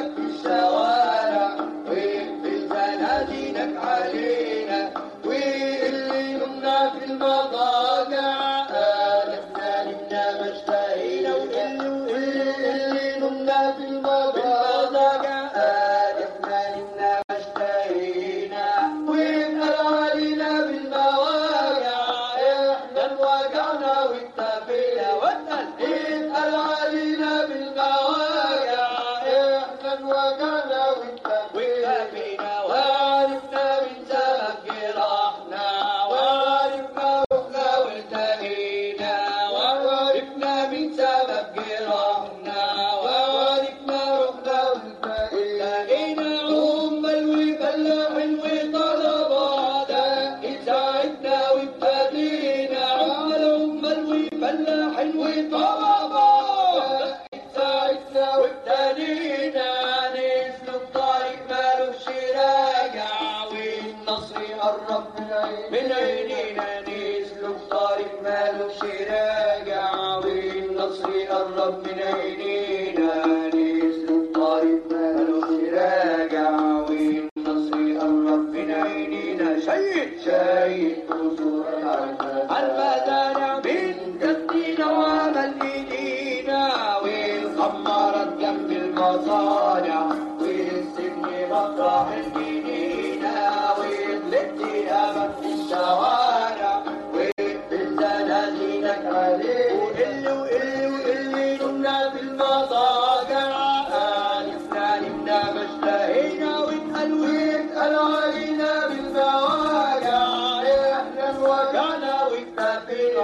في الشوارع وفي زنازينك علينا واللي نمنا في المضاجع آلفنا نمنا ما اشتهينا واللي نمنا في المضاجع آلفنا نمنا ما اشتهينا ويبقى علينا بالمواجع احنا انوجعنا واكتفينا واتقل يبقى علينا بالمواجع احنا انوجعنا واكتفينا وعرفنا من سبب جراحنا وعرفنا رحنا والتقينا وعرفنا من سبب جراحنا وعرفنا رحنا والتقينا عمال وفلاحين وطلبة دقت ساعتنا وابتدينا عمال وفلاحين وطلبة دقت ساعتنا وابتدينا نسلك طريق مالوش راجع والنصر قرب من عينينا نسلك طريق مالوش راجع والنصر قرب من عينينا نسلك طريق مالوش راجع والنصر قرب من عينينا شايد قصور المزارع من جدينا وعمل ايدينا والخمارات جنب المصانع والسجن مطرح الجنينة والاتهامات في الشوارع والزنازينك عليه واللي نمنا في المضاجع آلفنا نمنا ما اشتهينا واتقل علينا بالمواجع احنا انوجعنا واكتفينا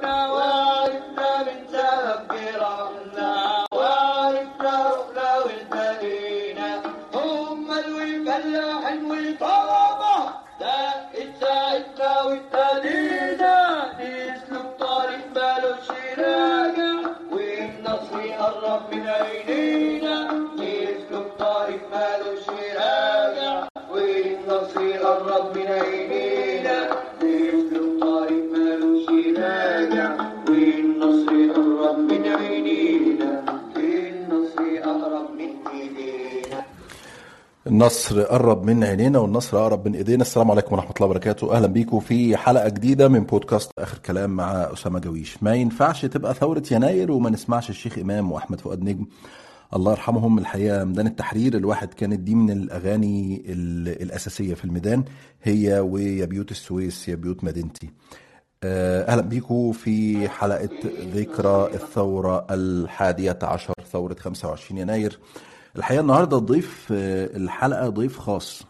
وعرفنا من سبب جراحنا وعرفنا رحنا والتقينا هم الفلاحين وطلبة دقت ساعتنا وابتدينا نسلك طريق مالوش راجع والنصر قرب من عينينا نسلك طريق مالوش راجع والنصر قرب من عينينا نسلك طريق مالوش راجع والنصر قرب من عينينا النصر قرب من ايدينا النصر قرب من عينينا والنصر قرب من ايدينا. السلام عليكم ورحمة الله وبركاته. اهلا بيكم في حلقة جديدة من بودكاست اخر كلام مع اسامة جويش. ما ينفعش تبقى ثورة يناير وما نسمعش الشيخ امام واحمد فؤاد نجم الله يرحمهم. الحقيقة ميدان التحرير الواحد كانت دي من الاغاني الاساسية في الميدان، هي ويا بيوت السويس يا بيوت مدينتي. اهلا بيكم في حلقة ذكرى الثورة 11 ثورة 25 يناير. الحقيقة النهاردة ضيف الحلقة ضيف خاص،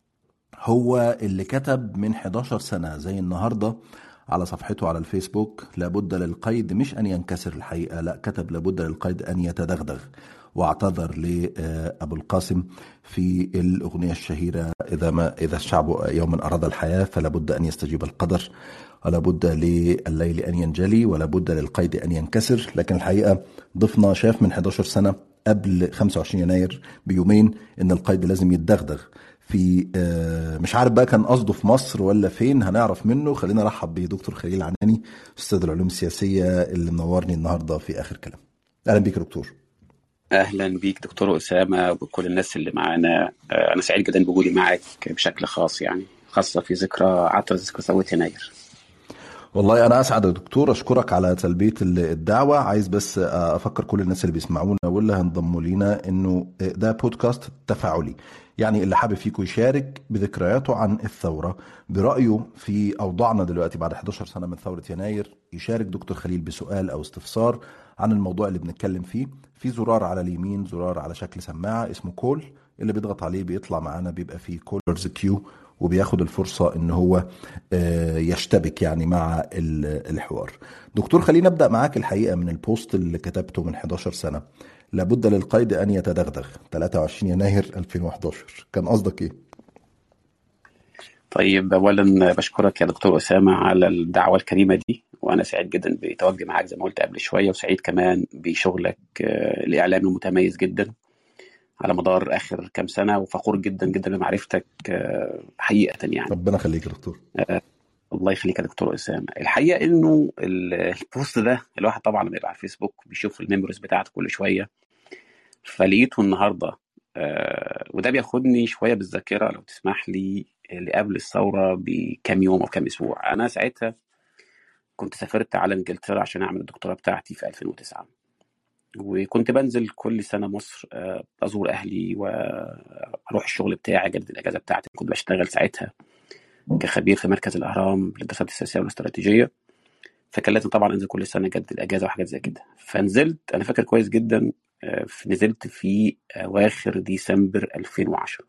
هو اللي كتب من 11 سنة زي النهاردة على صفحته على الفيسبوك لابد للقيد مش أن ينكسر، الحقيقة لا، كتب لابد للقيد أن يتدغدغ، واعتذر لأبو القاسم في الأغنية الشهيرة إذا الشعب يوما أراد الحياة فلابد أن يستجيب القدر ولابد لليل أن ينجلي ولابد للقيد أن ينكسر. لكن الحقيقة ضفنا شاف من 11 سنة قبل 25 يناير بيومين ان القيد لازم يتدغدغ في مش عارف بقى كان قصده في مصر ولا فين، هنعرف منه. خلينا نرحب بدكتور خليل عناني استاذ العلوم السياسية اللي منورني النهاردة في اخر كلام. اهلا بيك يا دكتور. اهلا بيك دكتور اسامة وبكل الناس اللي معانا. انا سعيد جدا بوجودي معك بشكل خاص، يعني خاصة في ذكرى ثورة يناير. والله أنا أسعد يا دكتور، أشكرك على تلبية الدعوة. عايز بس أفكر كل الناس اللي بيسمعونا واللي هنضموا لينا إنه ده بودكاست تفاعلي، يعني اللي حابب فيكم يشارك بذكرياته عن الثورة، برأيه في أوضاعنا دلوقتي بعد 11 سنة من ثورة يناير، يشارك دكتور خليل بسؤال أو استفسار عن الموضوع اللي بنتكلم فيه. في زرار على اليمين، زرار على شكل سماعة اسمه كول، اللي بيضغط عليه بيطلع معانا بيبقى فيه كولرز كيو، وبياخد الفرصة ان هو يشتبك يعني مع الحوار. دكتور خلينا نبدأ معاك الحقيقة من البوست اللي كتبته من 11 سنة، لابد للقيد أن يتدغدغ 23 يناير 2011، كان قصدك ايه؟ طيب اولا بشكرك يا دكتور اسامة على الدعوة الكريمة دي، وانا سعيد جدا بتواجدي معاك زي ما قلت قبل شوية، وسعيد كمان بشغلك الاعلامي المتميز جدا على مدار آخر كام سنة، وفخور جدا جدا بمعرفتك حقيقة يعني. ربنا يخليك يا دكتور. الله يخليك يا دكتور أسامة. الحقيقة إنه البوست ده الواحد طبعا بيبقى على الفيسبوك بيشوف الميموريز بتاعته كل شوية، فلقيته النهاردة وده بياخدني شويه بالذاكره لو تسمح لي لقبل الثوره بكام يوم او كام اسبوع. انا ساعتها كنت سافرت على انجلترا عشان اعمل الدكتوراه بتاعتي في 2009، وكنت بنزل كل سنه مصر، ازور اهلي واروح الشغل بتاعي، اجدد الاجازه بتاعتي. كنت بشتغل ساعتها كخبير في مركز الاهرام للدراسات السياسيه والاستراتيجيه، فكان لازم طبعا انزل كل سنه اجدد الاجازه وحاجات زي كده. فنزلت، انا فاكر كويس جدا، نزلت في اواخر ديسمبر 2010.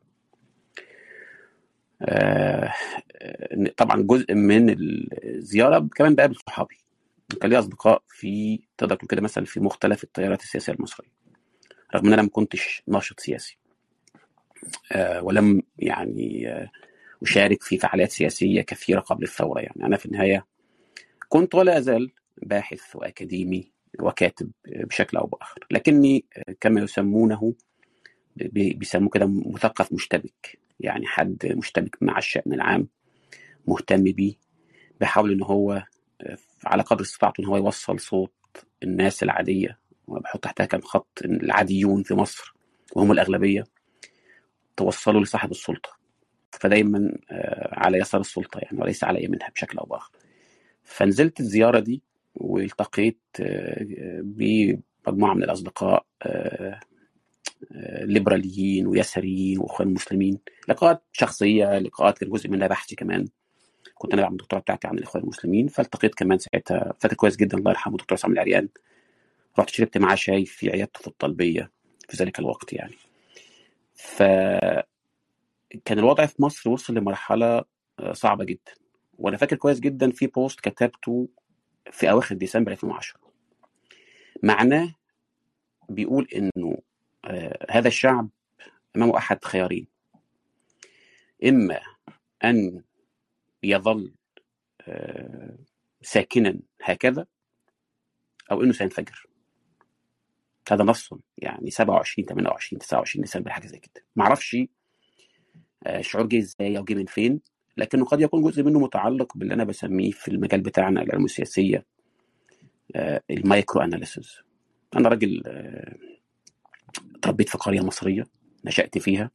طبعا جزء من الزياره كمان بقابل صحابي، كان لي اصدقاء في، تقدر تقول كده، مثلا في مختلف التيارات السياسيه المصريه، رغم ان انا ما كنتش ناشط سياسي، ولم يعني اشارك في فعاليات سياسيه كثيره قبل الثوره. يعني انا في النهايه كنت ولا ازال باحث واكاديمي وكاتب بشكل او باخر، لكني كما يسمونه، بيسموه كده مثقف مشتبك، يعني حد مشتبك مع الشأن العام، مهتم بيه، بيحاول ان هو على قدر استطاعته ان هو يوصل صوت الناس العاديه، وبحط تحتها كام خط، العاديون في مصر وهم الاغلبيه، توصلوا لصاحب السلطه، فدايما على يسار السلطه يعني، وليس على يمينها بشكل او باخر. فنزلت الزياره دي والتقيت بمجموعه من الاصدقاء، ليبراليين ويساريين واخوان مسلمين، لقاءات شخصيه، لقاءات كان جزء منها بحثي كمان. كنت انا بعمل الدكتوراه بتاعتي عن الاخوان المسلمين، فالتقيت كمان ساعتها، فاكر كويس جدا، الله يرحمه، دكتور سامي العريان. رحت شربت معاه شاي في عيادته في الطلبيه في ذلك الوقت يعني. فكان الوضع في مصر وصل لمرحله صعبه جدا. وانا فاكر كويس جدا في بوست كتبته في اواخر ديسمبر 2010، معناه بيقول انه هذا الشعب امامه احد خيارين: اما ان يظل ساكنا هكذا، او انه سينفجر. هذا نص يعني 27 28 29 ديسمبر، حاجه زي كده. ما اعرفش الشعور جه ازاي او جه من فين، لكنه قد يكون جزء منه متعلق باللي انا بسميه في المجال بتاعنا العلوم السياسيه المايكرو اناليسيز. انا راجل تربيت في قريه مصريه، نشأت فيها،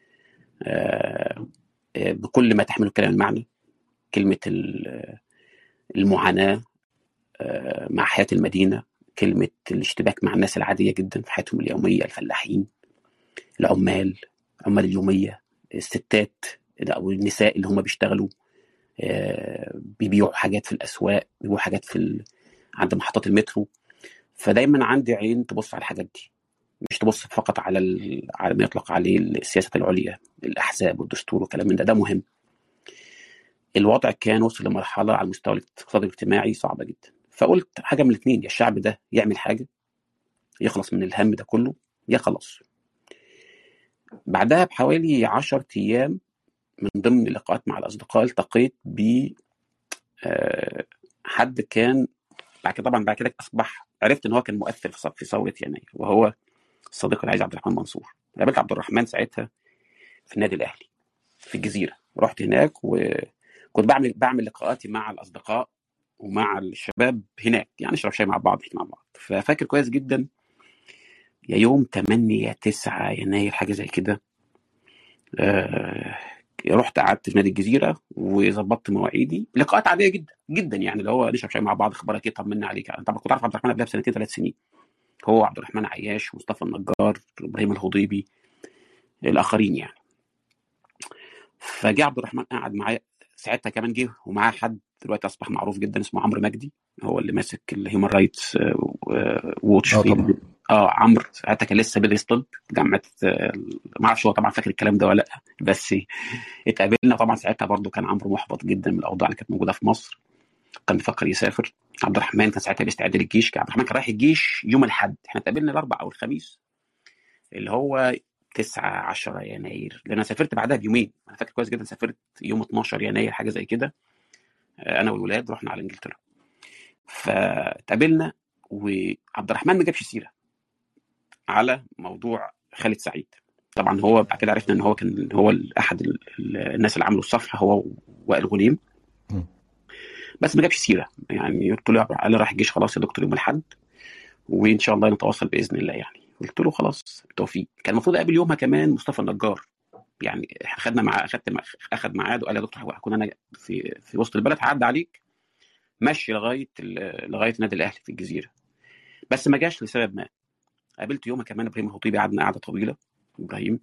بكل ما تحمله الكلام المعنى، كلمه المعاناه مع حياه المدينه، كلمه الاشتباك مع الناس العاديه جدا في حياتهم اليوميه، الفلاحين، العمال، عمال اليوميه، الستات او النساء اللي هم بيشتغلوا بيبيعوا حاجات في الاسواق، بيبيعوا حاجات عند محطات المترو. فدايما عندي عين تبص على الحاجات دي، مش تبص فقط على ما يطلق عليه السياسه العليا، الاحزاب والدستور وكلام من ده مهم. الوضع كان وصل لمرحله على المستوى الاقتصادي والاجتماعي صعبه جدا. فقلت حاجه من الاثنين: يا الشعب ده يعمل حاجه يخلص من الهم ده كله، يا خلاص. بعدها بحوالي 10 ايام من ضمن اللقاءات مع الاصدقاء التقيت ب حد كان بعد كده اصبح عرفت ان هو كان مؤثر في ثوره يناير، وهو الصديق العزيز عبد الرحمن منصور. قابلت عبد الرحمن ساعتها في النادي الاهلي في الجزيره، رحت هناك وكنت بعمل لقاءاتي مع الاصدقاء ومع الشباب هناك، يعني نشرب شاي مع بعض، نحكي مع بعض. ففاكر كويس جدا يا يوم 8 9 يناير حاجه زي كده، رحت قعدت في نادي الجزيره وظبطت مواعيدي، لقاءات عاديه جدا جدا، يعني اللي هو نشرب شاي مع بعض، اخبارك ايه، طمنا عليك. انا طبعا كنت عارف عبد الرحمن قبلها بسنتين 3 سنين، هو عبد الرحمن عياش، مصطفى النجار، ابراهيم الهضيبي، الاخرين يعني. فجاء عبد الرحمن قعد معايا ساعتها، كمان جه ومعاه حد دلوقتي اصبح معروف جدا اسمه عمرو مجدي، هو اللي ماسك الهيومن رايتس ووتش في عمرو ساعتها كان لسه بيدرس طب جامعه، ما اعرفش هو طبعا فاكر الكلام ده ولا لا، بس اتقابلنا. طبعا ساعتها برضو كان عمرو محبط جدا من الاوضاع اللي كانت موجوده في مصر، كان بيفكر يسافر. عبد الرحمن كان ساعتها بيستعد للجيش، عبد الرحمن كان رايح الجيش يوم الاحد، احنا اتقابلنا الاربعاء او الخميس اللي هو 9 10 يناير، لان انا سافرت بعدها بيومين. انا فاكر كويس جدا سافرت يوم 12 يناير حاجه زي كده، انا والولاد رحنا على انجلترا. فاتقابلنا، وعبد الرحمن ما جابش سيره على موضوع خالد سعيد. طبعا هو بعد كده عرفنا ان هو كان هو احد الناس اللي عملوا الصفحه، هو وائل غنيم، بس ما جابش سيره. يعني قلت له قال راح الجيش خلاص يا دكتور يوم الاحد، وان شاء الله نتواصل باذن الله يعني. قلت له خلاص بالتوفيق. كان المفروض اقابل يومها كمان مصطفى النجار، يعني احنا خدنا مع اخد ميعاد وقال يا دكتور هكون انا في وسط البلد، هعدي عليك مشي لغايه النادي الاهلي في الجزيره. بس ما جاش لسبب ما. قابلت يومها كمان ابراهيم الخطيبي، قعدنا قعده طويله ابراهيم،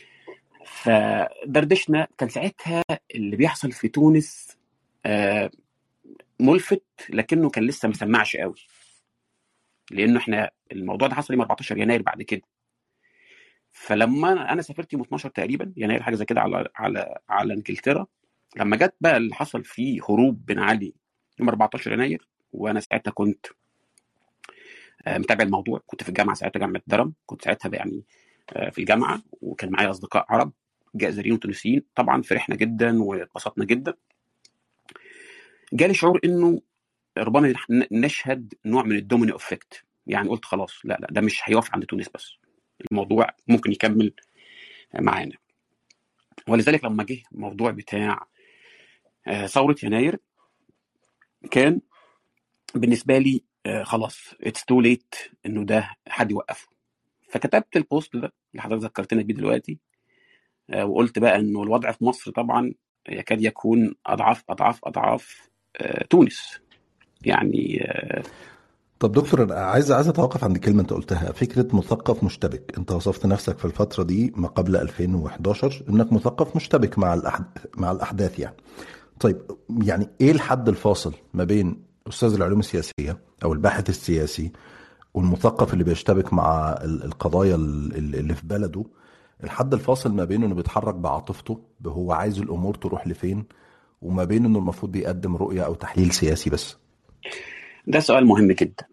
فدردشنا. كان ساعتها اللي بيحصل في تونس آه، ملفت، لكنه كان لسه ما سمعش قوي، لانه احنا الموضوع ده حصل يوم 14 يناير بعد كده. فلما انا سافرت يوم 12 تقريبا يناير حاجه زي كده على انجلترا، لما جت بقى اللي حصل فيه هروب بن علي يوم 14 يناير، وانا ساعتها كنت متابع الموضوع. كنت في الجامعه ساعتها، جامعه درم، كنت ساعتها يعني في الجامعه، وكان معايا اصدقاء عرب جزائريين وتونسيين. طبعا فرحنا جدا واتبسطنا جدا. جالي شعور انه ربما نشهد نوع من الدومينو افكت. يعني قلت خلاص، لا لا، ده مش هيقف عند تونس بس، الموضوع ممكن يكمل معانا. ولذلك لما جه الموضوع بتاع ثورة يناير، كان بالنسبة لي خلاص اتس تو ليت انه ده حد يوقفه. فكتبت البوست ده اللي حضرتك ذكرتنا بيه دلوقتي، وقلت بقى انه الوضع في مصر طبعا يكاد يكون اضعاف اضعاف اضعاف تونس يعني. طب دكتور، انا عايز اتوقف عند كلمه انت قلتها، فكره مثقف مشتبك. انت وصفت نفسك في الفتره دي ما قبل 2011 انك مثقف مشتبك مع الاحداث يعني. طيب، يعني ايه الحد الفاصل ما بين استاذ العلوم السياسيه او الباحث السياسي والمثقف اللي بيشتبك مع القضايا اللي في بلده؟ الحد الفاصل ما بينه انه بيتحرك بعاطفته، هو عايز الامور تروح لفين، وما بين انه المفروض بيقدم رؤيه او تحليل سياسي بس. ده سؤال مهم جدا،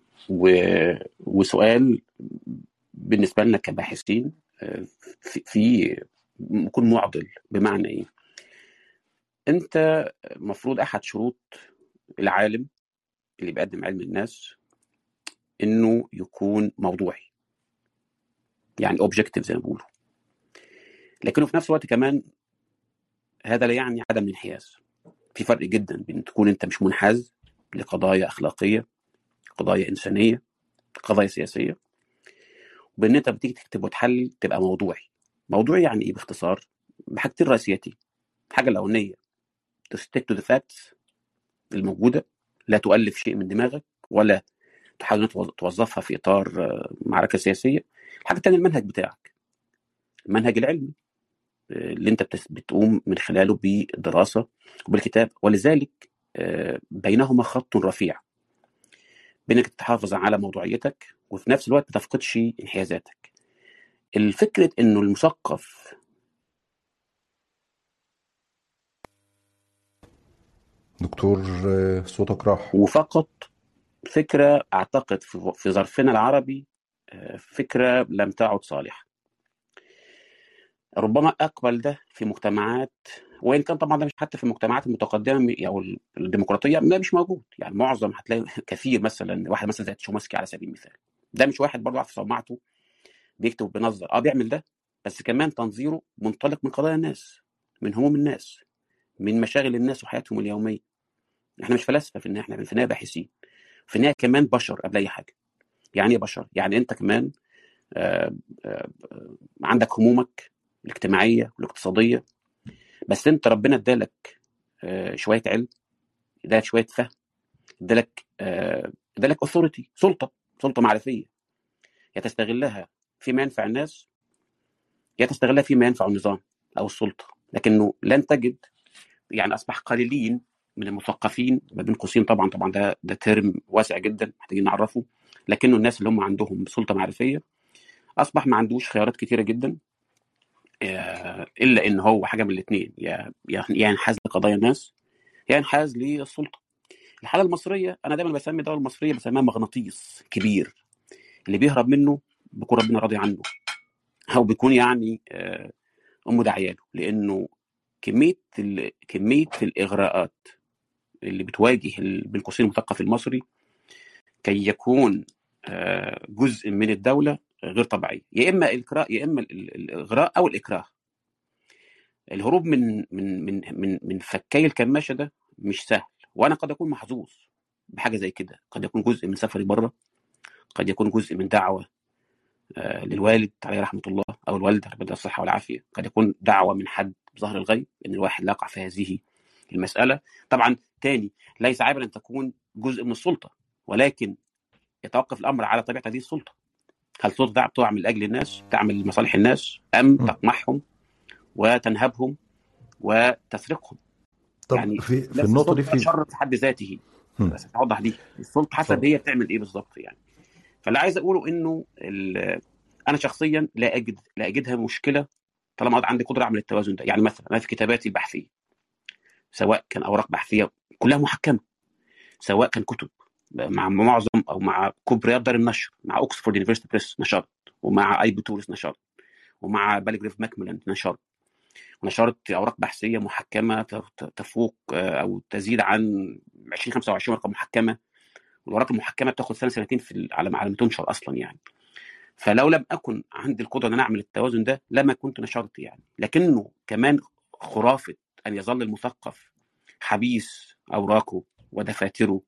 وسؤال بالنسبة لنا كباحثين في يكون معضل. بمعنى ايه؟ انت المفروض احد شروط العالم اللي بيقدم علم الناس انه يكون موضوعي، يعني اوبجكتيف زي ما بيقولوا. لكنه في نفس الوقت كمان هذا لا يعني عدم الانحياز. في فرق جدا بين تكون انت مش منحاز لقضايا اخلاقيه، قضايا انسانيه، قضايا سياسيه، وبان انت بتيجي تكتب وتحلل تبقى موضوعي. موضوعي يعني ايه باختصار؟ بحاجتين رئيسيتين. الحاجه الاولانيه to stick to the facts الموجوده، لا تؤلف شيء من دماغك ولا تحاول توظفها في اطار معركه سياسيه. الحاجه الثانيه المنهج بتاعك، المنهج العلمي اللي انت بتقوم من خلاله بالدراسه وبالكتاب. ولذلك بينهما خط رفيع بينك تحافظ على موضوعيتك وفي نفس الوقت ما تفقدش انحيازاتك. الفكره انه المثقف دكتور، صوتك راح. وفقط فكره اعتقد في ظرفنا العربي فكره لم تعد صالحه. ربما اقبل ده في مجتمعات، وان كان طبعا ده مش حتى في المجتمعات المتقدمه او الديمقراطيه، ده مش موجود. يعني معظم هتلاقي كثير، مثلا واحد مثلا زي تشومسكي على سبيل المثال، ده مش واحد برضه في صومعته بيكتب بينظر، بيعمل ده، بس كمان تنظيره منطلق من قضايا الناس، من هموم الناس، من مشاغل الناس وحياتهم اليوميه. احنا مش فلاسفه في النهايه، احنا في النهايه باحثين، في النهايه كمان بشر قبل اي حاجه. يعني ايه بشر؟ يعني انت كمان آه، آه، عندك همومك الاجتماعيه والاقتصاديه، بس انت ربنا ادالك شويه علم، ادالك شويه فهم، ادالك اوثوريتي، سلطه معرفيه، يا تستغلها فيما ينفع الناس، يا تستغلها فيما ينفع النظام او السلطه. لكنه لن تجد، يعني اصبح قليلين من المثقفين، ما بين قوسين طبعا ده ترم واسع جدا محتاجين نعرفه، لكنه الناس اللي هم عندهم سلطه معرفيه اصبح ما عندوش خيارات كتيره جدا، الا ان هو حاجه من الاثنين، يا ينحاز لقضايا الناس يا ينحاز للسلطه. الحاله المصريه، انا دايما بسمي الدوله المصريه بسميها مغناطيس كبير، اللي بيهرب منه بيكون ربنا راضي عنه، او بيكون يعني امه داعيه له، لانه كميه الاغراءات اللي بتواجه بين قوسين المثقف المصري كي يكون جزء من الدوله غير طبيعيه. يا اما الاكراه، يا اما الاغراء او الاكراه. الهروب من فكي الكماشه ده مش سهل، وانا قد اكون محظوظ بحاجه زي كده. قد يكون جزء من سفري بره، قد يكون جزء من دعوه للوالد عليه رحمة الله أو الوالدة ربنا الصحة والعافية، قد يكون دعوة من حد بظهر الغيب إن الواحد لا يقع في هذه المسألة. طبعا تاني ليس عيبا أن تكون جزء من السلطة، ولكن يتوقف الأمر على طبيعة هذه السلطة. هل السلطة تعمل لأجل الناس، تعمل لمصالح الناس، أم تقمعهم وتنهبهم وتسرقهم؟ طب يعني في نفس النقطة دي السلطة شر في حد ذاته. بس اوضح دي السلطه حسب هي بتعمل ايه بالظبط يعني. فاللي عايز اقوله انه انا شخصيا لا اجدها مشكله طالما عندي قدره اعمل التوازن ده. يعني مثلا انا في كتاباتي البحثيه سواء كان اوراق بحثيه كلها محكمه، سواء كان كتب مع معظم او مع كبريات دار النشر، مع اوكسفورد يونيفرسيتي بريس نشرت، ومع اي بي تورس نشرت، ومع بالجريف ماكميلان نشرت اوراق بحثيه محكمه تفوق او تزيد عن 20 25 ورقه محكمه، والورقه المحكمه بتاخد سنتين على ما تنشر اصلا يعني. فلو لم اكن عندي القدره ان انا اعمل التوازن ده لما كنت نشرت يعني. لكنه كمان خرافه ان يظل المثقف حبيس اوراقه ودفاتره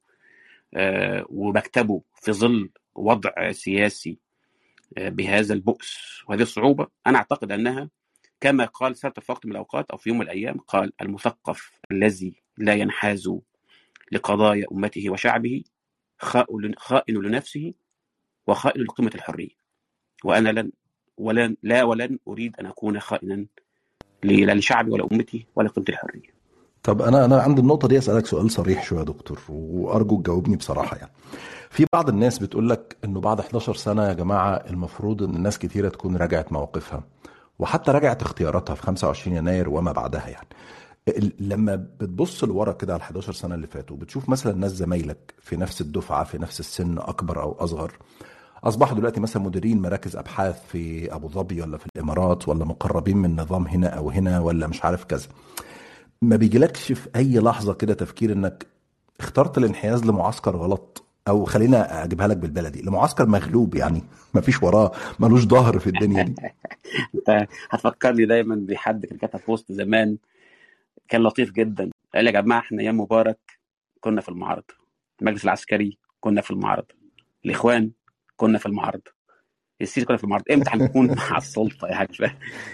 ومكتبه في ظل وضع سياسي بهذا البؤس وهذه الصعوبه. انا اعتقد انها كما قال سارتر في وقت من الاوقات او في يوم من الايام، قال: المثقف الذي لا ينحاز لقضايا امته وشعبه خائن لنفسه وخائن لقيمة الحرية. وأنا ولن أريد أن أكون خائنا لا لشعبي ولا أمتي ولا قيمة الحرية. طب أنا عند النقطة دي أسألك سؤال صريح شوية يا دكتور، وأرجو تجاوبني بصراحة. يعني في بعض الناس بتقول لك إنه بعد 11 سنة يا جماعة المفروض إن الناس كتيرة تكون راجعت مواقفها وحتى راجعت اختياراتها في 25 يناير وما بعدها. يعني لما بتبص لورا كده على 11 سنة اللي فاتوا، بتشوف مثلا ناس زمايلك في نفس الدفعة في نفس السن أكبر أو أصغر أصبحوا دلوقتي مثلا مديرين مراكز أبحاث في أبو ظبي ولا في الإمارات، ولا مقربين من نظام هنا أو هنا، ولا مش عارف كذا. ما بيجيلكش في أي لحظة كده تفكير إنك اخترت الانحياز لمعسكر غلط، أو خلينا أجيبها لك بالبلدي لمعسكر مغلوب، يعني ما فيش وراه، ملوش ظهر في الدنيا دي؟ انت هتفكرني دايما بحد كان كتب بوست زمان كان لطيف جدا، قال: يا جماعه احنا ايام مبارك كنا في المعارضه، المجلس العسكري كنا في المعارضه، الاخوان كنا في المعارضه، السيسي كنا في المعارضه، امتى هنكون مع السلطه يا حاج؟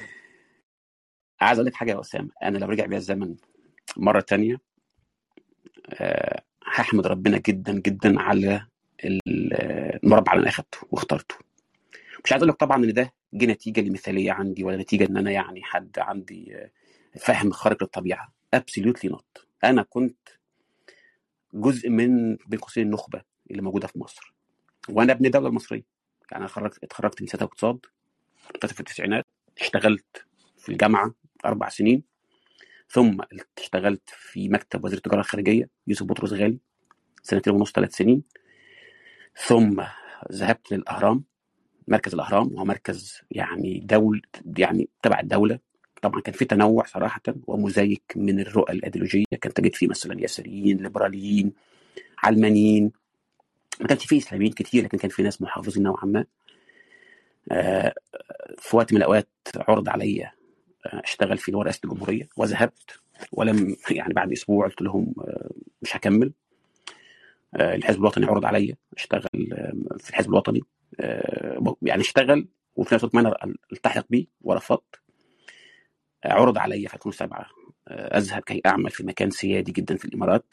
عايز اقول لك حاجه يا اسامه، انا لو رجع بيا الزمن مره تانية هحمد ربنا جدا جدا على المربع اللي انا اخدته واخترته. مش عايز اقول لك طبعا ان ده جه نتيجه لمثاليه عندي، ولا نتيجه ان انا يعني حد عندي فهم خارق للطبيعه. absolutely not. انا كنت جزء من بين قوسين النخبه اللي موجوده في مصر، وانا ابن الدوله المصريه. يعني انا اتخرجت من سياسه واقتصاد في التسعينات، اشتغلت في الجامعه 4 سنين، ثم اشتغلت في مكتب وزير التجاره الخارجيه يوسف بطرس غالي 2.5 3 سنين، ثم ذهبت للاهرام، مركز الاهرام وهو مركز يعني يعني تبع الدوله. طبعا كان في تنوع صراحه ومزيك من الرؤى الايديولوجيه، كان تجد فيه مثلا يساريين، ليبراليين، علمانيين، ما كانش فيه اسلاميين كتير، لكن كان في ناس محافظين نوعا ما. في وقت من الاوقات عرض عليا اشتغل في رئاسه الجمهوريه، وذهبت، ولم يعني بعد اسبوع قلت لهم مش هكمل. الحزب الوطني عرض عليا اشتغل في الحزب الوطني، يعني اشتغل وفي نفس الوقت ما انا التحق بيه ورفضت. عرض عليا في 2007 اذهب كي اعمل في مكان سيادي جدا في الامارات،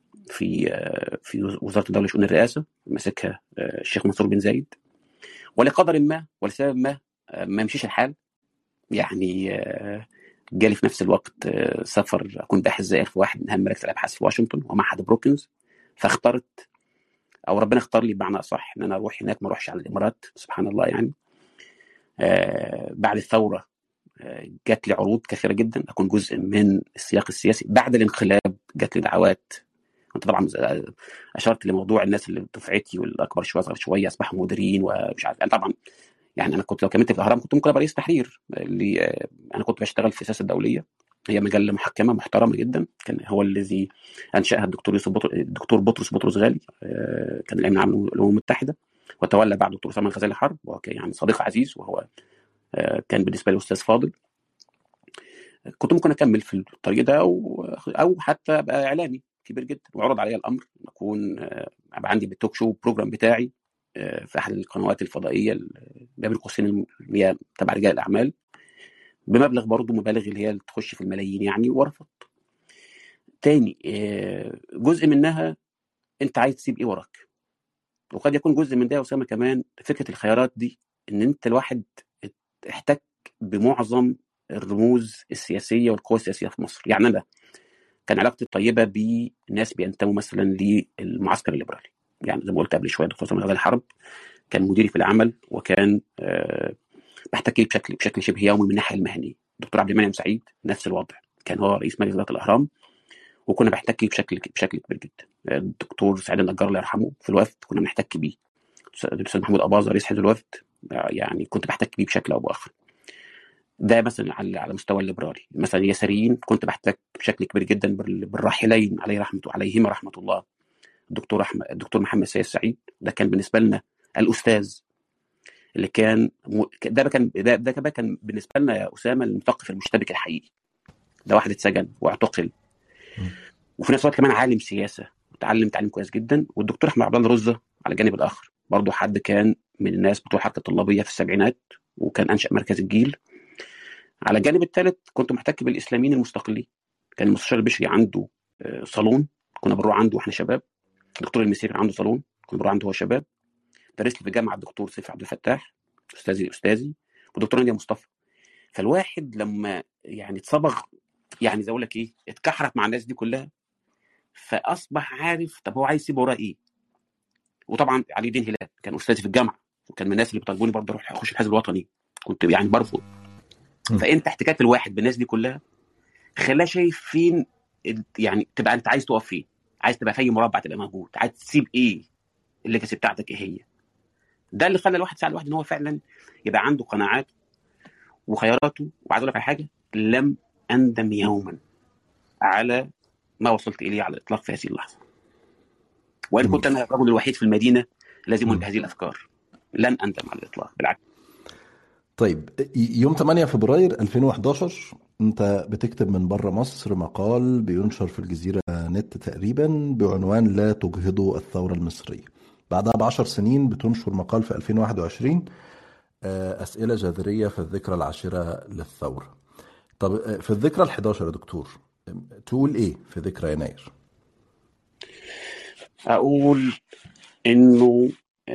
في وزاره الدوله شؤون الرئاسه، ماسكها الشيخ منصور بن زايد، ولقدر ما ولسبب ما يمشيش الحال. يعني جالي في نفس الوقت سفر اكون باحث زائر في واحد من اهم مراكز الابحاث في واشنطن ومعهد بروكنز، فاخترت او ربنا اختار لي بمعنى اصح ان انا اروح هناك، ما اروحش على الامارات، سبحان الله يعني. بعد الثوره جات لي عروض كثيره جدا اكون جزء من السياق السياسي. بعد الانقلاب جات لي دعوات. انت طبعا اشرت لموضوع الناس اللي دفعتي والاكبر شويه اصغر شويه اصبحوا مديرين ومش عارف. انا طبعا يعني انا كنت لو كملت في الاهرام كنت ممكن ابقى رئيس تحرير. اللي انا كنت بشتغل في السياسه الدوليه، هي مجله محكمه محترمه جدا، كان هو الذي انشاها الدكتور بطرس غالي، كان الامين العام للامم المتحده، وتولى بعد الدكتور سلمان غزالي حرب، وهو يعني صديق عزيز، وهو كان بالنسبه لي استاذ فاضل. كنت ممكن اكمل في الطريق ده او حتى ابقى اعلامي كبير جدا. وعرض عليا الامر ان اكون ابقى عندي بالتوك شو بروجرام بتاعي في احد القنوات الفضائيه بين قوسين اللي هي تبع رجال الاعمال، بمبلغ برضه مبالغ اللي هي تخش في الملايين يعني، ورفض. تاني جزء منها انت عايز تسيب ايه وراك، وقد يكون جزء من ده يا اسامه كمان فكره الخيارات دي، ان انت الواحد احتك بمعظم الرموز السياسيه والقوى السياسيه في مصر. يعني انا كان علاقتي طيبه بناس بينتموا مثلا للمعسكر الليبرالي، يعني زي ما قلت قبل شويه دكتور سامي الحرب كان مديري في العمل، وكان بحتكي بشكل شبه يومي من الناحيه المهنيه. دكتور عبد المنعم سعيد نفس الوضع، كان هو رئيس مجلس اداره الاهرام، وكنا بنحتكي بشكل كبير جدا. الدكتور سعيد النجار الله يرحمه في الوفد كنا بنحتك بيه. الاستاذ محمود اباظه رئيس حزب الوفد يعني كنت بحتك بيه بشكل او باخر. ده مثلا على مستوى الليبرالي. مثلا اليساريين كنت بحتك بشكل كبير جدا بالراحلين عليهما رحمه الله، الدكتور محمد سيد سعيد. ده كان بالنسبه لنا الاستاذ اللي كان ده كان بالنسبه لنا يا اسامه المثقف المشتبك الحقيقي. ده واحد اتسجن واعتقل، وفي نفس الوقت كمان عالم سياسه وتعلم تعليم كويس جدا. والدكتور احمد عبد الله رزه على الجانب الاخر برضه حد كان من الناس بتوع حركه الطلابيه في السبعينات، وكان انشا مركز الجيل. على الجانب الثالث كنت محتك بالاسلاميين المستقلين. كان المستشار البشري عنده صالون كنا بنروح عنده واحنا شباب. الدكتور المسيري عنده صالون كنا بنروح عنده هو شباب. درس لي في الجامعه الدكتور سيف عبد الفتاح استاذي والدكتور ناديه مصطفى. فالواحد لما يعني اتصبغ، يعني زي اقول لك ايه، اتكحرت مع الناس دي كلها، فاصبح عارف طب هو عايز يسيب وراه ايه. وطبعا علي الدين هلال كان استاذي في الجامعه، وكان من الناس اللي بيطالبوني برضه اروح اخش الحزب الوطني، كنت يعني برفض. فانت احتكاك الواحد بالناس دي كلها خلاه شايف فين، يعني تبقى انت عايز تقف فين، عايز تبقى في اي مربع تبقى موجود، عايز تسيب ايه، الليجاسي بتاعتك ايه هي. ده اللي خلى الواحد ساعد الواحد ان هو فعلا يبقى عنده قناعات وخياراته. وعايز اقول لك على حاجه، لم اندم يوما على ما وصلت اليه على الاطلاق في هذه اللحظه. وان كنت انا الرجل الوحيد في المدينه الذي يؤمن بهذه الافكار، لن اندم على الاطلاق، بالعكس. طيب يوم 8 فبراير 2011 انت بتكتب من بره مصر مقال بينشر في الجزيرة نت تقريبا بعنوان لا تجهضوا الثورة المصرية. بعدها ب10 سنين بتنشر مقال في 2021 أسئلة جذرية في الذكرى العاشرة للثورة. طب في الذكرى ال11 يا دكتور تقول ايه في ذكرى يناير؟ اقول انه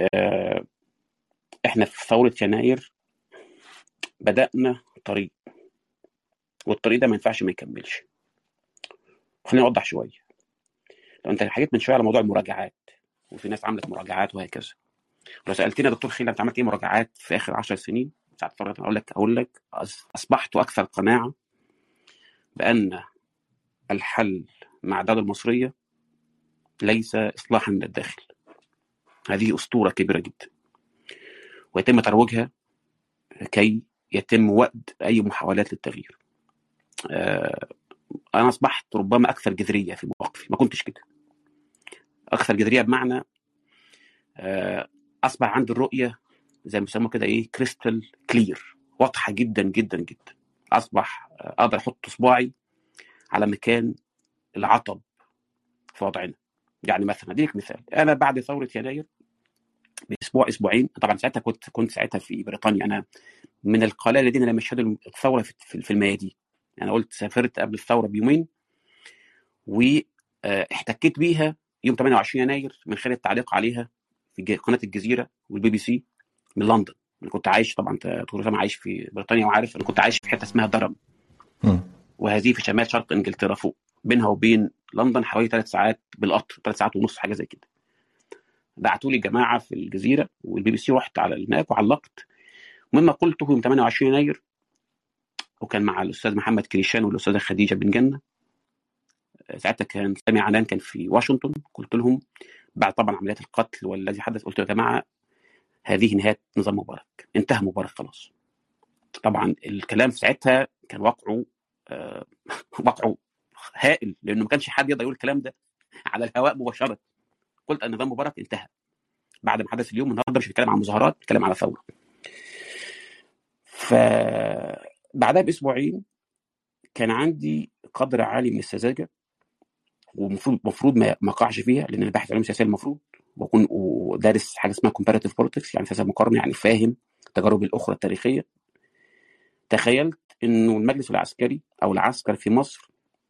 احنا في ثورة يناير بدأنا طريق، والطريق ده ما ينفعش ما يكملش. خليني اوضح شويه. لو انت حكيت من شويه على موضوع المراجعات، وفي ناس عملت مراجعات وهكذا، لو سالتني يا دكتور خيل انت عملت ايه مراجعات في اخر 10 سنين ساعه الثوره، اقول لك اصبحت اكثر قناعه بان الحل مع الدوله المصريه ليس اصلاحا من الداخل. هذه اسطوره كبيره جدا ويتم ترويجها كي يتم وقت اي محاولات للتغيير. انا اصبحت ربما اكثر جذريه في مواقفي، ما كنتش كده. اكثر جذريه بمعنى اصبح عندي الرؤيه زي ما بيسموها كده ايه، كريستال كلير، واضحه جدا جدا جدا. اصبح اقدر احط صباعي على مكان العطب في وضعنا. يعني مثلا اديك مثال، انا بعد ثوره يناير باسبوع اسبوعين، طبعا ساعتها كنت ساعتها في بريطانيا. انا من القلائل الذين لم يشهدوا الثوره في الميادين. انا قلت سافرت قبل الثوره بيومين واحتكيت بيها يوم 28 يناير من خلال التعليق عليها في قناه الجزيره والبي بي سي من لندن. انا كنت عايش، طبعا انت عايش في بريطانيا وعارف، انا كنت عايش في حته اسمها درم، وهذه في شمال شرق انجلترا، فوق بينها وبين لندن حوالي 3 ساعات بالقطر، 3 ساعات ونص حاجه زي كده. بعتوا لي جماعه في الجزيره والبي بي سي، رحت على هناك وعلقت مما قلته يوم 28 يناير، وكان مع الاستاذ محمد كريشان والاستاذه خديجه بن جنه. ساعتها كان سامي عنان كان في واشنطن. قلت لهم بعد طبعا عمليات القتل والذي حدث، قلت يا جماعه هذه نهايه نظام مبارك، انتهى مبارك خلاص. طبعا الكلام في ساعتها كان وقعه هائل، لانه ما كانش حد يقدر يقول الكلام ده على الهواء مباشره. قلت ان نظام مبارك انتهى بعد ما حدث اليوم. النهارده مش بيتكلم عن مظاهرات، بيتكلم على ثوره. فبعدها باسبوعين كان عندي قدر عالي من السذاجه ومفروض ما اقعش فيها، لان انا باحث علوم سياسيه المفروض، واكون ودارس حاجه اسمها comparative politics، يعني سياسه مقارنه، يعني فاهم التجارب الاخرى التاريخيه. تخيلت انه المجلس العسكري او العسكر في مصر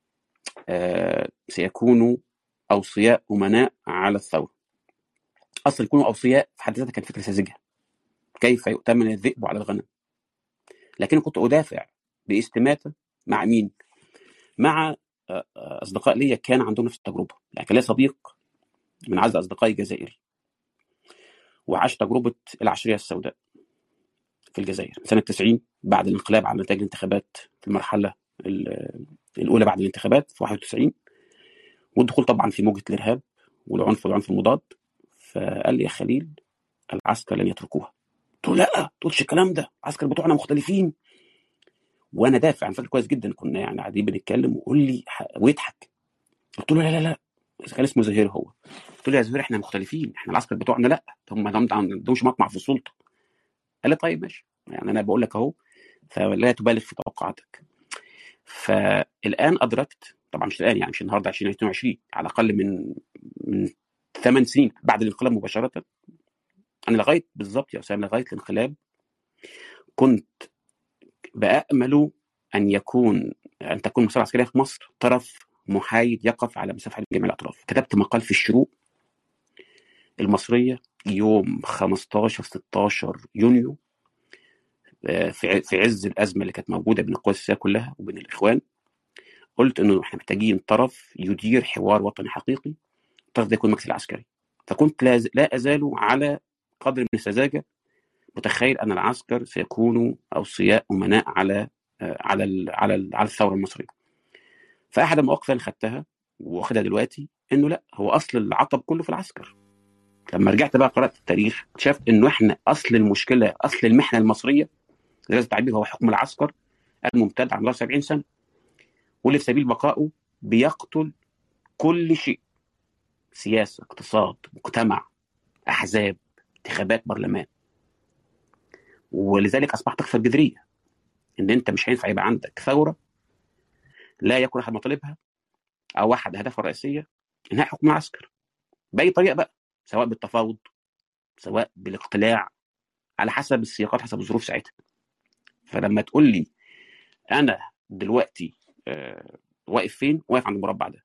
سيكونوا اوصياء امناء على الثوره. اصلا يكونوا اوصياء في حد ذاتها كان فكره ساذجه، كيف يؤتمن الذئب على الغنم؟ لكن كنت ادافع باستماته مع مين؟ مع اصدقاء ليا كان عندهم نفس التجربه. يعني كان لي صديق من اعز اصدقائي جزائري، وعاش تجربه العشريه السوداء في الجزائر سنه 90 بعد الانقلاب على نتائج الانتخابات في المرحله الاولى بعد الانتخابات في 91، والدخول طبعا في موجه الارهاب والعنف المضاد. فقال لي: يا خليل، العسكر لن يتركوها. قلت له: لا، تقولش الكلام ده، العسكر بتوعنا مختلفين. وانا دافع، انا فاكر كويس جدا، كنا يعني قاعدين بنتكلم ويقول لي ويضحك. قلت له: لا لا لا، كان اسمه زهير هو. قلت له: يا زهير، احنا مختلفين، احنا العسكر بتوعنا لا، هم ما عندهمش مطمع في السلطه. قال لي: طيب ماشي، يعني انا بقول لك اهو، فلا تبالغ في توقعاتك. فالان ادركت، طبعا مش الان، يعني مش النهارده 2022، على الاقل من 8 سنين بعد الانقلاب مباشره. انا لغايه بالظبط يا اسامه، لغايه الانقلاب كنت بامل ان تكون المسيره العسكريه في مصر طرف محايد يقف على مسافه من جميع الاطراف. كتبت مقال في الشروق المصريه يوم 15-16 يونيو، في عز الازمه اللي كانت موجوده بين القوى السياسيه كلها وبين الاخوان. قلت انه احنا محتاجين طرف يدير حوار وطني حقيقي، الطرف ده يكون المجلس العسكري. فكنت لا ازال على قدر من السذاجه متخيل ان العسكر سيكونوا اوصياء امناء على الثوره المصريه. فاحد المواقف اللي خدتها واخدها دلوقتي انه لا، هو اصل العطب كله في العسكر. لما رجعت بقى قرات التاريخ اكتشفت انه احنا اصل المشكله، اصل المحنه المصريه لازم التعبير هو حكم العسكر الممتد على مدار 70 سنه، واللي في سبيل بقائه بيقتل كل شيء: سياسه، اقتصاد، مجتمع، احزاب، انتخابات، برلمان. ولذلك اصبحت تكثر جذريه ان انت مش هينفع يبقى عندك ثوره لا يكون احد مطالبها او احد اهدافها الرئيسيه انها حكم العسكر باي طريقه بقى، سواء بالتفاوض، سواء بالاقتلاع، على حسب السياقات، حسب الظروف ساعتها. فلما تقول لي انا دلوقتي واقف فين؟ واقف عند المربع ده.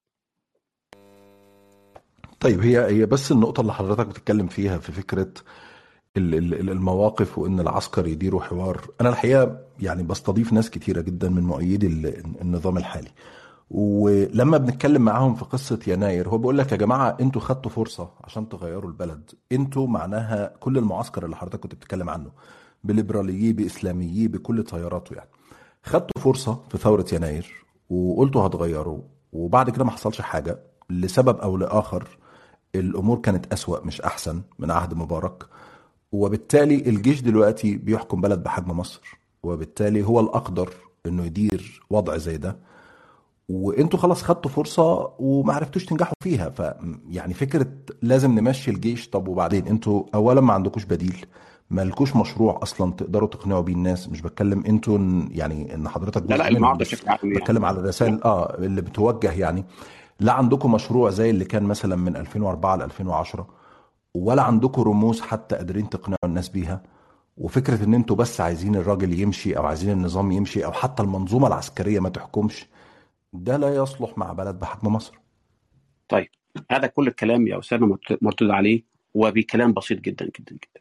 طيب، هي بس النقطة اللي حضرتك بتتكلم فيها في فكرة المواقف وان العسكر يديروا حوار. انا الحقيقة يعني بستضيف ناس كتيرة جدا من مؤيدي النظام الحالي، ولما بنتكلم معاهم في قصة يناير هو بيقول لك: يا جماعة، انتوا خدتوا فرصة عشان تغيروا البلد. انتوا معناها كل المعسكر اللي حضرتك كنت بتتكلم عنه، بليبرالييه، بإسلامييه، بكل تياراته، يعني خدتوا فرصة في ثورة يناير وقلتوا هتغيروا، وبعد كده ما حصلش حاجة لسبب أو لآخر. الأمور كانت أسوأ مش أحسن من عهد مبارك، وبالتالي الجيش دلوقتي بيحكم بلد بحجم مصر، وبالتالي هو الأقدر إنه يدير وضع زي ده. وانتوا خلاص خدتوا فرصة وما عرفتوش تنجحوا فيها. يعني فكرة لازم نمشي الجيش. طب وبعدين؟ انتوا اولا ما عندكوش بديل، ما لكوش مشروع اصلا تقدروا تقنعوا بيه الناس. مش بتكلم انتوا يعني ان حضرتك لا لا، جزء منهم، المعارضه بس بشكل عام يعني. بتكلم على الرسائل اللي بتوجه يعني. لا عندكم مشروع زي اللي كان مثلا من 2004 ل 2010، ولا عندكم رموز حتى قادرين تقنعوا الناس بيها. وفكرة ان انتوا بس عايزين الراجل يمشي او عايزين النظام يمشي او حتى المنظومة العسكرية ما تحكمش، ده لا يصلح مع بلد بحجم مصر. طيب، هذا كل الكلام يا اسامه مرتد عليه وبكلام بسيط جدا جدا جدا.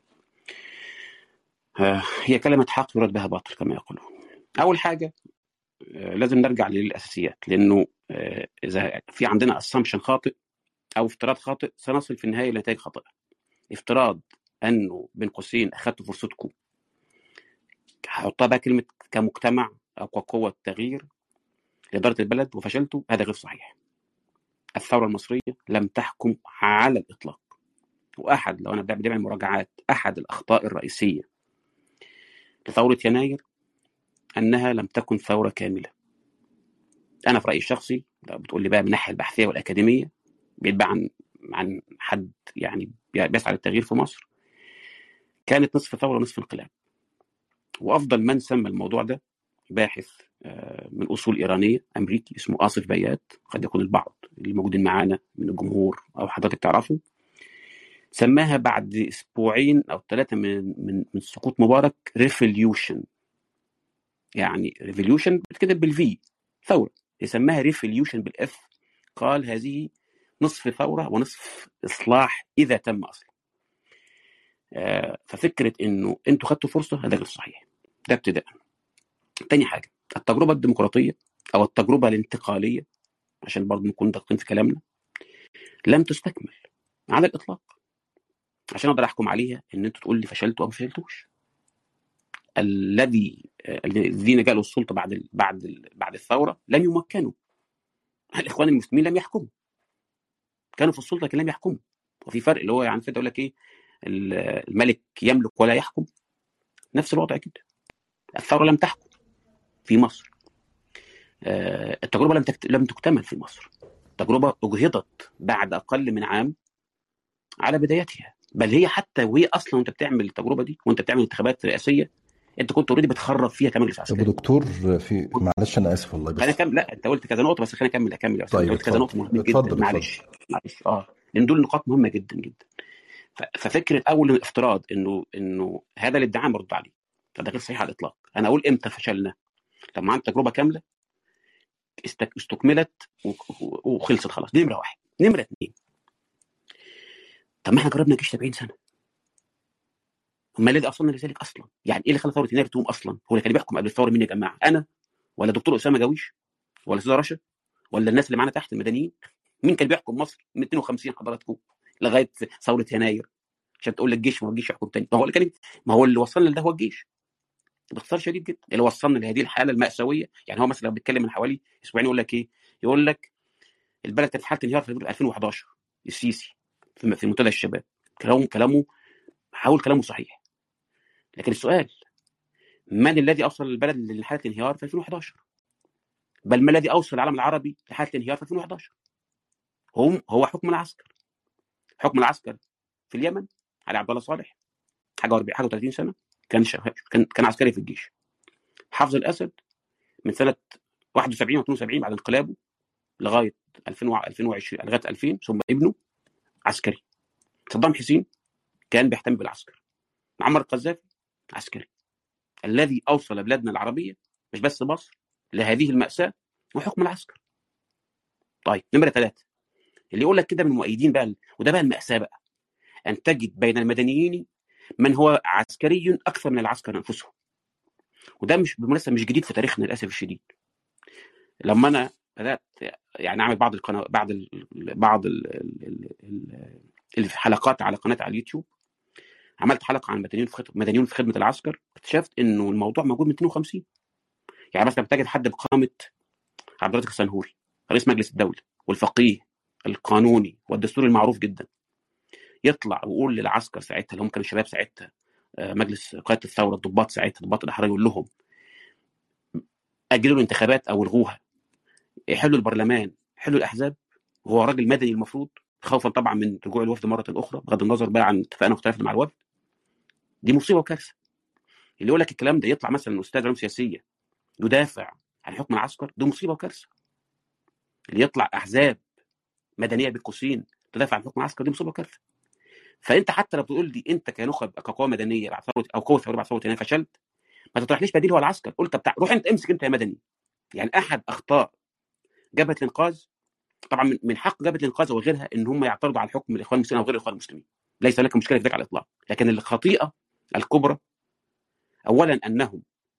هي كلمه حق يراد بها باطل كما يقولون. اول حاجه لازم نرجع للاساسيات، لانه اذا في عندنا اسامبشن خاطئ او افتراض خاطئ سنصل في النهايه لنتائج خاطئه. افتراض انه بين قوسين اخذتوا فرصتكم، هحطها بقى كلمه كمجتمع او كقوه تغيير لاداره البلد وفشلتوا، هذا غير صحيح. الثوره المصريه لم تحكم على الاطلاق. واحد، لو انا بعمل مراجعات، احد الاخطاء الرئيسيه لثوره يناير انها لم تكن ثوره كامله. انا في رايي الشخصي، لو بتقول لي بقى من الناحيه البحثيه والاكاديميه، بيتبع عن حد يعني بيسعى للتغيير في مصر، كانت نصف ثوره ونصف انقلاب. وافضل من سمى الموضوع ده باحث من اصول ايرانيه امريكي اسمه آصف بيات، قد يكون البعض اللي موجودين معانا من الجمهور او حضرتك تعرفه، سماها بعد اسبوعين او 3 من سقوط مبارك ريفوليوشن. يعني ريفوليوشن بتكتب بالفي، ثوره، يسماها ريفوليوشن بالاف. قال هذه نصف ثوره ونصف اصلاح اذا تم اصلا. ففكره انه انتوا خدتوا فرصه، هذا غير صحيح. ده ابتداء. تاني حاجه، التجربه الديمقراطيه او التجربه الانتقاليه، عشان برضه نكون دقيقين في كلامنا، لم تستكمل على الاطلاق عشان اقدر احكم عليها ان انتوا تقول لي فشلتوا او ما فشلتوش. الذين جاءوا السلطه بعد الثوره لم يمكنوا. الاخوان المسلمين لم يحكموا، كانوا في السلطه لكن لم يحكموا. وفي فرق، اللي هو يعني في يقول لك ايه، الملك يملك ولا يحكم. نفس الوضع كده. الثوره لم تحكم في مصر. التجربه لم تكتمل في مصر. تجربه اجهضت بعد اقل من عام على بدايتها. بل هي حتى وهي اصلا وانت بتعمل التجربه دي وانت بتعمل انتخابات رئاسيه، انت كنت اوريدي بتخرب فيها كمجلس طب عسكري. دكتور، في معلش انا اسف والله، خلينا بس كمل. لا، انت قلت كذا نقطه، بس خلينا اكمل يا استاذ. طيب انت قلت كذا نقطه مهمين جدا. اتفضل. معلش لان دول نقاط مهمه جدا جدا. ففكره اول الافتراض انه هذا الادعاء مرد عليه، فده غير صحيح على الاطلاق. انا اقول امتى فشلنا؟ لما عملت تجربه كامله استكملت وخلصت خلاص. دي نمره واحد. نمره اثنين، طب ما احنا جربنا جيش 70 سنه. ما الذي اوصلنا لذلك اصلا؟ يعني ايه اللي خلى ثوره يناير تقوم اصلا؟ هو اللي كان بيحكم قبل الثوره مين يا جماعه؟ انا ولا دكتور اسامه جويش ولا استاذ رشا ولا الناس اللي معانا تحت المدنيين؟ مين كان بيحكم مصر من 52 حضراتكم لغايه ثوره يناير؟ عشان تقول لك الجيش، ما هو الجيش يحكم تاني. ما هو اللي وصلنا لده هو الجيش، باختصار شديد جدا. اللي وصلنا لهذه الحاله المأساويه. يعني هو مثلا بيتكلم من حوالي اسبوعين يقول لك ايه؟ يقول لك البلد كانت في حاله انهيار في 2011. السيسي في منتدى الشباب. كلامه صحيح. لكن السؤال، من الذي اوصل البلد لحاله الانهيار في 2011؟ بل ما الذي اوصل العالم العربي لحاله الانهيار في 2011؟ هو حكم العسكر. حكم العسكر في اليمن علي عبد الله صالح، حاجه 30 سنه، كان عسكري في الجيش. حافظ الاسد من سنه 71 و72 بعد انقلابه لغايه 2020 لغايه 2000 ثم ابنه عسكري. صدام حسين كان بيهتم بالعسكر. معمر القذافي عسكري. الذي اوصل بلادنا العربيه مش بس مصر لهذه المأساة وحكم العسكر. طيب نمرة 3، اللي يقول لك كده من المؤيدين بقى، وده بقى المأساة بقى، أن تجد بين المدنيين من هو عسكري أكثر من العسكر أنفسهم. وده مش بالمناسبة مش جديد في تاريخنا للأسف الشديد. لما أنا بدأت يعني أعمل بعض الحلقات على قناة على اليوتيوب، عملت حلقة عن مدنيون في خدمة العسكر، اكتشفت إنه الموضوع موجود من 52. يعني مثلا بتجد حد بقامة عبد الرازق السنهوري رئيس مجلس الدولة والفقيه القانوني والدستوري المعروف جدا، يطلع ويقول للعسكر ساعتها اللي هم كانوا شباب ساعتها، مجلس قادة الثورة، الضباط ساعتها، الضباط الأحرار، يقول لهم أجلوا الانتخابات أو الغوها، يحلوا البرلمان، يحلوا الأحزاب. وهو راجل مدني المفروض، خوفا طبعا من رجوع الوفد مرة أخرى، بغض النظر بقى عن اتفاقنا واختلافنا مع الوفد. دي مصيبة وكارثة. اللي يقول لك الكلام ده يطلع مثلا أستاذ علوم سياسية يدافع عن حكم العسكر، دي مصيبة وكارثة. اللي يطلع أحزاب مدنيه بين قوسين تدافع عن حكم العسكر، دي مصيبه وكارثه. فانت حتى لو بتقول لي انت كنخب كقوه مدنيه بعد ثوره او قوه ثوريه بعد ثوره يناير فشلت، ما تطرحليش بديل هو العسكر. قلت روح انت امسك انت يا مدني. يعني احد اخطاء جبهه الانقاذ، طبعا من حق جبهه الانقاذ وغيرها ان هم يعترضوا على حكم الاخوان المسلمين او غير الاخوان المسلمين، ليس لك مشكله في ذلك على الاطلاق. لكن الخطيئه الكبرى اولا انهم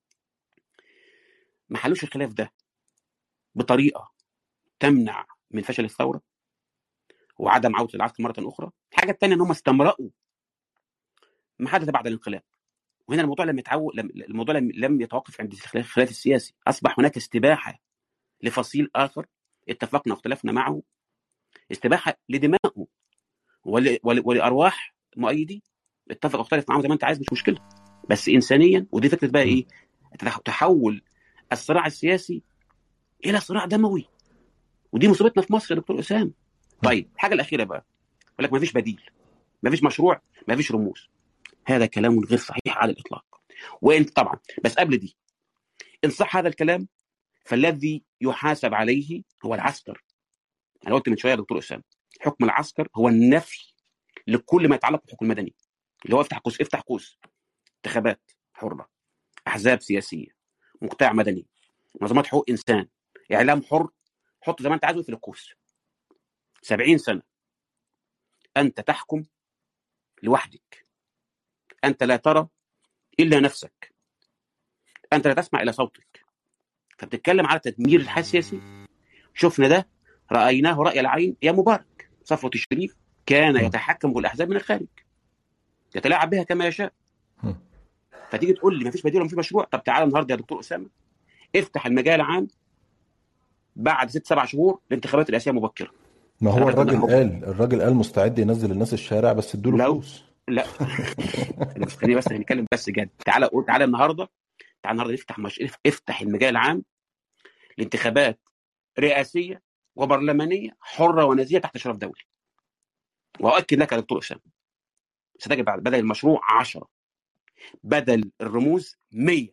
ما حلوش الخلاف ده بطريقه تمنع من فشل الثوره وعدم عوده العسكر مره اخرى. الحاجه الثانيه ان هم استمرأوا ما حدث بعد الانقلاب. وهنا الموضوع لم يتوقف عند الخلاف السياسي، اصبح هناك استباحه لفصيل اخر اتفقنا واختلفنا معه، استباحه لدمائه ولارواح مؤيدي، اتفق واختلف معاهم زي ما انت عايز، مش مشكله، بس انسانيا. ودي فكره بقى ايه؟ تحول الصراع السياسي الى صراع دموي، ودي مصيبتنا في مصر يا دكتور اسامه. طيب الحاجه الاخيره بقى، يقول لك ما فيش بديل، ما فيش مشروع، ما فيش رموز. هذا كلام غير صحيح على الاطلاق. وانت طبعا، بس قبل دي إن صح هذا الكلام فالذي يحاسب عليه هو العسكر. أنا قلت من شوية يا دكتور أسامة، حكم العسكر هو النفي لكل ما يتعلق بالحكم المدني، اللي هو افتح قوس افتح قوس: انتخابات حرة، أحزاب سياسية، مجتمع مدني، منظمات حقوق إنسان، إعلام حر، حط زي ما أنت عايز في القوس. 70 سنة أنت تحكم لوحدك، أنت لا ترى إلا نفسك، أنت لا تسمع إلى صوتك، فبتتكلم على تدمير الحياة السياسية. شفنا ده، رأيناه رأي العين. يا مبارك صفوة الشريف كان يتحكم بالأحزاب من الخارج، يتلاعب بها كما يشاء. فتيجي تقول لي مفيش بديل ومفيش مشروع. طب تعالى النهارده يا دكتور أسامة افتح المجال العام بعد 6-7 شهور لانتخابات رئاسية مبكرة. ما هو الراجل قال مستعد ينزل الناس الشارع بس ادوا له فلوس. لا بس خليني بس هنتكلم بس جد. تعالى النهارده افتح المجال العام لانتخابات رئاسية وبرلمانية حرة ونزيهة تحت إشراف دولي، وأؤكد لك يا دكتور أسامة ستجد بدل المشروع 10، بدل الرموز 100.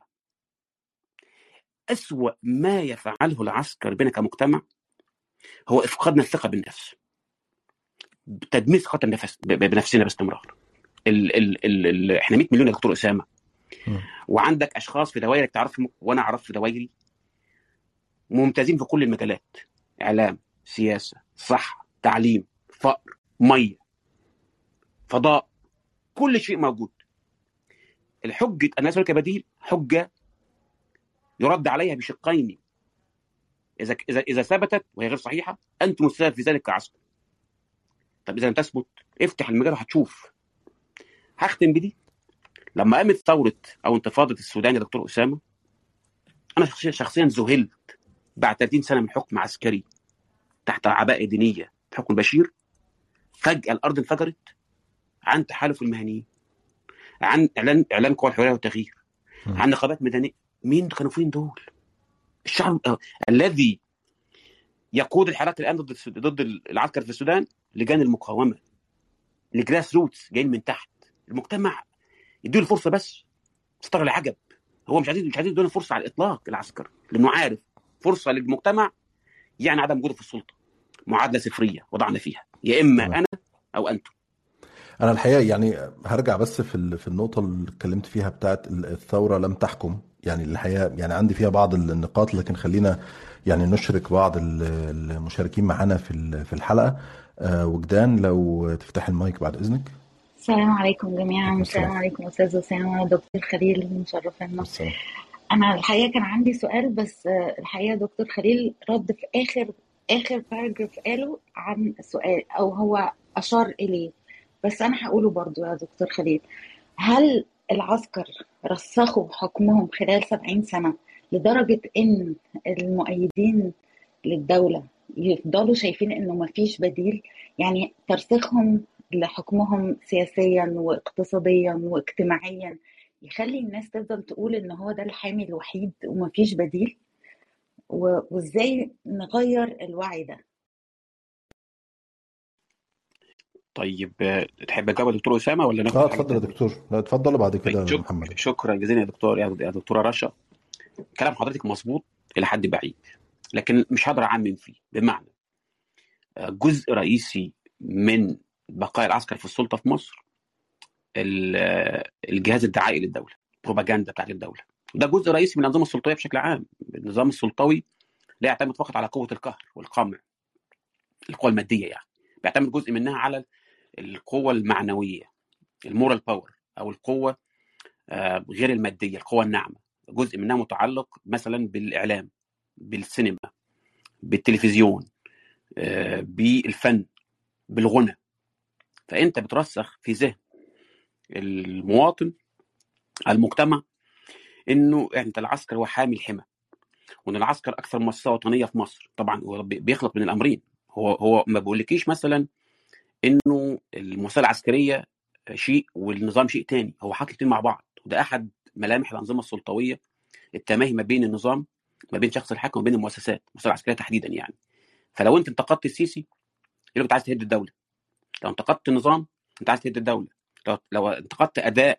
أسوأ ما يفعله العسكر بنا كمجتمع هو إفقادنا الثقة بالنفس، تدمير ثقتنا بنفسنا باستمرار. احنا 100 مليون يا دكتور أسامة، وعندك أشخاص في دوائرك تعرفهم وأنا أعرف في دوائري ممتازين في كل المجالات: إعلام، سياسة، صحة، تعليم، فقر، مية، فضاء، كل شيء موجود. الحجة أن أسألك بديل حجة يرد عليها بشقين: إذا ثبتت وهي غير صحيحة أنتم السبب في ذلك كعسكر. طب إذا لم تثبت افتح المجال وهتشوف. هختم بدي. لما قامت ثورة أو انتفاضة السودان يا دكتور أسامة، أنا شخصيا ذهلت بعد 30 سنة من حكم عسكري تحت عباءة دينية بحكم البشير. فجأة الأرض انفجرت عن تحالف المهنيين، عن إعلان قوى الحرية والتغيير، عن نقابات مدنية. مين كانوا فين دول؟ الشعب الذي يقود الحراك الآن ضد العسكر في السودان، لجان المقاومة، الجراس روتس جايين من تحت. المجتمع يديله الفرصة بس. استغرب العجب، هو مش عايز يديله فرصة على الإطلاق العسكر، لأنه عارف فرصة للمجتمع يعني عدم وجوده في السلطة. معادلة صفرية وضعنا فيها، يا إما أنا أو أنتم. أنا الحقيقة يعني هرجع بس في النقطة اللي اتكلمت فيها بتاعت الثورة لم تحكم. يعني الحقيقة يعني عندي فيها بعض النقاط، لكن خلينا يعني نشرك بعض المشاركين معانا في الحلقة. وجدان لو تفتح المايك بعد إذنك. السلام عليكم جميعا. السلام عليكم أستاذ أسامة، دكتور خليل، مشرفنا. أنا الحقيقة كان عندي سؤال، بس الحقيقة دكتور خليل رد في آخر باراجراف قاله عن السؤال، أو هو أشار إليه، بس أنا هقوله برضو يا دكتور خليل. هل العسكر رسخوا حكمهم خلال 70 سنة لدرجة إن المؤيدين للدولة يفضلوا شايفين إنه مفيش بديل؟ يعني ترسيخهم لحكمهم سياسيا واقتصاديا واجتماعيا يخلي الناس تفضل تقول إن هو ده الحامي الوحيد ومفيش بديل؟ وإزاي نغير الوعي ده؟ طيب تحب اجاوب يا دكتور اسامه ولا ناخد اتفضل يا دكتور. لا اتفضل بعد كده طيب محمد. شكرا جزيلا يا دكتور، يا دكتوره رشا. كلام حضرتك مظبوط الى حد بعيد، لكن مش هقدر اعمم فيه. بمعنى جزء رئيسي من بقاء العسكر في السلطه في مصر الجهاز الدعائي للدوله، البروباجندا بتاعت الدوله. ده جزء رئيسي من الانظمه السلطويه بشكل عام. النظام السلطوي لا يعتمد فقط على قوه القهر والقمع، القوه الماديه يعني، بيعتمد جزء منها على القوه المعنويه، المورال باور، او القوه غير الماديه، القوه الناعمه. جزء منها متعلق مثلا بالاعلام، بالسينما، بالتلفزيون، بالفن، بالغنى. فانت بترسخ في ذهن المواطن، المجتمع، انه انت العسكر هو حامي الحمى، وان العسكر اكثر مؤسسه وطنيه في مصر. طبعا هو بيخلط من الامرين. هو ما بيقولكيش مثلا انه المؤسسه العسكريه شيء والنظام شيء تاني، هو حاطط الاثنين مع بعض. وده احد ملامح الانظمه السلطويه، التماهي ما بين النظام، ما بين شخص الحاكم، وما بين المؤسسات، المؤسسه العسكريه تحديدا يعني. فلو انت انتقدت السيسي يقول انت عايز تهد الدوله، لو انتقدت النظام انت عايز تهد الدوله، لو انتقدت اداء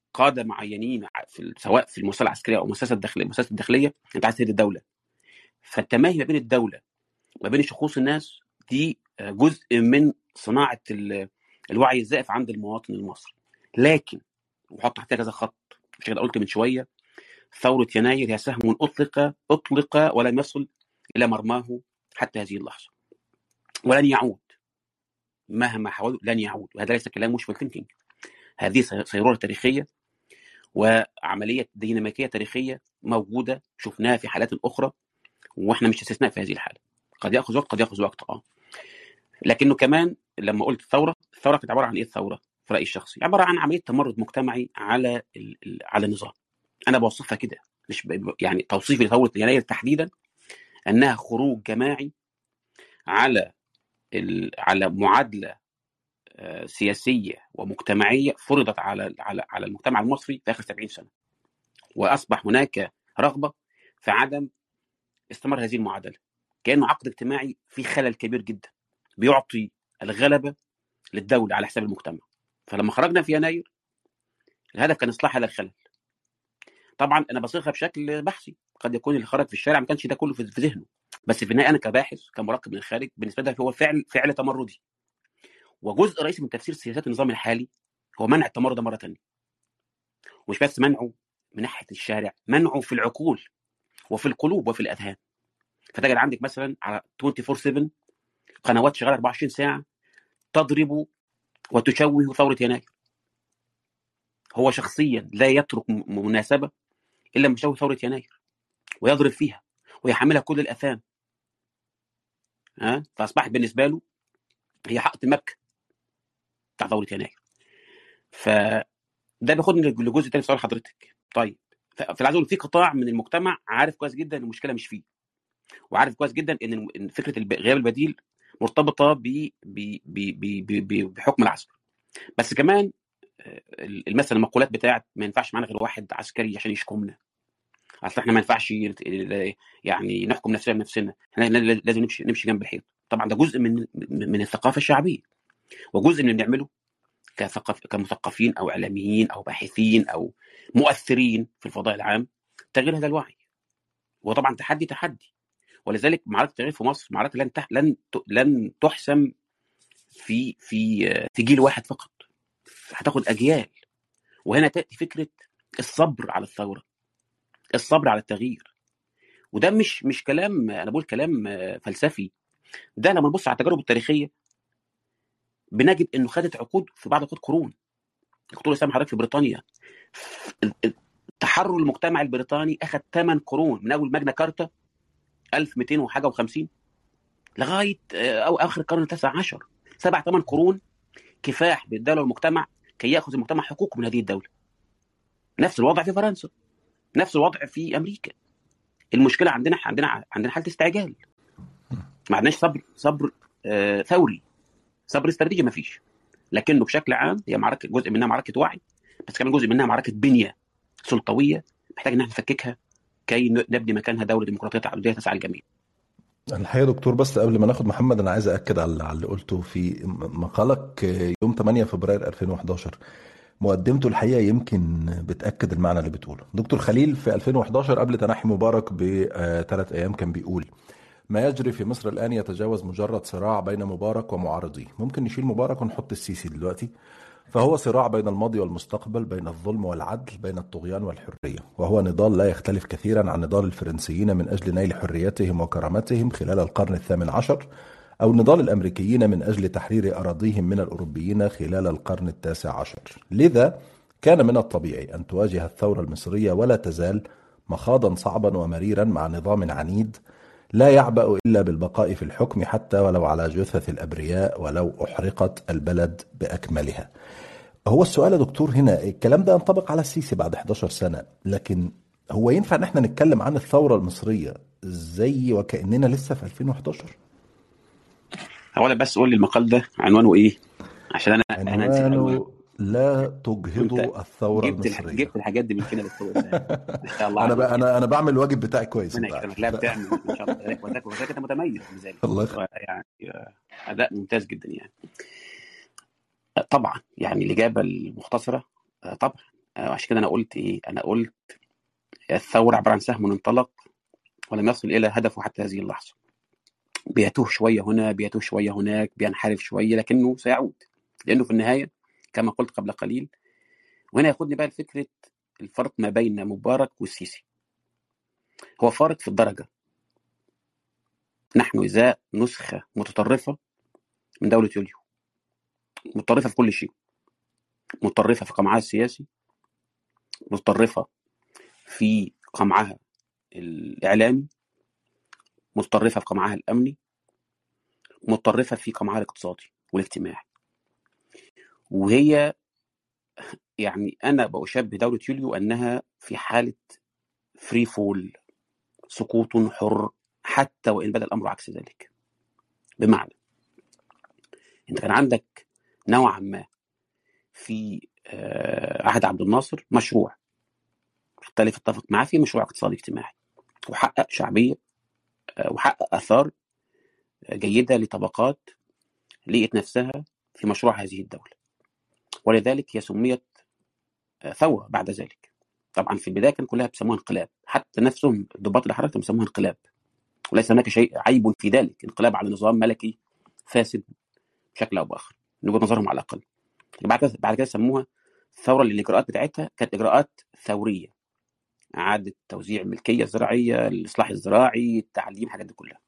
قاده معينين سواء في المؤسسه العسكريه او المؤسسه الداخليه، انت عايز تهد الدوله. فالتماهي ما بين الدوله وما بين شخوص الناس دي جزء من صناعه الوعي الزائف عند المواطن المصري. لكن وحط تحتها كذا خط، مش كده قلت من شويه، ثوره يناير هي سهم اطلق ولم يصل الى مرماه حتى هذه اللحظه، ولن يعود مهما حاولوا، لن يعود. وهذا ليس كلام وشفul thinking، هذه صيرورة تاريخية وعملية ديناميكية تاريخية موجودة، شفناها في حالات أخرى، وإحنا مش استثناء في هذه الحالة. قد يأخذ وقت، قد يأخذ وقت لكنه كمان لما قلت الثورة كانت عبارة عن إيه؟ الثورة في رأيي الشخصي عبارة عن عملية تمرد مجتمعي على على النظام. أنا بوصفها كده، مش يعني توصيفي لثورة يناير تحديدا أنها خروج جماعي على معادلة سياسية ومجتمعية فرضت على المجتمع المصري في آخر 70 سنة، وأصبح هناك رغبة في عدم استمرار هذه المعادلة، كأنه عقد اجتماعي في خلل كبير جدا بيعطي الغلبة للدولة على حساب المجتمع. فلما خرجنا في يناير الهدف كان إصلاح هذا الخلل. طبعا أنا بصيغها بشكل بحثي، قد يكون اللي خرج في الشارع ما كانش ده كله في ذهنه، بس في النهاية أنا كباحث كمراقب من الخارج بالنسبة لي هو فعل تمردي. وجزء رئيسي من تفسير سياسات النظام الحالي هو منع التمرد مرة ثانية، ومش بس منعه من ناحية الشارع، منعه في العقول وفي القلوب وفي الأذهان. فتجد عندك مثلا على 24/7 قنوات شغالة 24 ساعة تضرب وتشوه ثورة يناير. هو شخصيا لا يترك مناسبة إلا لما يشوه ثورة يناير ويضرب فيها ويحملها كل الأثام. فأصبحت بالنسبة له هي حق مكة بتاع ثورة يناير. فده بياخدني لجزء تاني سؤال حضرتك. طيب في العزول في قطاع من المجتمع عارف كويس جدا ان المشكله مش فيه، وعارف كويس جدا ان فكره غياب البديل مرتبطه بحكم العسكر. بس كمان مثلا المقولات بتاعت ما ينفعش معانا غير واحد عسكري عشان يحكمنا، اصل احنا ما ينفعش يعني نحكم نفسنا بنفسنا، احنا لازم نمشي جنب الحيط. طبعا ده جزء من الثقافه الشعبيه، وجزء من اللي بنعمله كمثقفين او اعلاميين او باحثين او مؤثرين في الفضاء العام، تغيير هذا الوعي. وطبعا تحدي، ولذلك معركه التغيير في مصر معركه لن تحسم في جيل واحد فقط، هتاخد اجيال. وهنا تاتي فكره الصبر على الثوره، الصبر على التغيير. وده مش كلام، انا بقول كلام فلسفي، ده لما نبص على التجارب التاريخيه بنجد انه خدت عقود، في بعض العقود قرون. دكتور اسامه حضرتك في بريطانيا، التحرر المجتمعي البريطاني اخذ 8 قرون، من اول ماجنا كارتا 1200 وحاجه و50 لغايه او اخر القرن ال19. 7-8 قرون كفاح بالدوله والمجتمع كي ياخذ المجتمع حقوقه من هذه الدوله. نفس الوضع في فرنسا، نفس الوضع في امريكا. المشكله عندنا حاله استعجال، ما عندناش صبر ثوري، صبر استراتيجي ما فيش. لكنه بشكل عام هي معركه، جزء منها معركه وعي، بس كمان جزء منها معركه بنيه سلطويه محتاج ان احنا نفككها كي نبني مكانها دوله ديمقراطيه تعدديه تسعى الجميع. الحقيقه دكتور، بس قبل ما ناخد محمد انا عايز اكد على اللي قلته في مقالك يوم 8 فبراير 2011. مقدمته الحقيقه يمكن بتاكد المعنى اللي بتقوله. دكتور خليل في 2011 قبل تنحي مبارك ب3 ايام كان بيقول: ما يجري في مصر الآن يتجاوز مجرد صراع بين مبارك ومعارضيه. ممكن نشيل مبارك ونحط السيسي دلوقتي. فهو صراع بين الماضي والمستقبل، بين الظلم والعدل، بين الطغيان والحرية، وهو نضال لا يختلف كثيرا عن نضال الفرنسيين من أجل نيل حريتهم وكرامتهم خلال القرن ال18، أو نضال الأمريكيين من أجل تحرير أراضيهم من الأوروبيين خلال القرن ال19. لذا كان من الطبيعي أن تواجه الثورة المصرية ولا تزال مخاضا صعبا ومريرا مع نظام عنيد لا يعبأ إلا بالبقاء في الحكم، حتى ولو على جثث الأبرياء، ولو أحرقت البلد بأكملها. هو السؤال يا دكتور هنا، الكلام ده ينطبق على السيسي بعد 11 سنة، لكن هو ينفع ان احنا نتكلم عن الثورة المصرية زي وكأننا لسه في 2011؟ اولا بس قول لي المقال ده عنوانه ايه، عشان انا نسيت عنوانه لا تجهضوا الثورة المصرية. جبت الحاجات دي من فين يا دكتور؟ ما شاء الله انا عليك. انا بعمل الواجب بتاعي كويس. ربنا يكرمك. لا بتعمل ما شاء الله، وذاك انت متميز بذلك. الله يعني اداء ممتاز جدا يعني. طبعا يعني الاجابه المختصره طبعا عشان كده انا قلت ايه، انا قلت الثوره عباره عن سهم انطلق ولم يصل الى هدفه حتى هذه اللحظه، بيتوه شويه هنا، بيتوه شويه هناك، بينحرف شويه، لكنه سيعود، لانه في النهايه كما قلت قبل قليل. وهنا ياخدني بقى لفكره الفرق ما بين مبارك والسيسي. هو فارق في الدرجه. نحن إزاء نسخة متطرفة من دولة يوليو، متطرفة في كل شيء، متطرفة في قمعها السياسي، متطرفة في قمعها الإعلامي، متطرفة في قمعها الأمني، متطرفة في قمعها الاقتصادي والاجتماعي. وهي يعني أنا بأشبه دولة يوليو أنها في حالة فري فول، سقوط حر، حتى وإن بدأ الأمر عكس ذلك. بمعنى أنت كان عندك نوعا ما في عهد عبد الناصر مشروع مختلف اتفق معاه في مشروع اقتصادي اجتماعي، وحقق شعبية وحقق آثار جيدة لطبقات لقيت نفسها في مشروع هذه الدولة، ولذلك هي سميت ثورة بعد ذلك. طبعا في البداية كان كلها بيسموها انقلاب، حتى نفسهم ضباط الحركة بيسموها انقلاب، وليس هناك شيء عيب في ذلك، انقلاب على نظام ملكي فاسد بشكل أو بآخر من وجهة نظرهم على الأقل. بعد كده سموها ثورة، لأن الإجراءات بتاعتها كانت إجراءات ثورية، إعادة توزيع الملكية الزراعية، الإصلاح الزراعي، التعليم، الحاجات دي كلها.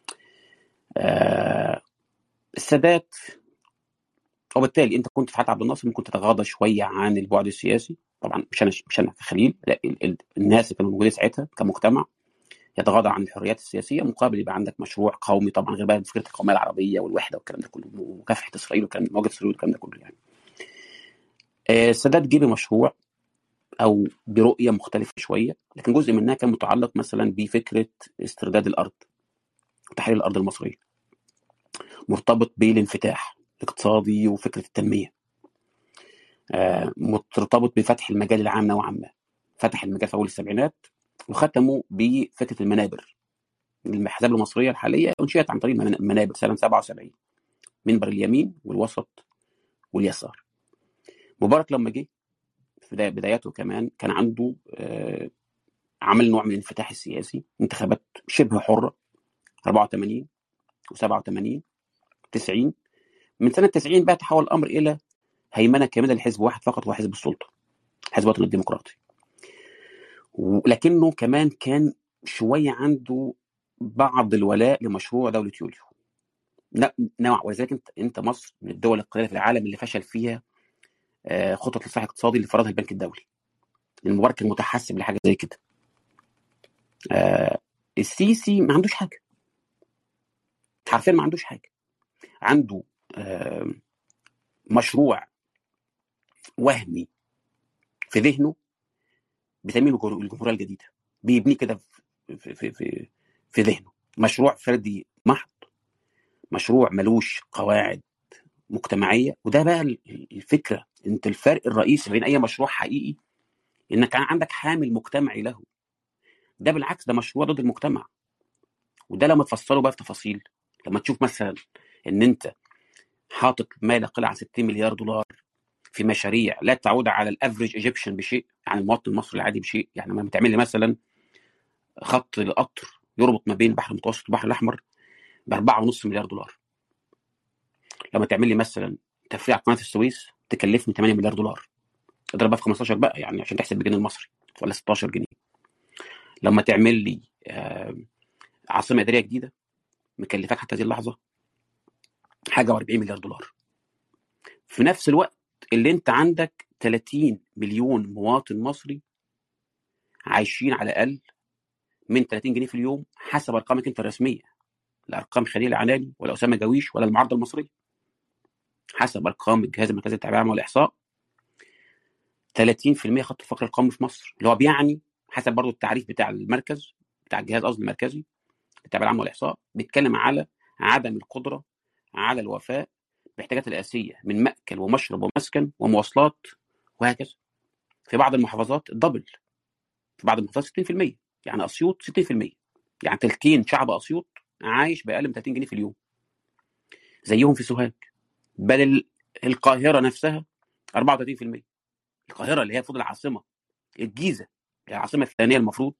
السادات، وبالتالي انت كنت في حياه عبد الناصر ممكن تتغاضى شويه عن البعد السياسي. طبعا مش انا كخليل، لا، الناس اللي كانوا موجودين ساعتها كمجتمع يتغاضى عن الحريات السياسيه مقابل يبقى عندك مشروع قومي، طبعا غير بقى فكره القوميه العربيه والوحده والكلام ده كله، ومكافحه اسرائيل والكلام ده، مواجهه اسرائيل والكلام ده كله يعني. السادات جه بمشروع او برؤيه مختلفه شويه، لكن جزء منها كان متعلق مثلا بفكره استرداد الارض وتحرير الارض المصريه، مرتبط بالانفتاح الاقتصادي وفكره التنميه، مرتبط بفتح المجال العام نوعا ما. فتح المجال في اول السبعينات وختموا بفكره المنابر. الاحزاب المصريه الحاليه انشئت عن طريق المنابر سنه 77، منبر اليمين والوسط واليسار. مبارك لما جه في بداياته كمان كان عنده عمل نوع من الانفتاح السياسي، انتخابات شبه حره 84 و87 90. من سنه 90 بقى تحول الامر الى هيمنه كامله لحزب واحد فقط، هو حزب السلطه، حزب الوطن الديمقراطي. ولكنه كمان كان شويه عنده بعض الولاء لمشروع دوله يوليو نوع. ولذلك انت مصر من الدول القليله في العالم اللي فشل فيها خطط الاصلاح الاقتصادي اللي فرضها البنك الدولي. المبارك المتحسب لحاجه زي كده. السيسي ما عندوش حاجه، حرفيا ما عندوش حاجه. عنده مشروع وهمي في ذهنه بيسميه الجمهوريه الجديده، بيبنيه كده في ذهنه. مشروع فردي محض، مشروع ملوش قواعد مجتمعيه. وده بقى الفكره، انت الفرق الرئيسي بين اي مشروع حقيقي انك عندك حامل مجتمعي له. ده بالعكس، ده مشروع ضد المجتمع. وده لما تفصله بقى في تفاصيل، لما تشوف مثلا ان انت حاطط ما لا يقل عن 60 مليار دولار في مشاريع لا تعود على الافريج ايجيبشن بشيء، يعني المواطن المصري العادي بشيء. يعني لما تعمل لي مثلا خط القطر يربط ما بين البحر المتوسط والبحر الاحمر ب 4.5 مليار دولار، لما تعمل لي مثلا تفريع قناه السويس تكلفني 8 مليار دولار، اضربها في 15 بقى يعني عشان تحسب بالجنيه المصري، ولا 16 جنيه. لما تعمل لي عاصمه اداريه جديده مكلفاك حتى هذه اللحظه حاجه و40 مليار دولار. في نفس الوقت اللي انت عندك 30 مليون مواطن مصري عايشين على الاقل من 30 جنيه في اليوم حسب ارقامك انت الرسميه، لا ارقام خليل العناني ولا اسامه جويش ولا المعارضه المصريه، حسب ارقام الجهاز المركزي للتعبئه العامه والاحصاء. 30% خط الفقر القومي في مصر، اللي هو بيعني حسب برضو التعريف بتاع المركز، بتاع الجهاز قصدي المركزي للتعبئه العامه والاحصاء، بيتكلم على عدم القدره على الوفاء بالاحتياجات الاساسيه من ماكل ومشرب ومسكن ومواصلات وهكذا. في بعض المحافظات الدبل، في بعض المحافظات 60%، يعني اسيوط 60%، يعني تلتين شعب اسيوط عايش باقل من 30 جنيه في اليوم. زيهم في سوهاج، بل القاهره نفسها 34%، القاهره اللي هي المفروض العاصمه، الجيزه اللي هي العاصمه الثانيه المفروض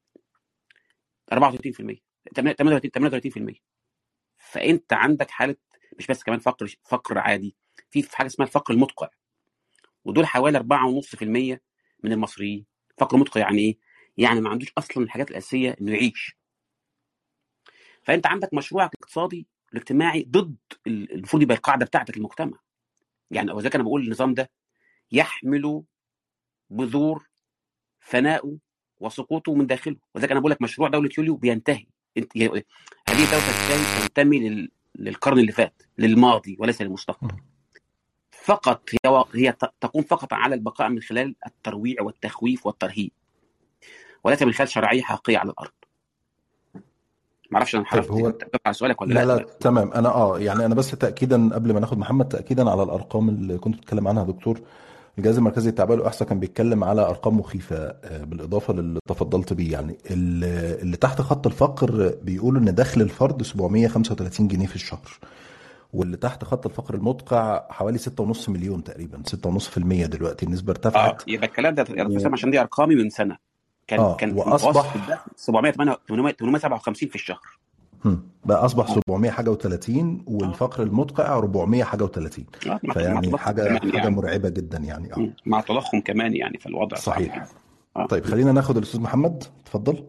34%، 38%. فانت عندك حاله مش بس كمان فقر عادي، في حاجه اسمها الفقر المدقع، ودول حوالي 4.5% من المصريين. فقر مدقع يعني ايه؟ يعني ما عندوش اصلا الحاجات الاساسيه انه يعيش. فانت عندك مشروعك الاقتصادي الاجتماعي ضد المفروض يبقى القاعده بتاعتك المجتمع. يعني وذلك انا بقول النظام ده يحمل بذور فناؤه وسقوطه من داخله. وذلك انا بقول لك مشروع دوله يوليو بينتهي. هذه الدوله تنتمي للقرن اللي فات، للماضي وليس للمستقبل. فقط هي تقوم فقط على البقاء من خلال الترويع والتخويف والترهيب، وليس من خلال شرعيه حقيقيه على الارض. ما اعرفش انا طيب هو على سؤالك ولا لا لا. لا تمام. انا يعني انا بس تاكيدا قبل ما ناخد محمد، تاكيدا على الارقام اللي كنت بتتكلم عنها يا دكتور. الجهاز المركزي للتعبئه والاحصاء كان بيتكلم على ارقام مخيفه، بالاضافه للي تفضلت بيه. يعني اللي تحت خط الفقر بيقولوا ان دخل الفرد 735 جنيه في الشهر، واللي تحت خط الفقر المدقع حوالي 6.5 مليون تقريبا، 6.5%. دلوقتي النسبه ارتفعت. يبقى الكلام ده يا دكتور سامع عشان دي ارقامي من سنه. كان متوسط الدخل 857 في الشهر. بقى اصبح 700 حاجه و30، والفقر المدقع 400 حاجه و30. فيعني حاجه مرعبه جدا يعني. مع التضخم كمان يعني، فالوضع صحيح. صعب. طيب خلينا ناخد الاستاذ محمد، اتفضل.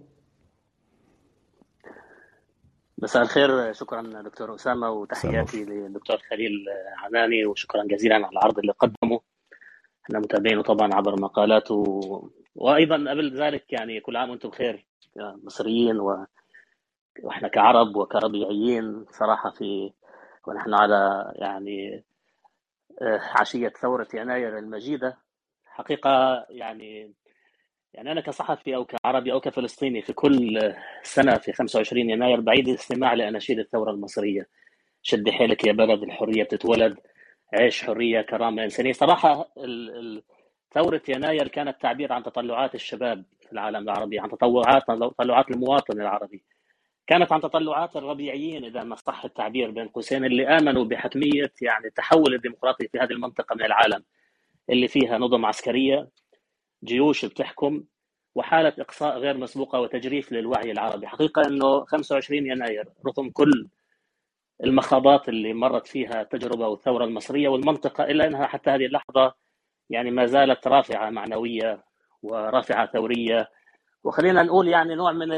مساء الخير. شكرا دكتور أسامة، وتحياتي للدكتور خليل عناني، وشكرا جزيلا على العرض اللي قدمه. احنا متابعينه طبعا عبر مقالاته، وايضا قبل ذلك يعني كل عام وانتم بخير يا مصريين، واحنا كعرب وكربيعيين صراحه ونحن على يعني عشيه ثوره يناير المجيده. حقيقه يعني انا كصحفي او كعربي او كفلسطيني في كل سنه في 25 يناير بعيد الاستماع لاناشيد الثوره المصريه. شد حيلك يا بلد، الحريه بتتولد، عيش حريه، كرامه انسانيه. صراحه ثوره يناير كانت تعبير عن تطلعات الشباب في العالم العربي، عن تطلعات المواطن العربي، كانت عن تطلعات الربيعيين اذا ما صح التعبير بين قوسين، اللي امنوا بحتميه يعني التحول الديمقراطي في هذه المنطقه من العالم اللي فيها نظم عسكريه، جيوش بتحكم، وحاله اقصاء غير مسبوقه وتجريف للوعي العربي. حقيقه انه 25 يناير رغم كل المخاضات اللي مرت فيها التجربه والثوره المصريه والمنطقه، الا انها حتى هذه اللحظه يعني ما زالت رافعه معنويه ورافعه ثوريه، وخلينا نقول يعني نوع من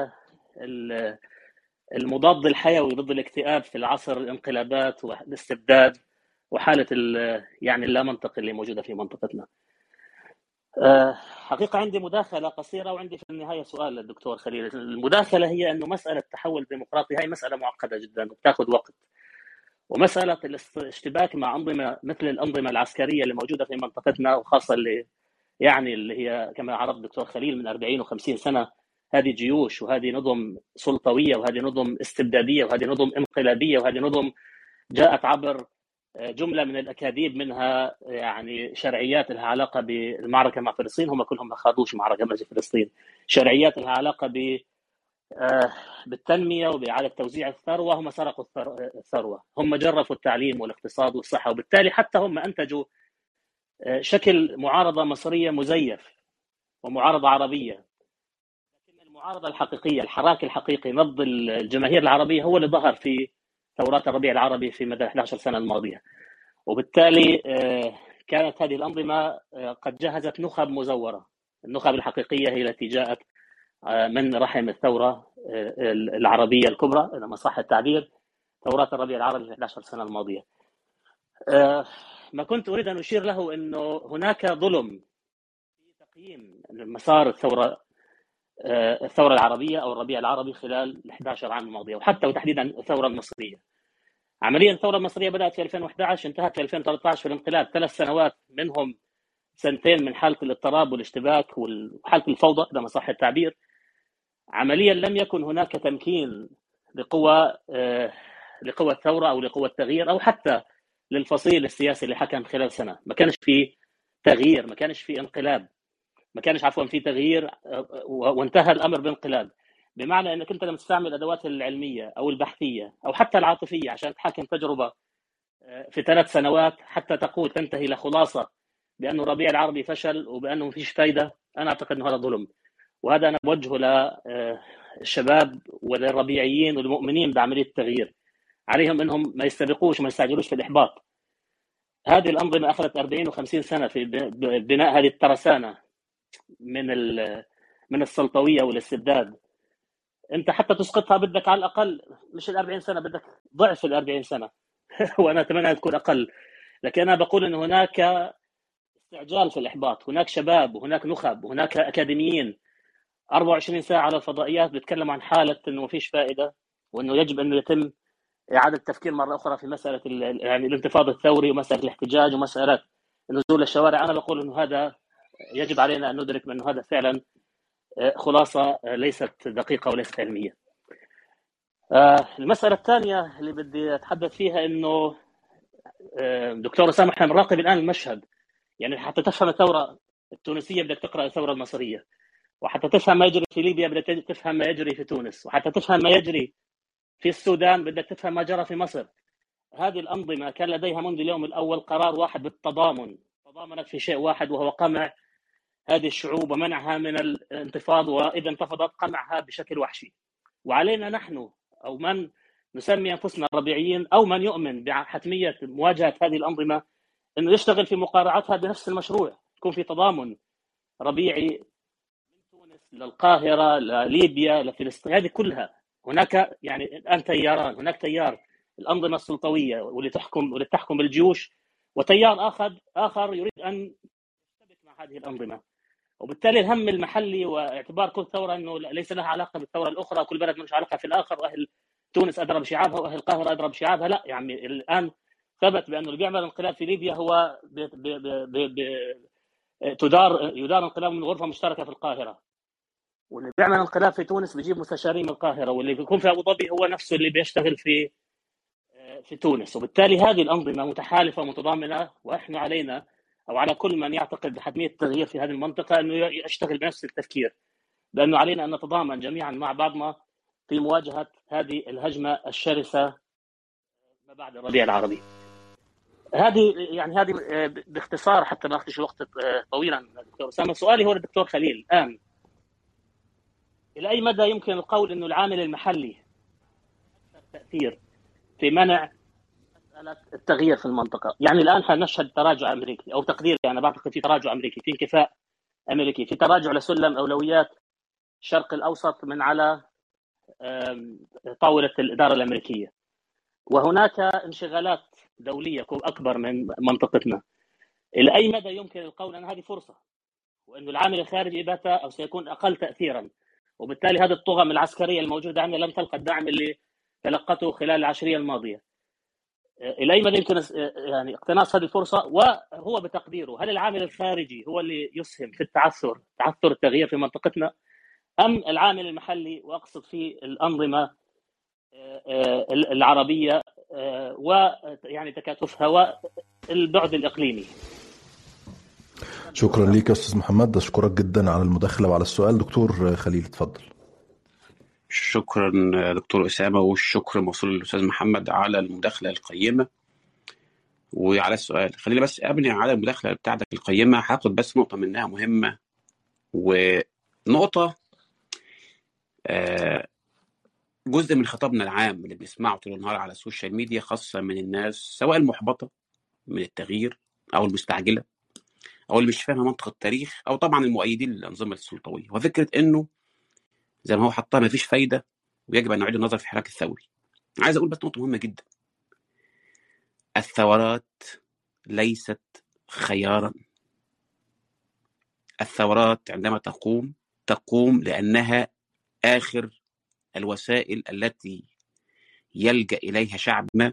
المضاد الحيوي ضد الاكتئاب في العصر الانقلابات والاستبداد وحاله يعني اللامنطق اللي موجوده في منطقتنا. حقيقه عندي مداخله قصيره، وعندي في النهايه سؤال للدكتور خليل. المداخله هي انه مساله تحول ديمقراطي هاي مساله معقده جدا وبتاخذ وقت، ومساله الاشتباك مع انظمه مثل الانظمه العسكريه اللي موجوده في منطقتنا، وخاصه اللي هي كما عرض الدكتور خليل من 40 و50 سنه، هذه جيوش، وهذه نظم سلطويه، وهذه نظم استبداديه، وهذه نظم انقلابيه، وهذه نظم جاءت عبر جمله من الاكاذيب، منها يعني شرعيات لها علاقه بالمعركه مع فلسطين. هم كلهم ما خاضوش معركه مع فلسطين. شرعيات لها علاقه بالتنميه وباعاده توزيع الثروه. هم سرقوا الثروه، هم جرفوا التعليم والاقتصاد والصحه، وبالتالي حتى هم انتجوا شكل معارضه مصريه مزيف ومعارضه عربيه. لكن المعارضه الحقيقيه، الحراك الحقيقي، نبض الجماهير العربيه هو اللي ظهر في ثورات الربيع العربي في مدى 11 سنه الماضيه. وبالتالي كانت هذه الانظمه قد جهزت نخب مزوره. النخب الحقيقيه هي التي جاءت من رحم الثوره العربيه الكبرى اذا ما صح التعبير، ثورات الربيع العربي في 11 سنه الماضيه. ما كنت اريد ان اشير له انه هناك ظلم في تقييم مسار الثوره العربيه او الربيع العربي خلال ال 11 عام الماضيه، وحتى وتحديدا الثوره المصريه. عمليا الثوره المصريه بدات في 2011 انتهت في 2013 في الانقلاب، 3 سنوات منهم سنتين من حاله الاضطراب والاشتباك وحاله الفوضى اذا ما صح التعبير. عمليا لم يكن هناك تمكين لقوى الثوره او لقوى التغيير، او حتى للفصيل السياسي اللي حكم خلال سنه. ما كانش في تغيير، ما كانش في انقلاب، ما كانش في تغيير وانتهى الامر بانقلاب. بمعنى انك انت لما تستعمل الادوات العلميه او البحثيه او حتى العاطفيه عشان تحاكم تجربه في 3 سنوات حتى تنتهي لخلاصه بأنه الربيع العربي فشل وبأنه ما فيش فايدة، أنا أعتقد أنه هذا ظلم. وهذا أنا بوجهه للشباب وللربيعيين والمؤمنين بعملية التغيير، عليهم أنهم ما يستبقوش وما يستعجلوش في الإحباط. هذه الأنظمة أخذت 40 و50 سنة في بناء هذه الترسانة من السلطوية والاستبداد. أنت حتى تسقطها بدك على الأقل مش 40 سنة، بدك ضعف 40 سنة وأنا أتمنى أن تكون أقل. لكن أنا بقول أن هناك استعجال في الإحباط، هناك شباب وهناك نخب وهناك أكاديميين 24 ساعة على الفضائيات بيتكلموا عن حالة أنه ما فيش فائدة، وأنه يجب أنه يتم إعادة التفكير مرة أخرى في مسألة يعني الانتفاض الثوري ومسألة الاحتجاج ومسألة نزول الشوارع. أنا بقول أنه هذا يجب علينا أن ندرك أنه هذا فعلا خلاصة ليست دقيقة وليست علمية. المسألة الثانية اللي بدي أتحدث فيها أنه دكتور أسامة، احنا بنراقب الآن المشهد. يعني حتى تفهم الثورة التونسية بدك تقرأ الثورة المصرية، وحتى تفهم ما يجري في ليبيا بدك تفهم ما يجري في تونس، وحتى تفهم ما يجري في السودان بدك تفهم ما جرى في مصر. هذه الأنظمة كان لديها منذ اليوم الأول قرار واحد بالتضامن، تضامنت في شيء واحد وهو قمع هذه الشعوب ومنعها من الانتفاض، وإذا انتفضت قمعها بشكل وحشي. وعلينا نحن أو من نسمي أنفسنا ربيعيين أو من يؤمن بحتمية مواجهة هذه الأنظمة أنه يشتغل في مقارعتها بنفس المشروع، يكون في تضامن ربيعي من تونس للقاهرة لليبيا لفلسطين. هذه كلها هناك يعني الآن تياران، هناك تيار الأنظمة السلطوية واللي تحكم الجيوش، وتيار آخر يريد أن يشتبك مع هذه الأنظمة. وبالتالي الهم المحلي واعتبار كل ثورة أنه ليس لها علاقة بالثورة الأخرى، كل بلد ملوش علاقة في الآخر، وأهل تونس أدرى بشعابها وأهل القاهرة أدرى بشعابها. لا يا عمي، الآن ثبت بأنه اللي بيعمل انقلاب في ليبيا هو يدار انقلاب من غرفة مشتركة في القاهرة، واللي بيعمل انقلاب في تونس بيجيب مستشارين من القاهرة، واللي بيكون في أبو ظبي هو نفسه اللي بيشتغل في تونس. وبالتالي هذه الأنظمة متحالفة ومتضامنة، وإحنا علينا أو على كل من يعتقد بحتمية التغيير في هذه المنطقة أنه يشتغل بنفس التفكير، بأنه علينا أن نتضامن جميعا مع بعضنا في مواجهة هذه الهجمة الشرسة ما بعد الربيع العربي. هذه باختصار حتى ما أخذش وقت طويلا دكتور أسامة. سؤالي هو للدكتور خليل الآن، إلى أي مدى يمكن القول أنه العامل المحلي أكثر تأثير في منع مسألة التغيير في المنطقة؟ يعني الآن حنشهد تراجع أمريكي، أو تقديري أنا بعتقد في تراجع أمريكي، في انكفاء أمريكي، في تراجع لسلم أولويات الشرق الأوسط من على طاولة الإدارة الأمريكية، وهناك انشغالات دولية أكبر من منطقتنا. إلى أي مدى يمكن القول أن هذه فرصة، وأن العامل الخارجي بات أو سيكون أقل تأثيرا، وبالتالي هذه الطغم العسكرية الموجودة عندنا لم تلقى الدعم اللي تلقته خلال العشرية الماضية؟ إلى أي مدى يمكن يعني اقتناص هذه الفرصة؟ وهو بتقديره هل العامل الخارجي هو اللي يسهم في تعثر التغيير في منطقتنا، أم العامل المحلي، وأقصد فيه الأنظمة العربية ويعني تكاتفها والبعد الإقليمي؟ شكرا ليك يا أستاذ محمد، أشكرك جدا على المداخلة وعلى السؤال. دكتور خليل اتفضل. شكرا دكتور أسامة، والشكر موصول للأستاذ محمد على المداخلة القيمة وعلى السؤال. خلينا بس أبني على المداخلة بتاعتك القيمة، هاخد بس نقطة منها مهمة، ونقطة جزء من خطابنا العام اللي بنسمعه طول النهار على السوشيال ميديا، خاصة من الناس سواء المحبطة من التغيير أو المستعجلة أو اللي مش فاهمة منطق التاريخ، أو طبعا المؤيدين للأنظمة السلطوية، وفكرة إنه زي ما هو حطها مفيش فايدة ويجب أن نعيد النظر في الحراك الثوري. عايز أقول بس نقطة مهمة جدا: الثورات ليست خيارا. الثورات عندما تقوم لأنها آخر الوسائل التي يلجأ إليها شعب ما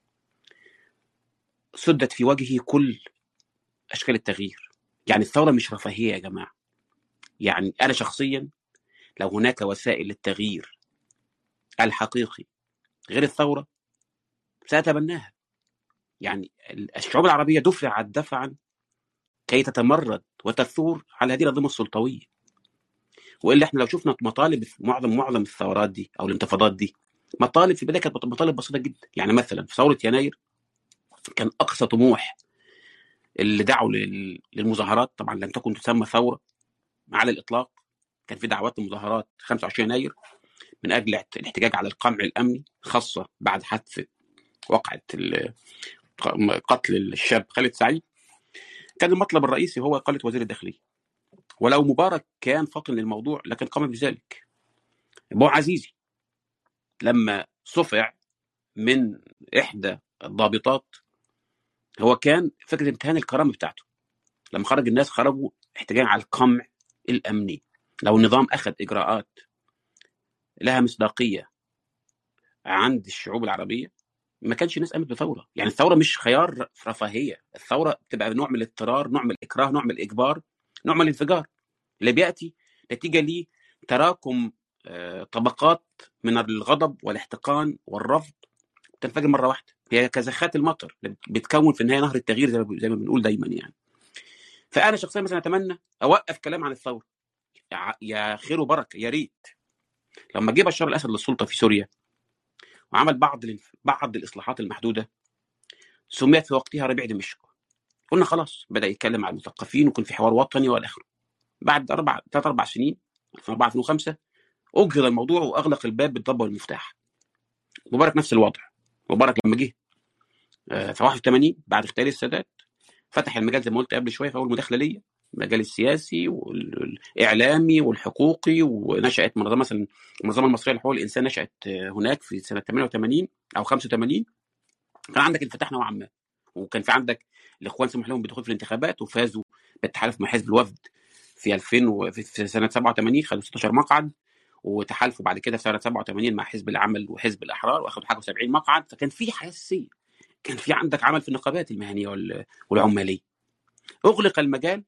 سدت في وجهه كل أشكال التغيير. يعني الثورة مش رفاهية يا جماعة. يعني أنا شخصيا لو هناك وسائل للتغيير الحقيقي غير الثورة سأتبناها. يعني الشعوب العربية دفعت دفعا كي تتمرد وتثور على هذه الأنظمة السلطوية، وإلا احنا لو شفنا مطالب معظم الثورات دي أو الانتفاضات دي، مطالب في البداية كانت مطالب بسيطة جدا. يعني مثلا في ثورة يناير كان أقصى طموح اللي دعوا للمظاهرات. طبعا لم تكن تسمى ثوره على الاطلاق. كان في دعوات لمظاهرات 25 يناير من اجل الاحتجاج على القمع الامني، خاصه بعد حادثه وقعه قتل الشاب خالد سعيد. كان المطلب الرئيسي هو اقاله وزير الداخليه. ولو مبارك كان فطن للموضوع لكن قام بذلك. ابو عزيزي لما صفع من احدى الضابطات، هو كان فكره امتهان الكرامه بتاعته. لما خرج الناس خرجوا احتجاج على القمع الامني. لو النظام اخذ اجراءات لها مصداقيه عند الشعوب العربيه ما كانش الناس قامت بثوره. يعني الثوره مش خيار رفاهيه، الثوره بتبقى نوع من الاضطرار، نوع من الاكراه، نوع من الاجبار، نوع من الانفجار اللي بياتي نتيجه لتراكم طبقات من الغضب والاحتقان والرفض تنفجر مره واحده. هي كزخات المطر بتكون في النهايه نهر التغيير زي ما بنقول دايما يعني. فانا شخصيا مثلا اتمنى اوقف كلام عن الثوره. يا خير وبركه، يا ريت لما جه بشار الاسد للسلطه في سوريا وعمل بعض الاصلاحات المحدوده سميت في وقتها ربيع دمشق. قلنا خلاص بدا يتكلم مع المثقفين وكان في حوار وطني والى اخره. بعد 3-4 سنين 2004 2005 اجهض الموضوع واغلق الباب بالضبه والمفتاح. مبارك نفس الوضع. مبارك لما جه في 81 بعد اغتيال السادات فتح المجال زي ما قلت قبل شويه في اول مداخله ليا، المجال السياسي والاعلامي والحقوقي. ونشات مثلا المنظمه المصريه لحقوق الانسان نشات هناك في سنه 88 او 85. كان عندك انفتاح نوعا ما، وكان في عندك الاخوان سمح لهم بالدخول في الانتخابات وفازوا بالتحالف مع حزب الوفد في 2000 في سنه 87 خدوا 16 مقعد، وتحالفوا بعد كده في سنه 87 مع حزب العمل وحزب الاحرار واخدوا حاجه 70 مقعد. فكان في حساسيه، كان في عندك عمل في النقابات المهنيه والعماليه. اغلق المجال،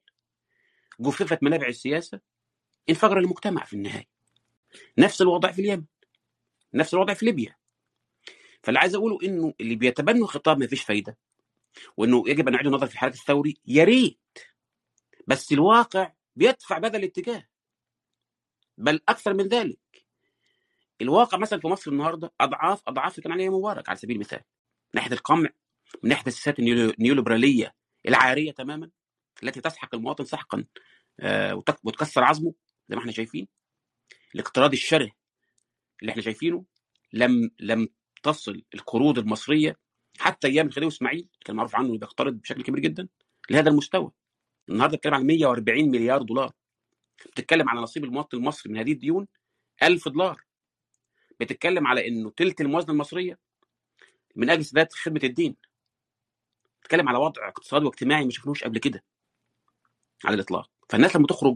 جففت منابع السياسه، انفجر المجتمع في النهايه. نفس الوضع في اليمن، نفس الوضع في ليبيا. فاللي عايز اقوله انه اللي بيتبنوا خطاب ما فيش فايده وانه يجب ان نعيد النظر في الحراك الثوري، يا ريت، بس الواقع بيدفع بهذا الاتجاه، بل اكثر من ذلك. الواقع مثلا في مصر النهارده اضعاف اللي كان عليها مبارك على سبيل المثال، من ناحيه القمع، من ناحيه السياسات النيوليبراليه العاريه تماما التي تسحق المواطن سحقا وتكسر عظمه زي ما احنا شايفين. الاقتراض الشره اللي احنا شايفينه، لم تصل القروض المصريه حتى ايام الخديوي اسماعيل كان معروف عنه بيقترض بشكل كبير جدا لهذا المستوى. النهارده بتتكلم عن 140 مليار دولار. بتتكلم على نصيب المواطن المصري من هذه الديون $1000. بتتكلم على انه ثلث الموازنه المصريه من اجل سداد خدمه الدين. بتتكلم على وضع اقتصادي واجتماعي ما شفناهوش قبل كده على الاطلاق. فالناس لما تخرج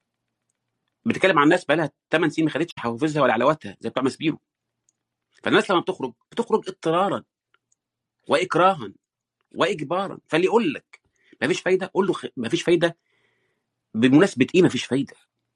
بتتكلم عن ناس بقى لها 8 سنين ما خدتش حوافزها ولا علاواتها زي بتوع مسبيرو. فالناس لما بتخرج اضطرارا واكراها واجبارا. فاللي يقول لك ما فيش فايده قول له ما فيش فايده بمناسبه ايه؟ ما فيش فايده.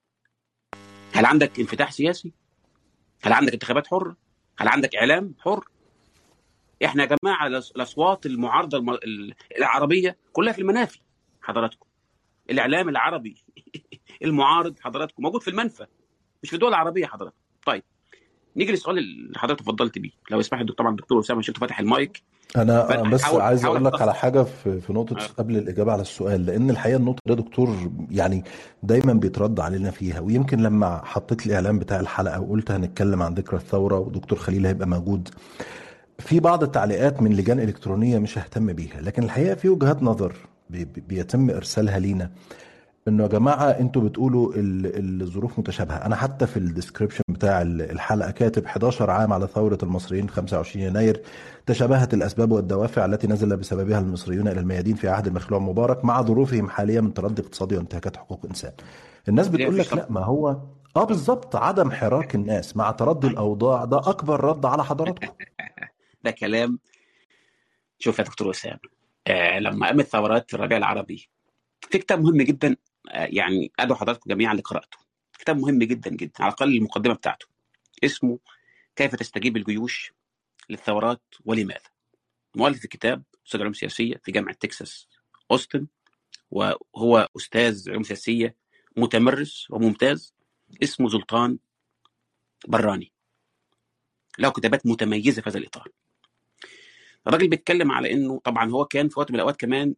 هل عندك انفتاح سياسي؟ هل عندك انتخابات حره؟ هل عندك اعلام حر؟ احنا يا جماعه الاصوات المعارضه العربيه كلها في المنافي حضراتكم. الاعلام العربي المعارض حضراتكم موجود في المنفى مش في الدول العربيه حضراتكم. طيب نيجي للسؤال اللي حضرتك فضلت بيه لو يسمح لي. طبعا الدكتور اسامه شفت فاتح المايك. انا بس عايز اقول لك على حاجه في نقطه آه. قبل الاجابه على السؤال، لان الحقيقه النقطه ده دكتور يعني دايما بيترد علينا فيها. ويمكن لما حطيت الاعلان بتاع الحلقه وقلت هنتكلم عن ذكرى الثوره ودكتور خليل هيبقى موجود، في بعض التعليقات من لجان الكترونيه مش ههتم بيها، لكن الحقيقه في وجهات نظر بيتم ارسالها لينا انه يا جماعه انتوا بتقولوا الظروف متشابهه. انا حتى في الديسكريبشن بتاع الحلقه كاتب 11 عام على ثوره المصريين 25 يناير، تشابهت الاسباب والدوافع التي نزل بسببها المصريون الى الميادين في عهد المخلوع مبارك مع ظروفهم حاليا من تردي اقتصادي وانتهاكات حقوق انسان. الناس بتقول لك لا، ما هو بالظبط عدم حراك الناس مع تردي الاوضاع ده اكبر رد على حضراتكم. ده كلام. شوف يا دكتور اسامه، لما قامت ثورات الربيع العربي في كتاب مهم جدا، يعني ادعو حضراتكم جميعا لقراءته. كتاب مهم جدا جدا، على الاقل المقدمه بتاعته، اسمه كيف تستجيب الجيوش للثورات ولماذا. مؤلف الكتاب استاذ علوم سياسيه في جامعه تكساس اوستن، وهو استاذ علوم سياسيه متمرس وممتاز، اسمه زلطان براني. له كتابات متميزه في هذا الاطار. الراجل بيتكلم على انه طبعا هو كان في وقت من الاوقات كمان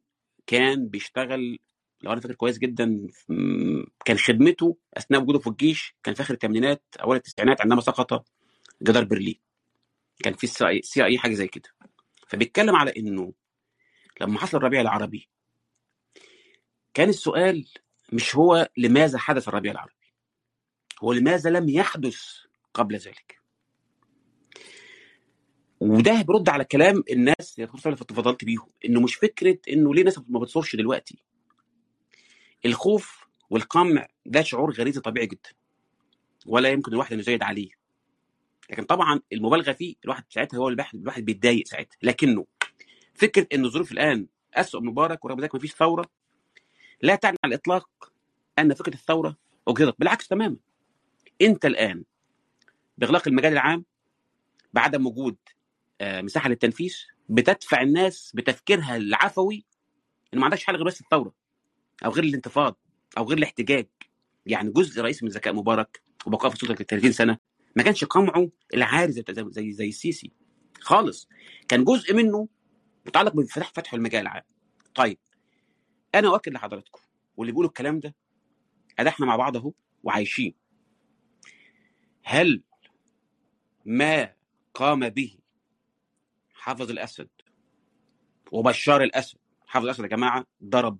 كان بيشتغل، لو انا فاكر كويس جدا، كان خدمته اثناء وجوده في الجيش كان في اخر الثمانينات اوائل التسعينات عندما سقط جدار برلين، كان في السي اي حاجه زي كده. فبيتكلم على انه لما حصل الربيع العربي كان السؤال مش هو لماذا حدث الربيع العربي، هو لماذا لم يحدث قبل ذلك. وده بيرد على كلام الناس اللي اتفضلت بيهم، انه مش فكره انه ليه ناس ما بتصورش دلوقتي. الخوف والقمع ده شعور غريزي طبيعي جدا، ولا يمكن الواحد انه يزايد عليه، لكن طبعا المبالغه فيه الواحد ساعتها هو الواحد بيتضايق ساعتها. لكنه فكره ان الظروف الان اسوء مبارك ورغم ذلك ما فيش ثوره لا تعني على الاطلاق ان فكره الثوره اجهضت، بالعكس تماما. انت الان باغلاق المجال العام، بعدم وجود مساحه للتنفيذ، بتدفع الناس بتفكيرها العفوي انه ما عندكش حل غير بس الثوره او غير الانتفاض او غير الاحتجاج. يعني جزء رئيسي من ذكاء مبارك وبقائه في السلطه 30 سنه ما كانش قمعه العاري زي السيسي خالص، كان جزء منه متعلق بفتح المجال العام. طيب انا اؤكد لحضراتكم واللي بيقولوا الكلام ده احنا مع بعض اهو وعايشين. هل ما قام به حافظ الاسد وبشار الاسد، حافظ الاسد يا جماعه ضرب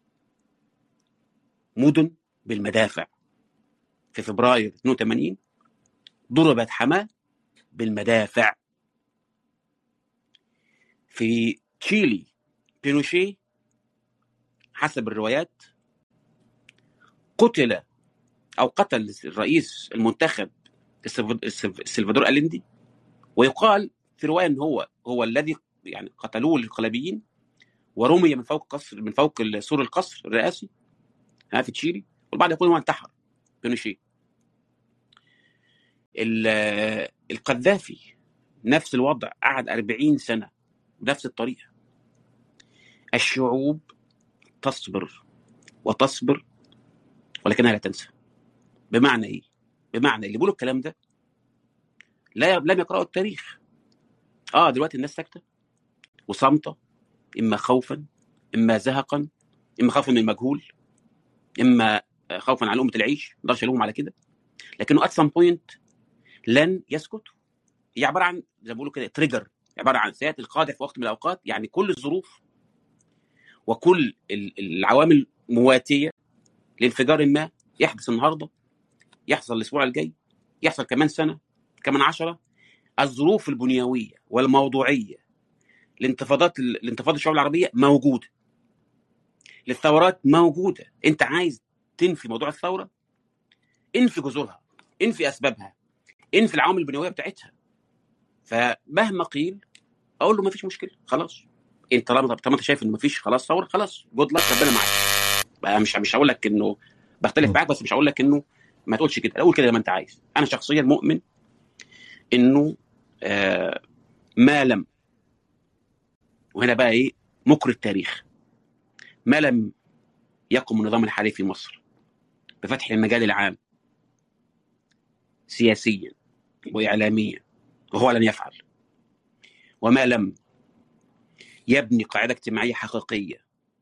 مدن بالمدافع في فبراير 82، ضربت حماه بالمدافع. في تشيلي بينوشيه حسب الروايات قتل او قتل الرئيس المنتخب السلفادور أليندي، ويقال في روايه ان هو الذي يعني قتلوه الانقلابيين ورمي من فوق قصر، من فوق سور القصر الرئاسي في تشيلي، والبعض يقول هو انتحر بينوشيه. القذافي نفس الوضع، قعد 40 سنه بنفس الطريقه. الشعوب تصبر وتصبر ولكنها لا تنسى. بمعنى ايه؟ بمعنى اللي بيقولوا الكلام ده لم يقرأوا التاريخ. دلوقتي الناس ساكته وصامته، اما خوفا اما زهقا، اما خوفا من المجهول، اما خوفا على امه العيش، ما اقدرش الومهم على كده، لكنه at some point لن يسكتوا. هي عباره عن زي ما بيقولوا كده تريجر، عباره عن سياتي القادح في وقت من الاوقات. يعني كل الظروف وكل العوامل مواتيه لانفجار ما يحدث النهارده، يحصل الاسبوع الجاي، يحصل كمان سنه، كمان 10. الظروف البنيويه والموضوعيه لانتفاض الشعوب العربيه موجوده، للثورات موجوده. انت عايز تنفي موضوع الثوره، انفي جذورها، انفي اسبابها، انفي العوامل البنيويه بتاعتها. فمهما قيل اقول له ما فيش مشكله، خلاص انت طالما انت شايف انه ما فيش خلاص ثوره، خلاص جود لك، ربنا معاك بقى. مش هقول لك انه بختلف معاك، بس مش هقول لك انه ما تقولش كده، اقول كده زي ما انت عايز. انا شخصيا مؤمن انه ما لم، وهنا بقى ايه مكر التاريخ، ما لم يقم النظام الحالي في مصر بفتح المجال العام سياسيا واعلاميا وهو لن يفعل، وما لم يبني قاعده اجتماعيه حقيقيه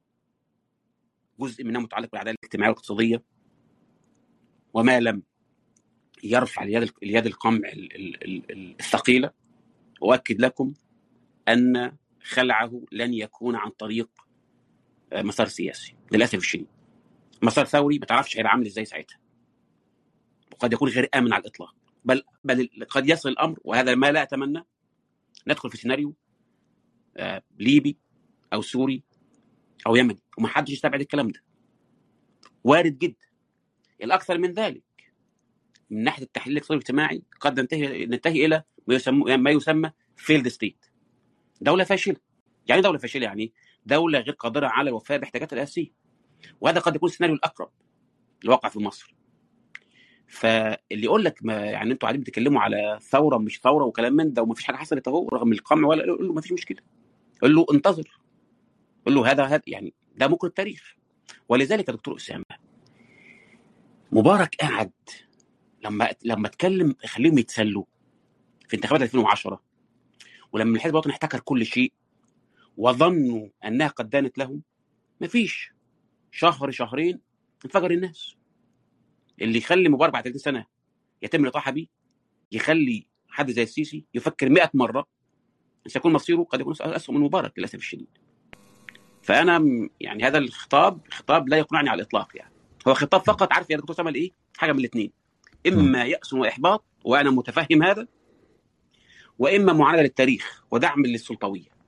جزء منها متعلق بالعداله الاجتماعيه والاقتصاديه، وما لم يرفع اليد القمع الثقيله، اؤكد لكم ان خلعه لن يكون عن طريق مسار سياسي للاسف الشديد. مسار ثوري ما تعرفش هيبقى عامل ازاي ساعتها، وقد يكون غير امن على الاطلاق، بل قد يصل الامر، وهذا ما لا اتمنى، ندخل في سيناريو ليبي او سوري او يمني، وما حدش يستبعد الكلام ده، وارد جدا. الاكثر من ذلك من ناحيه التحليل الاقتصادي والاجتماعي قد ننتهي الى ما يسمى فيلد ستيت، دوله فاشله. يعني دوله فاشله يعني دوله غير قادره على الوفاء باحتياجاتها الاساسيه، وهذا قد يكون السيناريو الاقرب الواقع في مصر. فاللي يقول لك يعني انتوا قاعدين بتتكلموا على ثوره مش ثوره وكلام من ده وما فيش حاجه حصلت اهو رغم القمع، ولا قول له ما فيش مشكله، قول له انتظر، قول له هذا يعني ده مكر التاريخ. ولذلك يا دكتور اسامه مبارك قاعد لما اتكلم خليهم يتسلوا في انتخابات 2010، ولما الحزب الوطني احتكر كل شيء وظنوا انها قد دانت لهم، مفيش شهر شهرين انفجر الناس. اللي يخلي مبارك بعد 30 سنه يتم الاطاحه بيه، يخلي حد زي السيسي يفكر 100 مره ان سيكون مصيره قد يكون اسوء من مبارك للاسف الشديد. فانا يعني هذا خطاب لا يقنعني على الاطلاق. يعني هو خطاب فقط، عارف يا دكتور سامل ايه؟ حاجه من الاثنين، اما يأس واحباط وانا متفهم هذا، واما معاندة للتاريخ ودعم للسلطويه.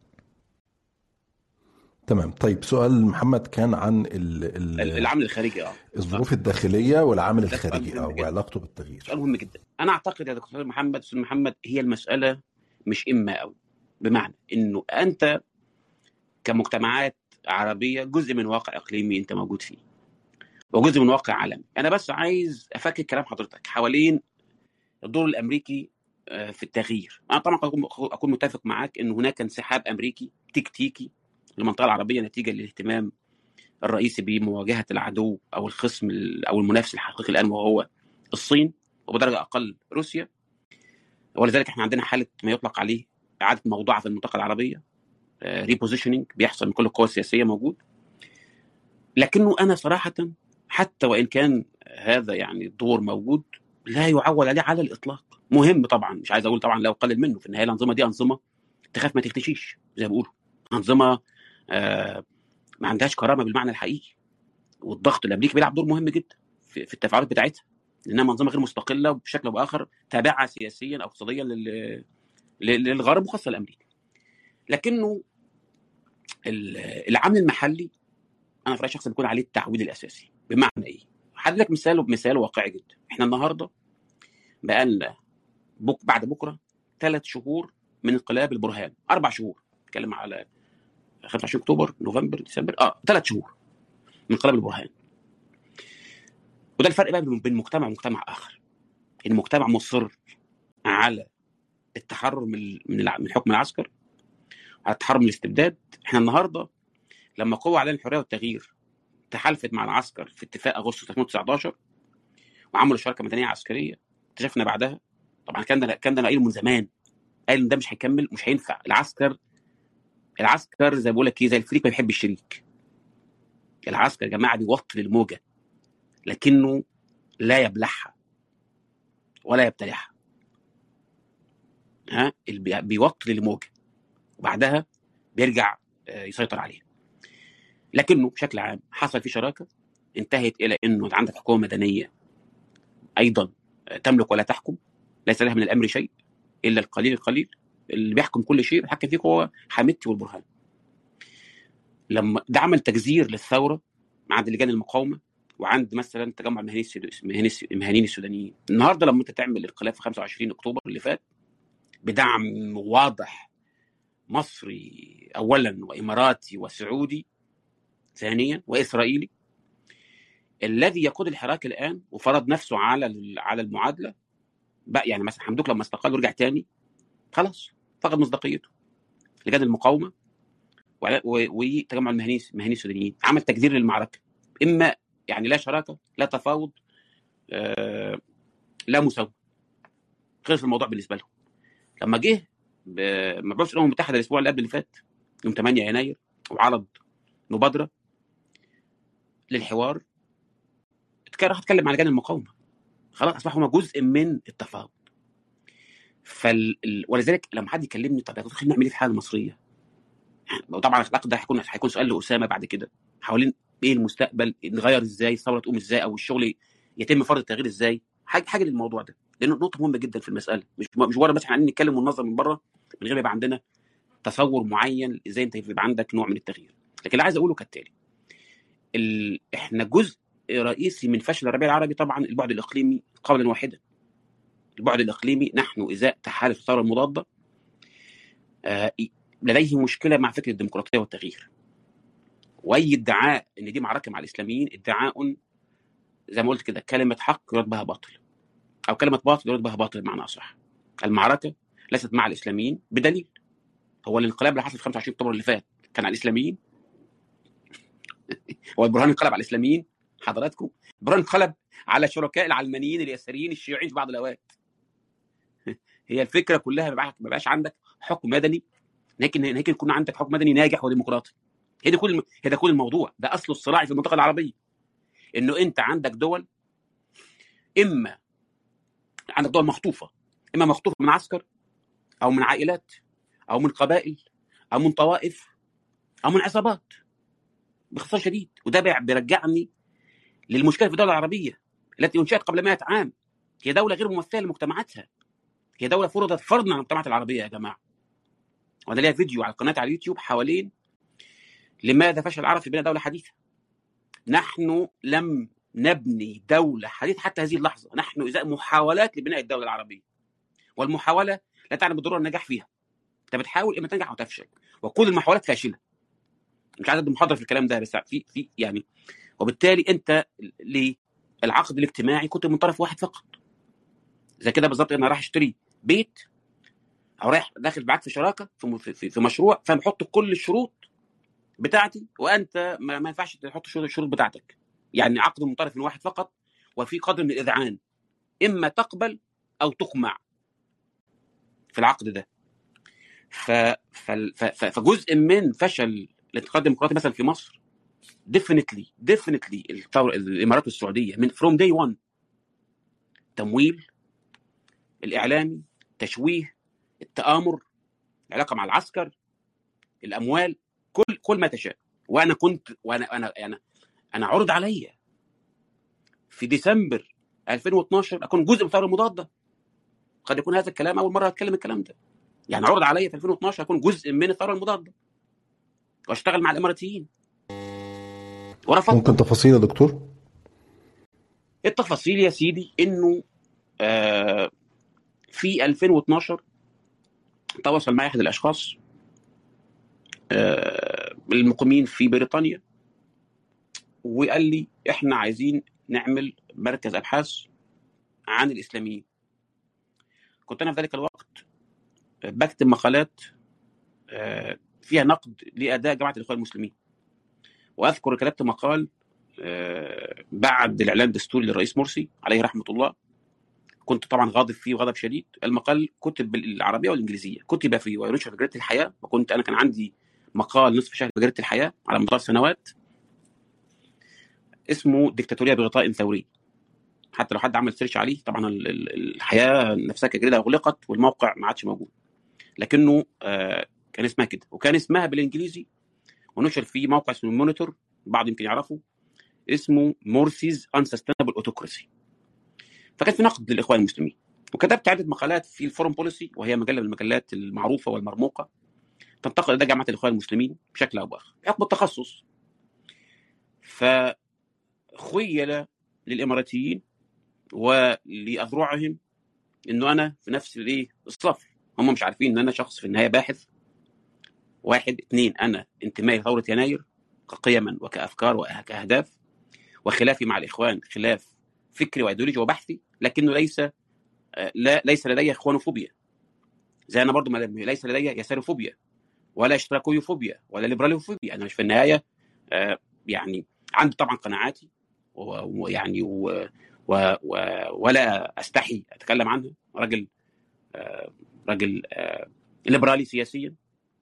تمام. طيب سؤال محمد كان عن العامل الخارجي الظروف الداخليه والعامل الخارجي وعلاقته بالتغيير. سؤال مهم جدا. انا اعتقد يا دكتور محمد هي المساله مش اما او، بمعنى انه انت كمجتمعات عربيه جزء من واقع اقليمي انت موجود فيه، وجزء من واقع عالمي. انا بس عايز افكك كلام حضرتك حوالين الدور الامريكي في التغيير. انا طبعا اكون متفق معاك ان هناك انسحاب امريكي تكتيكي للمنطقه العربيه نتيجه للاهتمام الرئيسي بمواجهه العدو او الخصم او المنافس الحقيقي الان، وهو الصين، وبدرجه اقل روسيا. ولذلك احنا عندنا حاله ما يطلق عليه اعاده موضوعه في المنطقه العربيه، ريبوزيشننج بيحصل من كل القوى السياسيه موجود. لكنه انا صراحه حتى وان كان هذا يعني الدور موجود لا يعول عليه على الاطلاق. مهم طبعا، مش عايز اقول طبعا لا اقلل منه، في النهايه الانظمه دي انظمه تخاف ما تختشيش زي ما بيقولوا، انظمه ما عندهاش كرامه بالمعنى الحقيقي. والضغط الامريكي بيلعب دور مهم جدا في التفاعلات بتاعتها، لانها منظمه غير مستقله وبشكل او باخر تابعه سياسيا او اقتصاديا للغرب وخاصه الامريكي. لكنه العامل المحلي انا في رايي شخصي بيكون عليه التعويل الاساسي. بمعنى ايه؟ هدي لك مثال واقعي جدا. احنا النهارده بقى لنا بعد بكره 3 شهور من انقلاب البرهان، 4 شهور، نتكلم على 25 اكتوبر نوفمبر ديسمبر 3 شهور من انقلاب البرهان. وده الفرق بقى بين مجتمع ومجتمع اخر. المجتمع مصر على التحرر من حكم العسكر، على التحرر من الاستبداد. احنا النهارده لما قوى اعلان الحريه والتغيير تحالفت مع العسكر في اتفاق اغسطس 2019 وعملوا شراكه مدنيه عسكريه، اكتشفنا بعدها طبعا كان ده قايل من زمان، قال ان ده مش هيكمل، مش هينفع. العسكر زي ما بقول لك زي الفريق ما بيحب الشريك. العسكر يا جماعه بيوطي للموجه لكنه لا يبلعها ولا يبتلعها. بيوطي للموجه وبعدها بيرجع يسيطر عليها. لكنه بشكل عام حصل في شراكه انتهت الى انه عندك حكومه مدنيه ايضا تملك ولا تحكم، ليس لها من الامر شيء الا القليل اللي بيحكم كل شيء بيحكم فيه هو حميدتي والبرهان. لما ده عمل تجزير للثوره عند لجان المقاومه وعند مثلا تجمع المهنيين السودانيين. النهارده لما انت تعمل انقلاب في 25 اكتوبر اللي فات بدعم واضح مصري اولا واماراتي وسعودي ثانيا واسرائيلي، الذي يقود الحراك الان وفرض نفسه على المعادله بقى، يعني مثلا حمدوك لما استقال ورجع تاني خلاص فقد مصداقيته. لجان المقاومه وتجمع المهنيين السودانيين عمل تجزير للمعركه، اما يعني لا شراكه لا تفاوض لا مساواه. خلص الموضوع بالنسبه لهم. لما جه مبعوث الامم المتحده الاسبوع اللي قبل اللي فات يوم 8 يناير وعرض مبادره للحوار، راح اتكلم عن لجان المقاومه، خلاص اصبحوا جزء من التفاوض. ولذلك لما حد يكلمني طب يا دكتور نعمل ايه في الحاله المصريه؟ وطبعا الاخلاق ده هيكون سؤال لاسامه بعد كده حوالين ايه المستقبل، نغير ازاي، الثوره تقوم ازاي، او الشغل يتم فرض التغيير ازاي. حاجه للموضوع ده، لانه نقطه مهمه جدا في المساله. مش مجرد بس احنا قاعدين نتكلم وننظر من بره من غير ما يبقى عندنا تصور معين ازاي انت يبقى عندك نوع من التغيير. لكن اللي عايز اقوله كالتالي، احنا جزء رئيسي من فشل الربيع العربي طبعا البعد الاقليمي قولا واحدا. البعد الاقليمي، نحن ازاء تحالف الثوره المضاده لديه مشكله مع فكره الديمقراطيه والتغيير. واي ادعاء ان دي معركه مع الاسلاميين ادعاء زي ما قلت كده كلمه حق يراد بها باطل، او كلمه باطل يراد بها باطل بمعنى اصح. المعركه ليست مع الاسلاميين بدليل هو الانقلاب اللي حصل في 25 اكتوبر اللي فات كان على الاسلاميين. هو البرهان انقلب على الاسلاميين حضراتكم؟ البرهان انقلب على شركاء العلمانيين اليساريين الشيوعيين في بعض الاوقات. هي الفكره كلها ما بقاش عندك حكم مدني، لكن يكون عندك حكم مدني ناجح وديمقراطي. هي ده كل الموضوع، ده اصل الصراع في المنطقه العربيه، انه انت عندك دول، اما عندك دول مخطوفه، اما مخطوفه من عسكر او من عائلات او من قبائل او من طوائف او من عصابات، باختصار شديد. وده بيرجعني للمشكله في الدوله العربيه التي انشئت قبل 100 عام. هي دوله غير ممثله لمجتمعاتها، هي دوله فرضت فرضا على المجتمعات العربيه يا جماعه. وانا ليا فيديو على القناه على اليوتيوب حوالين لماذا فشل العرب في بناء دوله حديثه. نحن لم نبني دوله حديثه حتى هذه اللحظه، نحن ازاء محاولات لبناء الدوله العربيه، والمحاوله لا تعني بالضروره النجاح فيها. انت بتحاول اما تنجح او تفشل، وكل المحاولات فاشله. مش عايز ادي محاضره في الكلام ده، بس في يعني. وبالتالي انت للعقد الاجتماعي كنت من طرف واحد فقط. زي كده بالظبط، انا رايح اشتري بيت او رايح داخل معاك في شراكه في مشروع، فبحط كل الشروط بتاعتي، وانت ما ينفعش تحط الشروط بتاعتك. يعني عقد من طرف واحد فقط، وفي قدر من الاذعان، اما تقبل او تقمع في العقد ده. فجزء من فشل الانتقال الديمقراطي مثلا في مصر definitely الامارات والسعوديه من from day one. تمويل، الاعلامي، تشويه، التآمر، العلاقه مع العسكر، الاموال، كل ما تشاء. وانا كنت انا عرض عليا في ديسمبر 2012 اكون جزء من الثوره المضاده. قد يكون هذا الكلام اول مره اتكلم الكلام ده. يعني عرض عليا في 2012 اكون جزء من الثوره المضاده واشتغل مع الاماراتيين، ورفضت. ممكن تفاصيل يا دكتور؟ التفاصيل يا سيدي انه في 2012 تواصل معي احد الاشخاص المقيمين في بريطانيا، وقال لي احنا عايزين نعمل مركز ابحاث عن الاسلاميين. كنت انا في ذلك الوقت بكتب مقالات فيها نقد لاداء جماعه الاخوان المسلمين، واذكر كتبت مقال بعد الاعلان الدستوري للرئيس مرسي عليه رحمه الله. كنت طبعا غاضب فيه وغضب شديد. المقال كتب بالعربيه والانجليزيه، كتب في ونشر في جريده الحياه، وكنت انا كان عندي مقال نصف شهر في جريده الحياه على مدار سنوات اسمه ديكتاتوريه بغطاء ثوري. حتى لو حد عمل سيرش عليه، طبعا الحياه نفسها كجريده اغلقت والموقع ما عادش موجود، لكنه كان اسمها كده، وكان اسمها بالانجليزي، ونشر في موقع اسمه مونيتور، بعض يمكن يعرفه، اسمه مورسيز انسستينبل اوتوكراسي. فكان في نقد للاخوان المسلمين، وكتبت عده مقالات في الفورم بوليسي، وهي مجله من المجلات المعروفه والمرموقه تنتقد اداء جماعه الاخوان المسلمين بشكل او باخر بحكم التخصص. فخيل للاماراتيين ولاذرعهم انه انا في نفس الصف. هم مش عارفين ان انا شخص في النهايه باحث. 1 2 انا انتمائي لثوره يناير كقيما وكافكار وكاهداف، وخلافي مع الاخوان خلاف فكري وايديولوجي وبحثي، لكنه ليس لدي اخوانوفوبيا، زي انا برضو ليس لدي يساروفوبيا ولا اشتراكيوفوبيا ولا ليبراليوفوبيا. انا مش في النهايه يعني عندي طبعا قناعاتي ويعني ولا استحي اتكلم عنها. راجل ليبرالي سياسيا،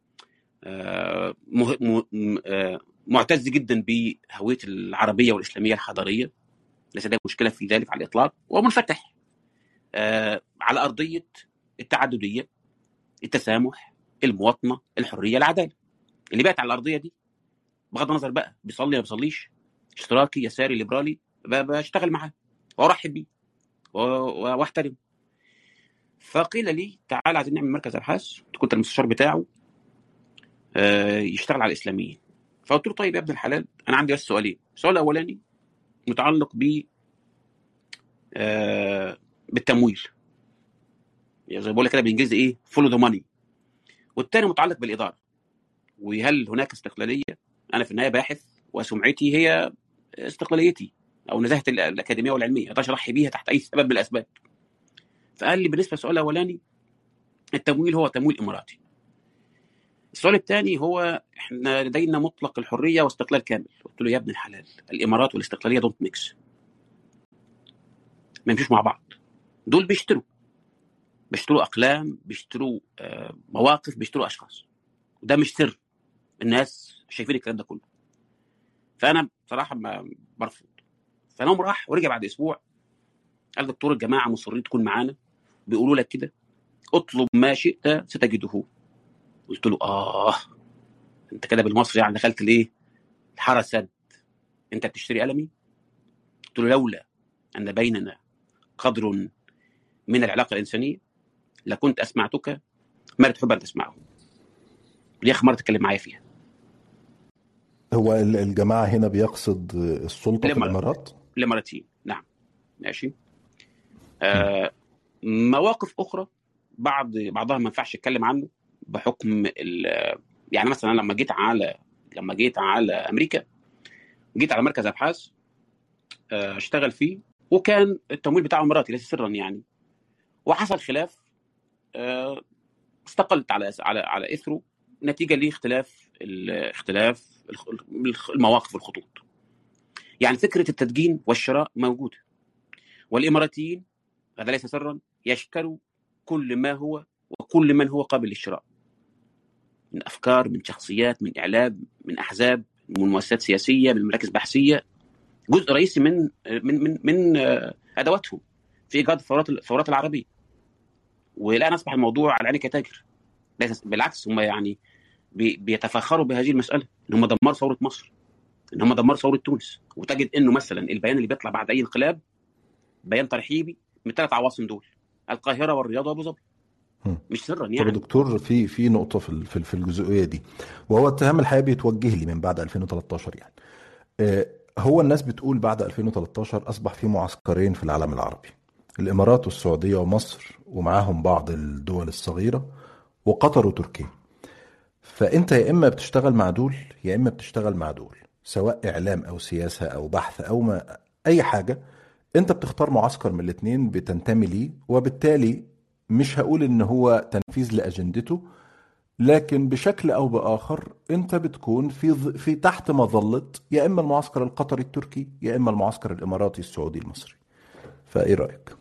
معتز جدا بهوية العربية والإسلامية الحضارية، ليس لديه مشكلة في ذلك على الإطلاق، ومنفتح على أرضية التعددية، التسامح، المواطنة، الحرية، العدالة. اللي بقت على الأرضية دي بغض النظر بقى بيصلي ما بيصليش، اشتراكي، يساري، ليبرالي، بشتغل معاه وأرحب بيه واحترمه. فقيل لي تعال عايزين نعمل مركز أبحاث، كنت المستشار بتاعه، يشتغل على الإسلاميين. فقلت له طيب يا ابن الحلال، أنا عندي بس سؤالين. السؤال الأولاني متعلق بالتمويل، يعني زي ما بقول لك كده بالإنجليزي إيه فولو ذا ماني، والثاني متعلق بالإدارة، وهل هناك استقلالية. أنا في النهاية باحث، وسمعتي هي استقلاليتي أو نزاهة الأكاديمية والعلمية، ما أقدرش أضحي بيها تحت أي سبب من الأسباب. فقال لي بالنسبة للسؤال الأولاني التمويل هو تمويل إماراتي. السؤال الثاني هو احنا لدينا مطلق الحريه واستقلال كامل. قلت له يا ابن الحلال، الامارات والاستقلاليه دونت ميكس، ما يمشوش مع بعض. دول بيشتروا اقلام، بيشتروا مواقف، بيشتروا اشخاص، وده مش سر. الناس شايفين الكلام ده كله. فانا بصراحه برفض. فنوم راح ورجع بعد اسبوع، قال دكتور الجماعه مصرين تكون معانا، بيقولوا لك كده، اطلب ما شئت ستجده. قلت له انت كده بالمصري يعني دخلت ليه الحاره سد، انت بتشتري قلمي؟ قلت له لولا ان بيننا قدر من العلاقه الانسانيه لكنت اسمعتك ما تحب ان تسمعه. دي اخر مره تتكلم معايا فيها. هو الجماعة هنا بيقصد السلطة في الإمارات؟ الإماراتيين، نعم. ماشي. مواقف أخرى بعضها ما ينفعش اتكلم عنه بحكم يعني مثلا لما جيت على أمريكا، جيت على مركز أبحاث اشتغل فيه، وكان التمويل بتاعه إماراتي ليس سرا يعني، وحصل خلاف، استقلت على إثره نتيجة لاختلاف المواقف والخطوط. يعني فكرة التدجين والشراء موجودة، والإماراتيين هذا ليس سرا يشتروا كل ما هو وكل من هو قابل للشراء، من أفكار، من شخصيات، من إعلام، من أحزاب، من مؤسسات سياسية، من مراكز بحثية. جزء رئيسي من أدواتهم في إيجاد الثورات العربية. والآن أصبح الموضوع على عينك يا تاجر. بالعكس، هم يعني بيتفاخروا بهذه المسألة، إن هم دمروا ثورة مصر، إن هم دمروا ثورة تونس. وتجد إنه مثلا البيان اللي بيطلع بعد أي انقلاب بيان ترحيبي من 3 عواصم دول، القاهرة والرياض وأبو ظبي. مش سرا يعني. طب يا دكتور، في نقطة في الجزئية دي، وهو اتهام الحقيقة بيتوجه لي من بعد 2013 يعني. هو الناس بتقول بعد 2013 أصبح في معسكرين في العالم العربي، الإمارات والسعودية ومصر، ومعاهم بعض الدول الصغيرة، وقطر وتركيا. فأنت يا إما بتشتغل مع دول يا إما بتشتغل مع دول، سواء إعلام أو سياسة أو بحث أو ما أي حاجة. أنت بتختار معسكر من الاتنين بتنتمي ليه، وبالتالي مش هقول إن هو تنفيذ لأجندته، لكن بشكل او باخر انت بتكون في تحت مظله يا اما المعسكر القطري التركي يا اما المعسكر الاماراتي السعودي المصري. فايه رايك؟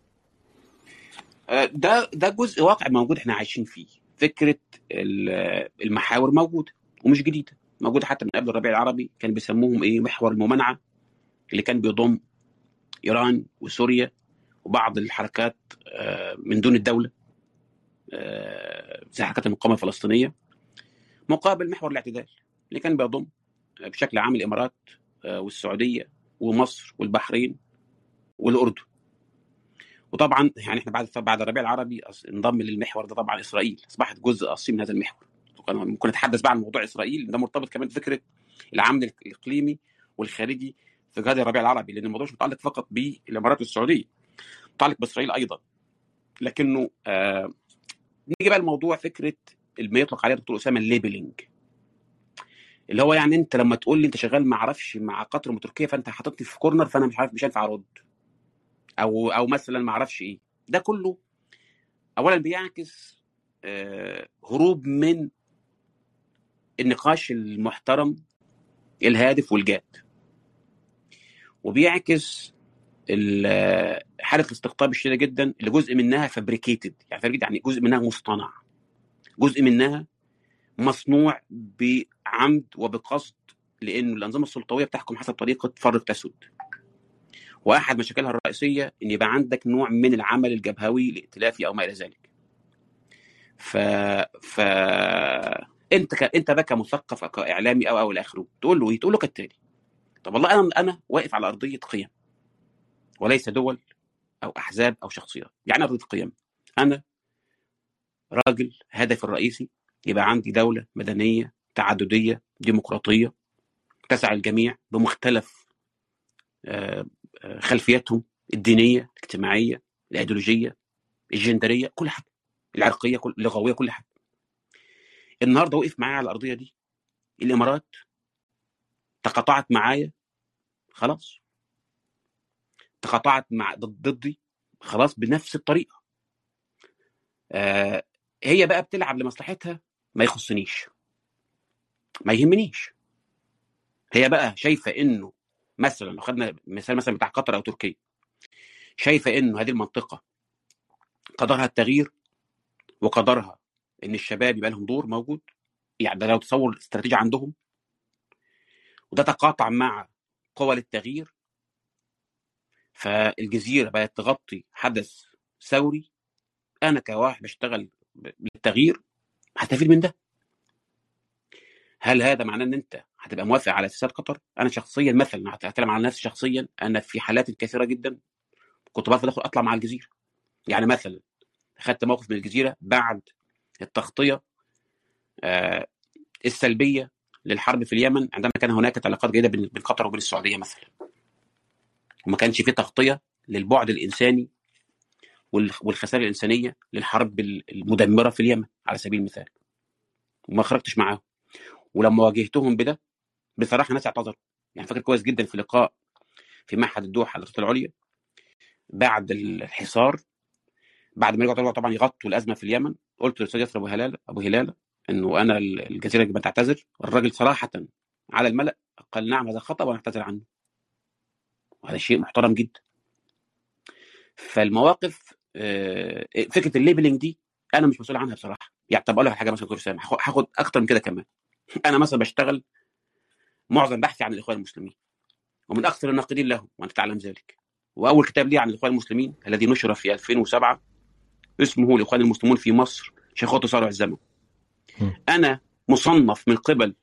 ده جزء واقع موجود احنا عايشين فيه. فكره المحاور موجوده ومش جديده، موجوده حتى من قبل الربيع العربي. كان بيسموهم ايه؟ محور الممانعه، اللي كان بيضم ايران وسوريا وبعض الحركات من دون الدوله، زي حركات المقاومه الفلسطينيه، مقابل محور الاعتدال اللي كان بيضم بشكل عام الامارات والسعوديه ومصر والبحرين والاردن. وطبعا يعني احنا بعد الربيع العربي انضم للمحور ده طبعا اسرائيل، اصبحت جزء اصيل من هذا المحور. ممكن نتحدث بقى عن موضوع اسرائيل، ده مرتبط كمان بفكره العمل الاقليمي والخارجي في جهاد الربيع العربي، لان الموضوع مش متعلق فقط بالامارات والسعوديه، متعلق باسرائيل ايضا. لكنه نيجي بقى الموضوع فكره اللي يطلق عليها دكتور اسامه الليبلينج، اللي هو يعني انت لما تقول لي انت شغال ما اعرفش مع قطر وتركيا، فانت حاططني في كورنر، فانا مش عارف، مش هينفع ارد، او مثلا ما اعرفش ايه. ده كله اولا بيعكس هروب من النقاش المحترم الهادف والجاد، وبيعكس حاله الاستقطاب الشديده جدا اللي جزء منها فابريكيتد، يعني جزء منها مصطنع، جزء منها مصنوع بعمد وبقصد، لانه الانظمه السلطويه بتحكم حسب طريقه فرق تسد. واحد مشاكلها الرئيسيه ان يبقى عندك نوع من العمل الجبهوي الائتلافي او ما الى ذلك. انت بقى كمثقف او كاعلامي او الى اخره، تقول له ايه؟ تقول له كالتالي: طب والله انا واقف على ارضيه قيم وليس دول او احزاب او شخصيات. يعني ارضيه قيم، انا راجل هدفي الرئيسي يبقى عندي دوله مدنيه تعدديه ديمقراطيه تسع الجميع بمختلف خلفياتهم الدينيه، الاجتماعيه، الايديولوجيه، الجندريه، كل حاجه، العرقيه، اللغويه، كل حاجه. النهارده وقف معايا على الارضيه دي الامارات، تقاطعت معايا، خلاص، تقاطعت ضدي، خلاص، بنفس الطريقه. هي بقى بتلعب لمصلحتها، ما يخصنيش، ما يهمنيش. هي بقى شايفه انه مثلا لو خدنا مثال مثلا بتاع قطر او تركيا، شايفه انه هذه المنطقه قدرها التغيير، وقدرها ان الشباب يبقى لهم دور موجود، يعني ده لو تصور استراتيجي عندهم، وده تقاطع مع قوى للتغيير، فالجزيرة بقت تغطي حدث ثوري. أنا كواحد بشتغل للتغيير هستفيد من ده. هل هذا معناه ان انت هتبقى موافق على سياسات قطر؟ انا شخصيا مثلا هتكلم عن نفسي شخصيا، انا في حالات كثيره جدا كنت برفض اطلع مع الجزيره. يعني مثلا اخذت موقف من الجزيره بعد التغطيه السلبيه للحرب في اليمن، عندما كان هناك علاقات جيده بين قطر وبين السعوديه مثلا، وما كانش في تغطيه للبعد الانساني والخسائر الانسانيه للحرب المدمره في اليمن على سبيل المثال، وما خرجتش معاهم. ولما واجهتهم بده بصراحه ناس اعتذروا. يعني فاكر كويس جدا في لقاء في معهد الدوحه للدراسات العليا بعد الحصار، بعد ما رجعوا طبعا يغطوا الازمه في اليمن، قلت للاستاذ ياسر ابو هلال انه انا الجزيره بتعتذر. الراجل صراحه على الملأ قال نعم هذا خطأ وانا اعتذر عنه، وهذا شيء محترم جدا. فالمواقف فكره الليبلنج دي انا مش مسؤول عنها بصراحه. يعني طب اقول لك حاجه مثلا دكتور سامح، هاخد اكتر من كده كمان. انا مثلا بشتغل معظم بحثي عن الاخوان المسلمين، ومن اكثر الناقدين لهم وانت تعلم ذلك. واول كتاب لي عن الاخوان المسلمين الذي نشر في 2007 اسمه الاخوان المسلمون في مصر شيخوخة تصارع الزمن. انا مصنف من قبل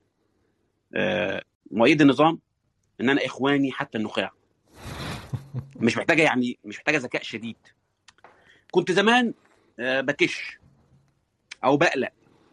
مؤيد النظام ان انا اخواني حتى النخاع. مش محتاجه يعني مش محتاجه ذكاء شديد. كنت زمان بكش او بقلق،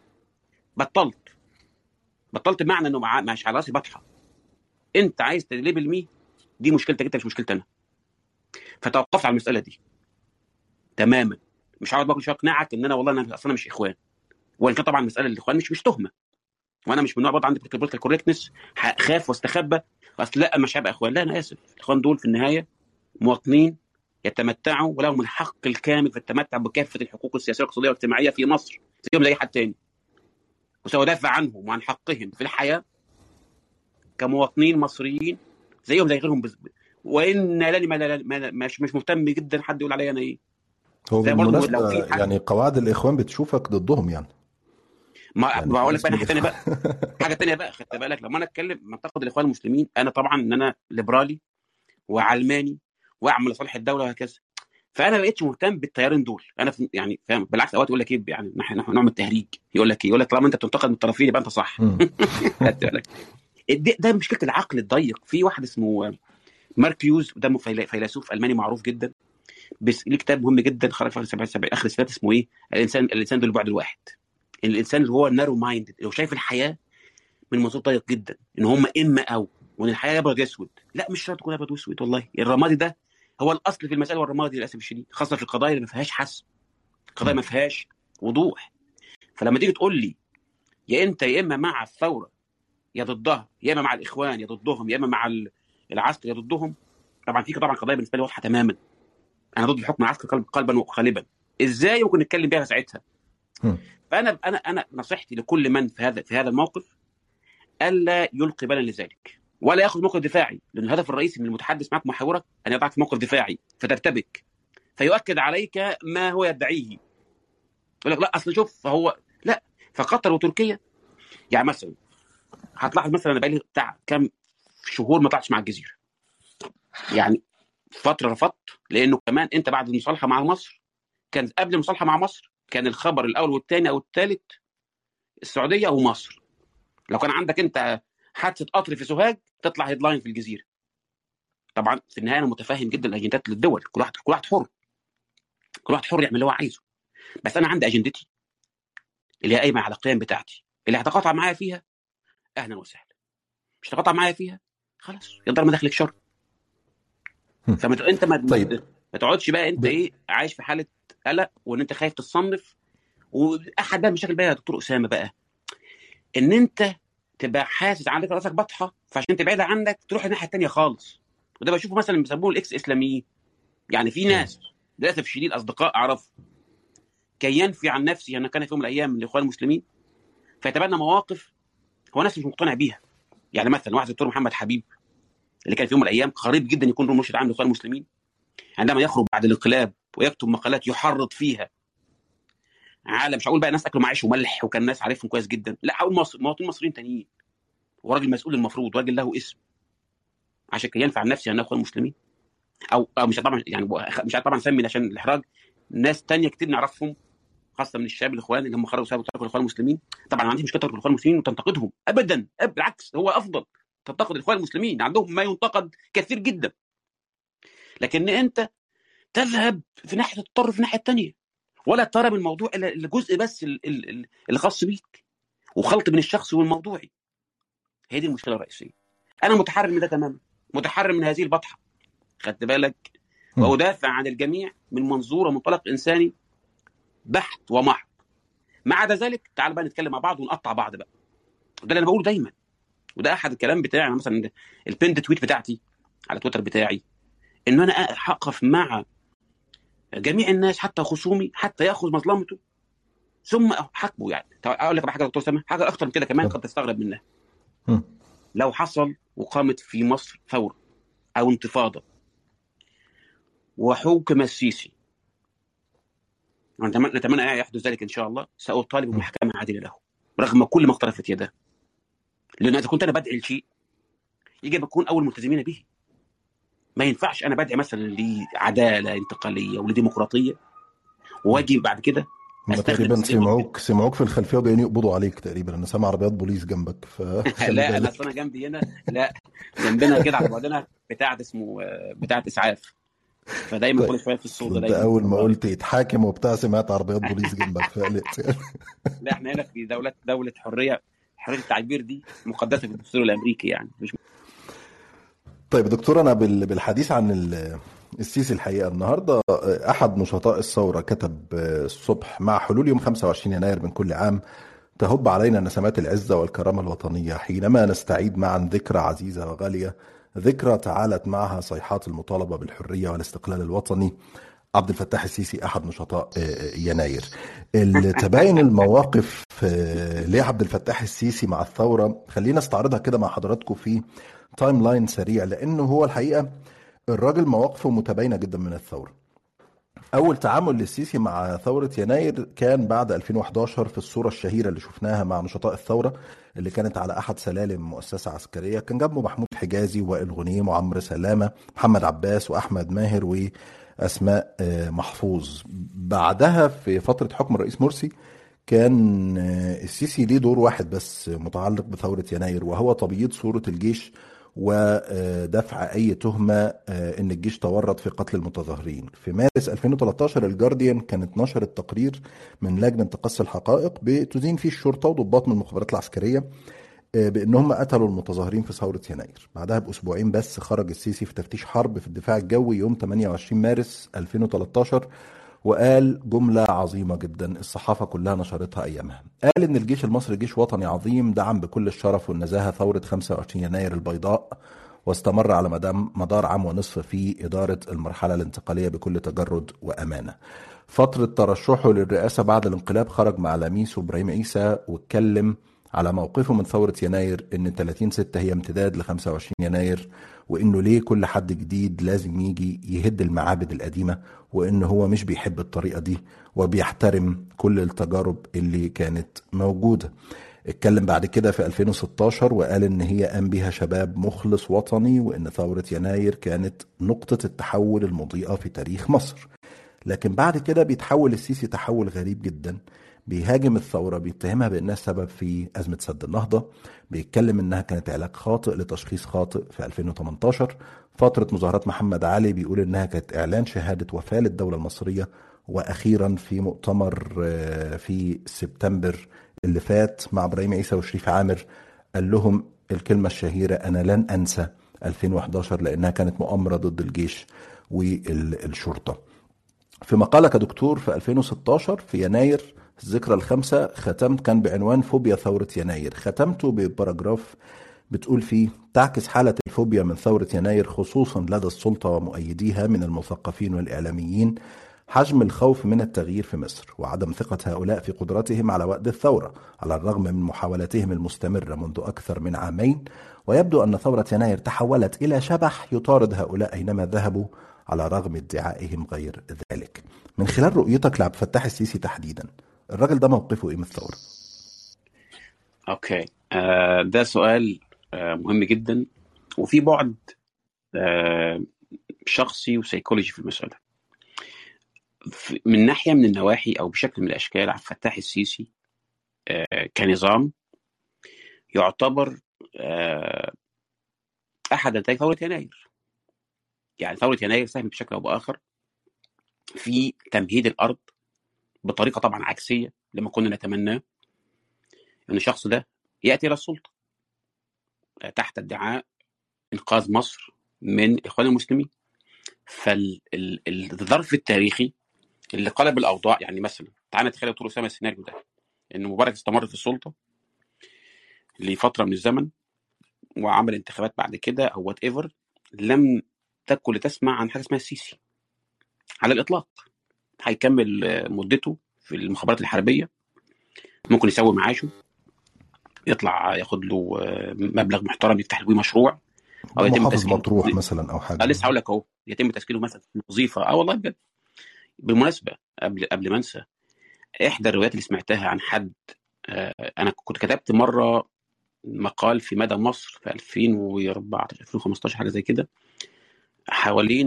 بطلت بمعنى انه مش على راسي بطحه. انت عايز تليبل مي، دي مشكلتك انت مش مشكلتي انا. فتوقفت على المساله دي تماما. مش هقعد بقى اقنعك ان انا والله انا اصلا مش اخوان، وان كان طبعا مساله الاخوان مش تهمه، وانا مش من نوع برضه عندي بوليتيكال كوريكتنس خاف واستخبى اصل لا مش هبقى اخوان. لا انا اسف، الاخوان دول في النهايه مواطنين يتمتعوا ولهم الحق الكامل في التمتع بكافه الحقوق السياسيه والاقتصاديه والاجتماعيه في مصر زيهم زي اي حد تاني، وسأدافع عنهم وعن حقهم في الحياه كمواطنين مصريين زيهم زي غيرهم وان لاني مش مهتم جدا حد يقول عليا انا ايه. هو زي برضه لو بالمناسبة في يعني قواعد الإخوان بتشوفك ضدهم يعني ما بقول لك بقى ناس من حاجه ثانيه الإخوان. حاجه ثانيه بقى. خدت بالك لما انا اتكلم منتقد الاخوان المسلمين، انا طبعا ان انا ليبرالي وعلماني واعمل لصالح الدوله وهكذا، فانا ما بقتش مهتم بالتيارين دول. انا يعني فاهم، بالعكس اوقات يقول لك ايه يعني نحن نعمل تهريج، يقول لك طالما انت بتنتقد من الطرفين يبقى انت صح. خدت بالك؟ ده مشكله العقل الضيق. في واحد اسمه مارك يوز، ده فيلسوف الماني معروف جدا، بس ليه كتاب مهم جدا خرج في اخر السنوات اسمه ايه؟ الانسان ذو البعد الواحد. الانسان اللي هو النارو مايند، اللي هو شايف الحياه من منظور ضيق جدا، ان هم اما او، وان الحياه ابيض اسود. لا مش شرط تكون ابيض واسود، والله الرمادي ده هو الاصل في المساله، والرمادي للاسف الشديد خاصه في القضايا اللي ما فيهاش حسم، القضايا ما فيهاش وضوح. فلما تيجي تقول لي يا انت يا اما مع الثوره يا ضدها، يا اما مع الاخوان يا ضدهم، يا اما مع العسكر يا ضدهم، طبعا في قضايا بالنسبه لي واضحه تماما. انا ضد الحكم العسكري قلبا وقالبا. ازاي ممكن نتكلم بيها ساعتها؟ فانا نصيحتي لكل من في هذا الموقف الا يلقي بالا لذلك ولا ياخذ موقف دفاعي، لان الهدف الرئيسي من المتحدث معك محاورك ان يضعك في موقف دفاعي فترتبك، فيؤكد عليك ما هو يدعيه. يقول لك لا اصل شوف فهو لا. فقطر وتركيا يعني مثلا هتلاحظ مثلا انا بقالي بتاع كام شهور ما طلعتش مع الجزيره، يعني فتره رفضت، لانه كمان انت بعد المصالحه مع مصر، كان قبل المصالحه مع مصر كان الخبر الاول والثاني او الثالث السعوديه ومصر. لو كان عندك انت حادثه قطر في سوهاج تطلع هيدلاين في الجزيره. طبعا في النهايه انا متفاهم جدا الاجندات للدول، كل واحد حر يعمل اللي هو عايزه، بس انا عندي اجندتي اللي هي قايمه على القيم بتاعتي، اللي هتقاطع معايا فيها اهلا وسهلا، مش هتقاطع معايا فيها خلاص يقدر ما دخلك شر. فانت طيب ما تقعدش بقى انت ايه عايش في حاله قلق وان انت خايف تصنف. واحد بقى المشاكل بقى يا دكتور اسامه بقى ان انت تبقى حاسس عندك راسك بطحه، فعشان تبعد عنك تروح الناحيه الثانيه خالص. وده بشوفه مثلا بيسموه الاكس اسلاميين. يعني في ناس للاسف الشديد اصدقاء اعرف كي ينفي عن نفسه ان كان في يوم من الايام من الاخوان المسلمين، فيتبنى مواقف هو نفسه مش مقتنع بيها. يعني مثلا واحد الدكتور محمد حبيب اللي كان في يوم من الايام قريب جدا يكون له مرشد عام للاخوان المسلمين، عندما يخرج بعد الانقلاب ويكتب مقالات يحرض فيها على مش هقول بقى ناس اكلوا معيش وملح وكان الناس عارفهم كويس جدا، لا هقول مواطنين مصريين تانيين، وراجل مسؤول المفروض، راجل له اسم، عشان كان ينفع نفسي ان اخوان المسلمين او مش طبعا يعني مش طبعا اسمي عشان الاحراج ناس تانية كتير نعرفهم خاصه من الشباب الاخوان اللي هم خرجوا سابوا تركوا الاخوان المسلمين. طبعا ما عنديش مشكله ترك الاخوان المسلمين وتنتقدهم ابدا، بالعكس هو افضل تنتقد الاخوان المسلمين، عندهم ما ينتقد كثير جدا، لكن انت تذهب في ناحيه التطرف في الناحيه الثانيه، ولا ترى من الموضوع الا الجزء بس اللي خاص بيك، وخلط بين الشخصي والموضوعي. هي دي المشكله الرئيسيه. انا متحرر من ده تماما، متحرر من هذه البطحه، خدت بالك، وادافع عن الجميع من منظور ومنطلق انساني بحت ومحض. ما عدا ذلك تعال بقى نتكلم مع بعض ونقطع بعض بقى، وده اللي انا بقوله دايما، وده احد الكلام بتاعي مثلا البيند تويت بتاعتي على تويتر بتاعي، ان انا اقف مع جميع الناس حتى خصومي حتى ياخذ مظلمته ثم احاكمه. يعني اقول لك حاجه يا دكتور سامح، حاجه اكتر من كده كمان قد تستغرب منها. لو حصل وقامت في مصر ثوره او انتفاضه وحكم السيسي، نتمنى يحدث ذلك ان شاء الله، ساطالب بمحكمه عادله له رغم كل ما اقترفت يده، لان اذا كنت انا بدعي لشيء يجب اكون اول ملتزمين به. ما ينفعش انا بدعي مثلا لعداله انتقاليه ولديمقراطيه واجي بعد كده تقريبا سمعوك في الخلفيه وجايين يقبضوا عليك تقريبا، انا سامع عربيات بوليس جنبك لا انا اصلا جنبي هنا، لا جنبنا كده على بعدنا بتاعه اسعاف، فدايما كل شويه في الصوت ده. انت اول ما قلت يتحاكم وبتاع سمعت عربيات بوليس جنبك فقلقت. لا احنا هنا في دوله حريه التعبير دي مقدسه في الدستور الامريكي يعني مش. طيب دكتور، انا بالحديث عن السيسي الحقيقه النهارده احد نشطاء الثوره كتب الصبح: مع حلول يوم 25 يناير من كل عام تهب علينا نسمات العزه والكرامه الوطنيه، حينما نستعيد معا ذكرى عزيزه وغاليه، ذكرى تعالت معها صيحات المطالبه بالحريه والاستقلال الوطني. عبد الفتاح السيسي احد نشطاء يناير. تباين المواقف لعبد الفتاح السيسي مع الثوره خلينا استعرضها كده مع حضراتكم في تايم لاين سريع، لانه هو الحقيقه الراجل مواقفه متباينه جدا من الثوره. اول تعامل للسيسي مع ثوره يناير كان بعد 2011 في الصوره الشهيره اللي شفناها مع نشطاء الثوره اللي كانت على احد سلالم مؤسسه عسكريه، كان جنبه محمود حجازي وائل غنيم وعمرو سلامه محمد عباس واحمد ماهر واسماء محفوظ. بعدها في فتره حكم الرئيس مرسي كان السيسي ليه دور واحد بس متعلق بثوره يناير، وهو تبييض صوره الجيش ودفع أي تهمة إن الجيش تورط في قتل المتظاهرين. في مارس 2013 الجارديان كانت نشرت تقرير من لجنة تقصي الحقائق بتدين فيه الشرطة وضباط من المخابرات العسكرية بأنهم قتلوا المتظاهرين في ثورة يناير. بعدها بأسبوعين بس خرج السيسي في تفتيش حرب في الدفاع الجوي يوم 28 مارس 2013 وقال جملة عظيمة جدا الصحافة كلها نشرتها أيامها. قال إن الجيش المصري جيش وطني عظيم دعم بكل الشرف والنزاهة ثورة 25 يناير البيضاء، واستمر على مدار عام ونصف في إدارة المرحلة الانتقالية بكل تجرد وأمانة. فترة ترشحه للرئاسة بعد الانقلاب خرج مع لميس وإبراهيم عيسى واتكلم على موقفه من ثورة يناير إن 30/6 هي امتداد ل 25 يناير، وإنه ليه كل حد جديد لازم يجي يهد المعابد القديمة، وإنه هو مش بيحب الطريقة دي وبيحترم كل التجارب اللي كانت موجودة. اتكلم بعد كده في 2016 وقال إن هي قام بها شباب مخلص وطني، وإن ثورة يناير كانت نقطة التحول المضيئة في تاريخ مصر. لكن بعد كده بيتحول السيسي تحول غريب جدا، بيهاجم الثورة، بيتهمها بأنها سبب في أزمة سد النهضة، بيتكلم إنها كانت علاج خاطئ لتشخيص خاطئ في 2018. فترة مظاهرات محمد علي بيقول إنها كانت إعلان شهادة وفاة للدولة المصرية. وأخيرا في مؤتمر في سبتمبر اللي فات مع إبراهيم عيسى وشريف عامر قال لهم الكلمة الشهيرة: أنا لن أنسى 2011 لأنها كانت مؤامرة ضد الجيش والشرطة. في مقالة كدكتور في 2016 في يناير الذكرى الخامسة ختمت كان بعنوان فوبيا ثورة يناير، ختمته بباراجراف بتقول فيه: تعكس حالة الفوبيا من ثورة يناير خصوصا لدى السلطة ومؤيديها من المثقفين والإعلاميين حجم الخوف من التغيير في مصر وعدم ثقة هؤلاء في قدرتهم على وأد الثورة على الرغم من محاولاتهم المستمرة منذ أكثر من عامين. ويبدو أن ثورة يناير تحولت إلى شبح يطارد هؤلاء أينما ذهبوا على رغم ادعائهم غير ذلك. من خلال رؤيتك لعبد الفتاح السيسي تحديدا، الراجل ده موقفه ايه من الثوره؟ اوكي. ده سؤال مهم جدا، وفي بعد آه شخصي وسيكولوجي في المسألة. من ناحية من النواحي أو بشكل من الأشكال، عبد الفتاح السيسي كنظام يعتبر أحد نتائج ثورة يناير. يعني ثورة يناير ساهمت بشكل أو بآخر في تمهيد الأرض بطريقة طبعا عكسية لما كنا نتمناه، أن الشخص ده يأتي إلى السلطة تحت ادعاء إنقاذ مصر من الإخوان المسلمين. فالظرف التاريخي اللي قلب الأوضاع، يعني مثلا تعالى نتخيل دكتور أسامة السيناريو ده، إن مبارك استمر في السلطة لفترة من الزمن وعمل انتخابات بعد كده أو وات ايفر، لم تكن لتسمع عن حاجة اسمها السيسي على الإطلاق. هيكمل مدته في المخابرات الحربية، ممكن يسوي معاشه، يطلع ياخد له مبلغ محترم يفتح له بيه مشروع، او يتم محافظ تسكينه. مطروح مثلا او حاجه. لسه هقول لك اهو، يتم تسكينه مثلا في وظيفه. والله بجد. بالمناسبه، قبل ما انسى، احدى الروايات اللي سمعتها عن حد، انا كنت كتبت مره مقال في مدى مصر في 2014 2015 حاجه زي كده، حوالين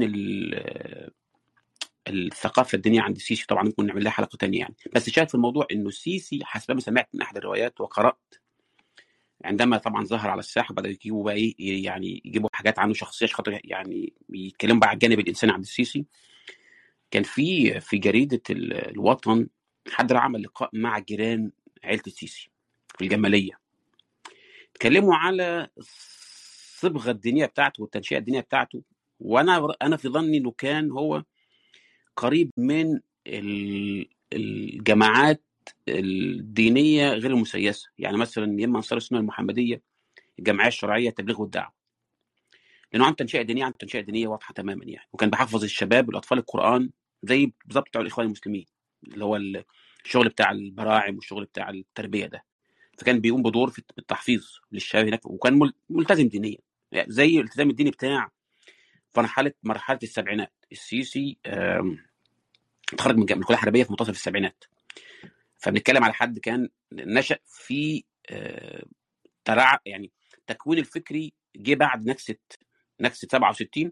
الثقافه الدينيه عند السيسي. طبعا ممكن نعمل لها حلقه ثانيه يعني، بس شاهد في الموضوع انه السيسي حسب ما سمعت من احد الروايات وقرات، عندما طبعا ظهر على الساحه بدأوا يجيبوا بقى ايه، يعني يجيبوا حاجات عنه شخصيه عشان خاطر يعني يتكلموا بقى على الجانب الانساني عند السيسي. كان في جريده الوطن حد عمل لقاء مع جيران عيله السيسي في الجماليه، اتكلموا على الصبغه الدينيه بتاعته والتنشئه الدينيه بتاعته. وانا في ظني انه كان هو قريب من الجماعات الدينيه غير المسيسه، يعني مثلا يا اما انصار السنه المحمديه، الجمعيه الشرعيه، التبليغ والدعوه، لانه عنده تنشئه دينيه، عنده تنشئه دينيه واضحه تماما يعني. وكان بيحفظ الشباب والاطفال القران زي بالظبط بتوع الاخوان المسلمين، اللي هو الشغل بتاع البراعم والشغل بتاع التربيه ده. فكان بيقوم بدور في التحفيظ للشباب هناك، وكان ملتزم دينيا، يعني زي الالتزام الديني بتاع مرحله السبعينات. السيسي اتخرج من الكليه الحربيه في منتصف السبعينات، فبنتكلم على حد كان نشأ في يعني تكوين الفكري جه بعد نكسه 67،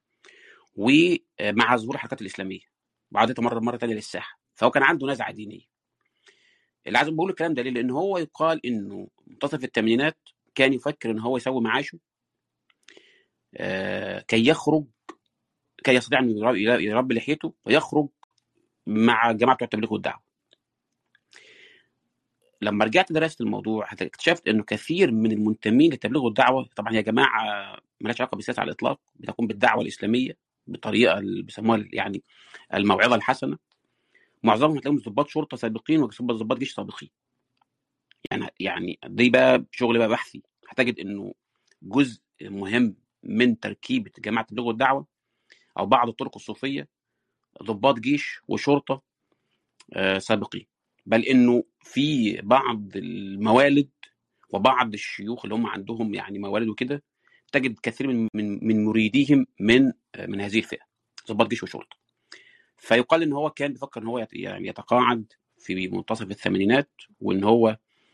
ومع ظهور الحركات الاسلاميه وعودته مره ثانيه للساحه. فهو كان عنده نزعه دينيه. اللي عايز بقول الكلام ده ليه؟ لان هو يقال انه منتصف الثمانينات كان يفكر ان هو يسوي معاشه كي يخرج، كي يستطيع ان يربي لحيته ويخرج مع جماعه بتوع التبليغ والدعوه. لما رجعت درست الموضوع اكتشفت انه كثير من المنتمين للتبليغ والدعوه، طبعا هي جماعه مالهاش علاقه بالسياسه على الاطلاق، بتقوم بالدعوه الاسلاميه بطريقه اللي بيسموها يعني الموعظه الحسنه. معظمهم هتلاقيهم ضباط شرطه سابقين وضباط جيش سابقين. يعني دي بقى شغل بقى بحثي، هتجد انه جزء مهم من تركيبه جماعه التبليغ والدعوه او بعض الطرق الصوفيه ضباط جيش وشرطه سابقين. بل انه في بعض الموالد وبعض الشيوخ اللي هم عندهم يعني موالد وكده، تجد كثير من مريديهم من هذه الفئه ضباط جيش وشرطه. فيقال ان هو كان بيفكر ان هو يعني يتقاعد في منتصف الثمانينات، وان هو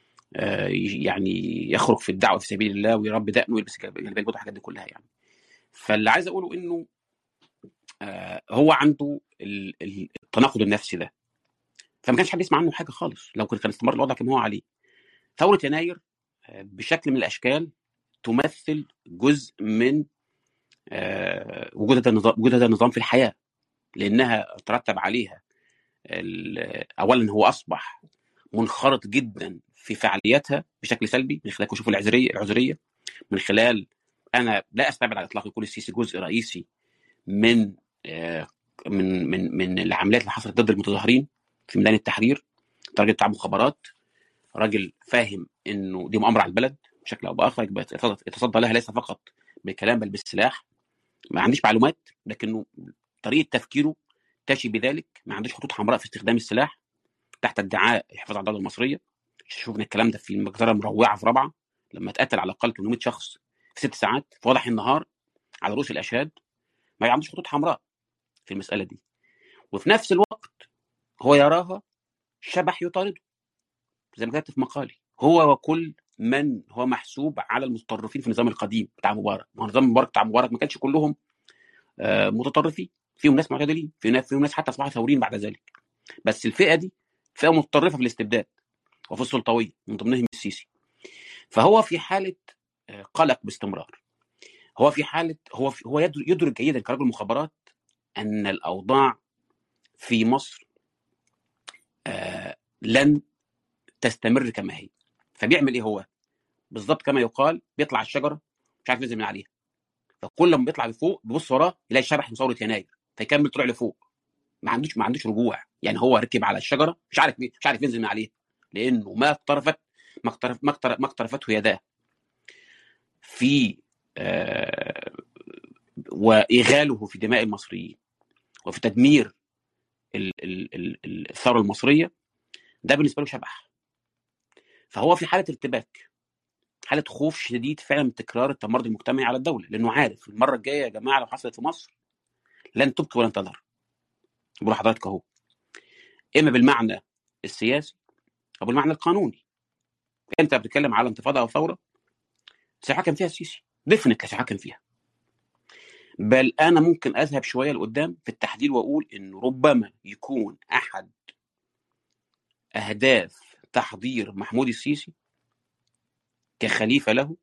يعني يخرج في الدعوه في سبيل الله ويربي دقنه ويلبس جلابيه البيضاء والحاجات دي كلها يعني. فاللي عايز اقوله انه هو عنده التناقض النفسي ده، فما كانش حد يسمع عنه حاجه خالص لو كان استمر الوضع كما هو عليه. ثوره يناير بشكل من الاشكال تمثل جزء من وجود هذا النظام في الحياه، لانها ترتب عليها اولا هو اصبح منخرط جدا في فعالياتها بشكل سلبي من خلال كشوف العذريه، من خلال انا لا استبعد على الاطلاق يكون السيسي جزء رئيسي من من العمليات اللي حصلت ضد المتظاهرين في ميدان التحرير. راجل بتاع مخابرات، راجل فاهم انه دي مؤامره على البلد بشكل او باخر، يتصدى لها ليس فقط بالكلام بل بالسلاح. ما عنديش معلومات، لكنه طريقه تفكيره تشي بذلك. ما عندوش خطوط حمراء في استخدام السلاح تحت ادعاء الحفاظ على الدوله المصريه. شفنا الكلام ده في المجزره المروعه في رابعه لما اتقتل على الاقل 800 شخص في 6 ساعات في وضح النهار على رؤوس الاشهاد. ما عندوش خطوط حمراء في المساله دي، وفي نفس الوقت هو يراها شبح يطارده، زي ما كتبت في مقالي، هو وكل من هو محسوب على المتطرفين في النظام القديم بتاع مبارك. ما هو نظام مبارك بتاع مبارك ما كانش كلهم متطرفين، فيهم ناس معتدلين، فيهم ناس حتى اصبحوا ثوريين بعد ذلك، بس الفئه دي فئه متطرفه في الاستبداد وفي السلطويه، من ضمنهم السيسي. فهو في حاله قلق باستمرار. هو في حاله هو يدرك جيدا كرجل مخابرات ان الاوضاع في مصر لن تستمر كما هي. فبيعمل ايه هو؟ بالظبط كما يقال، بيطلع الشجره مش عارف ينزل من عليها، فكل لما بيطلع لفوق بيبص وراه يلاقي شبح من ثوره يناير، فيكمل طلوع لفوق. ما عندوش رجوع. يعني هو ركب على الشجره مش عارف ينزل من عليها، لانه ما اقترفته يداه في واغاله في دماء المصريين وفي تدمير الثوره المصريه. ده بالنسبه له شبح. فهو في حاله ارتباك، حاله خوف شديد فعلا من تكرار التمرد المجتمعي على الدوله، لانه عارف المره الجايه يا جماعه لو حصلت في مصر لن تبكي ولن تذر. بقول لحضرتك اهو، اما بالمعنى السياسي او بالمعنى القانوني. انت بتتكلم على انتفاضه او ثوره سيحكم فيها السيسي، ديفنتلي سيحكم فيها. بل انا ممكن اذهب شويه لقدام في التحديد واقول انه ربما يكون احد اهداف تحضير محمود السيسي كخليفه له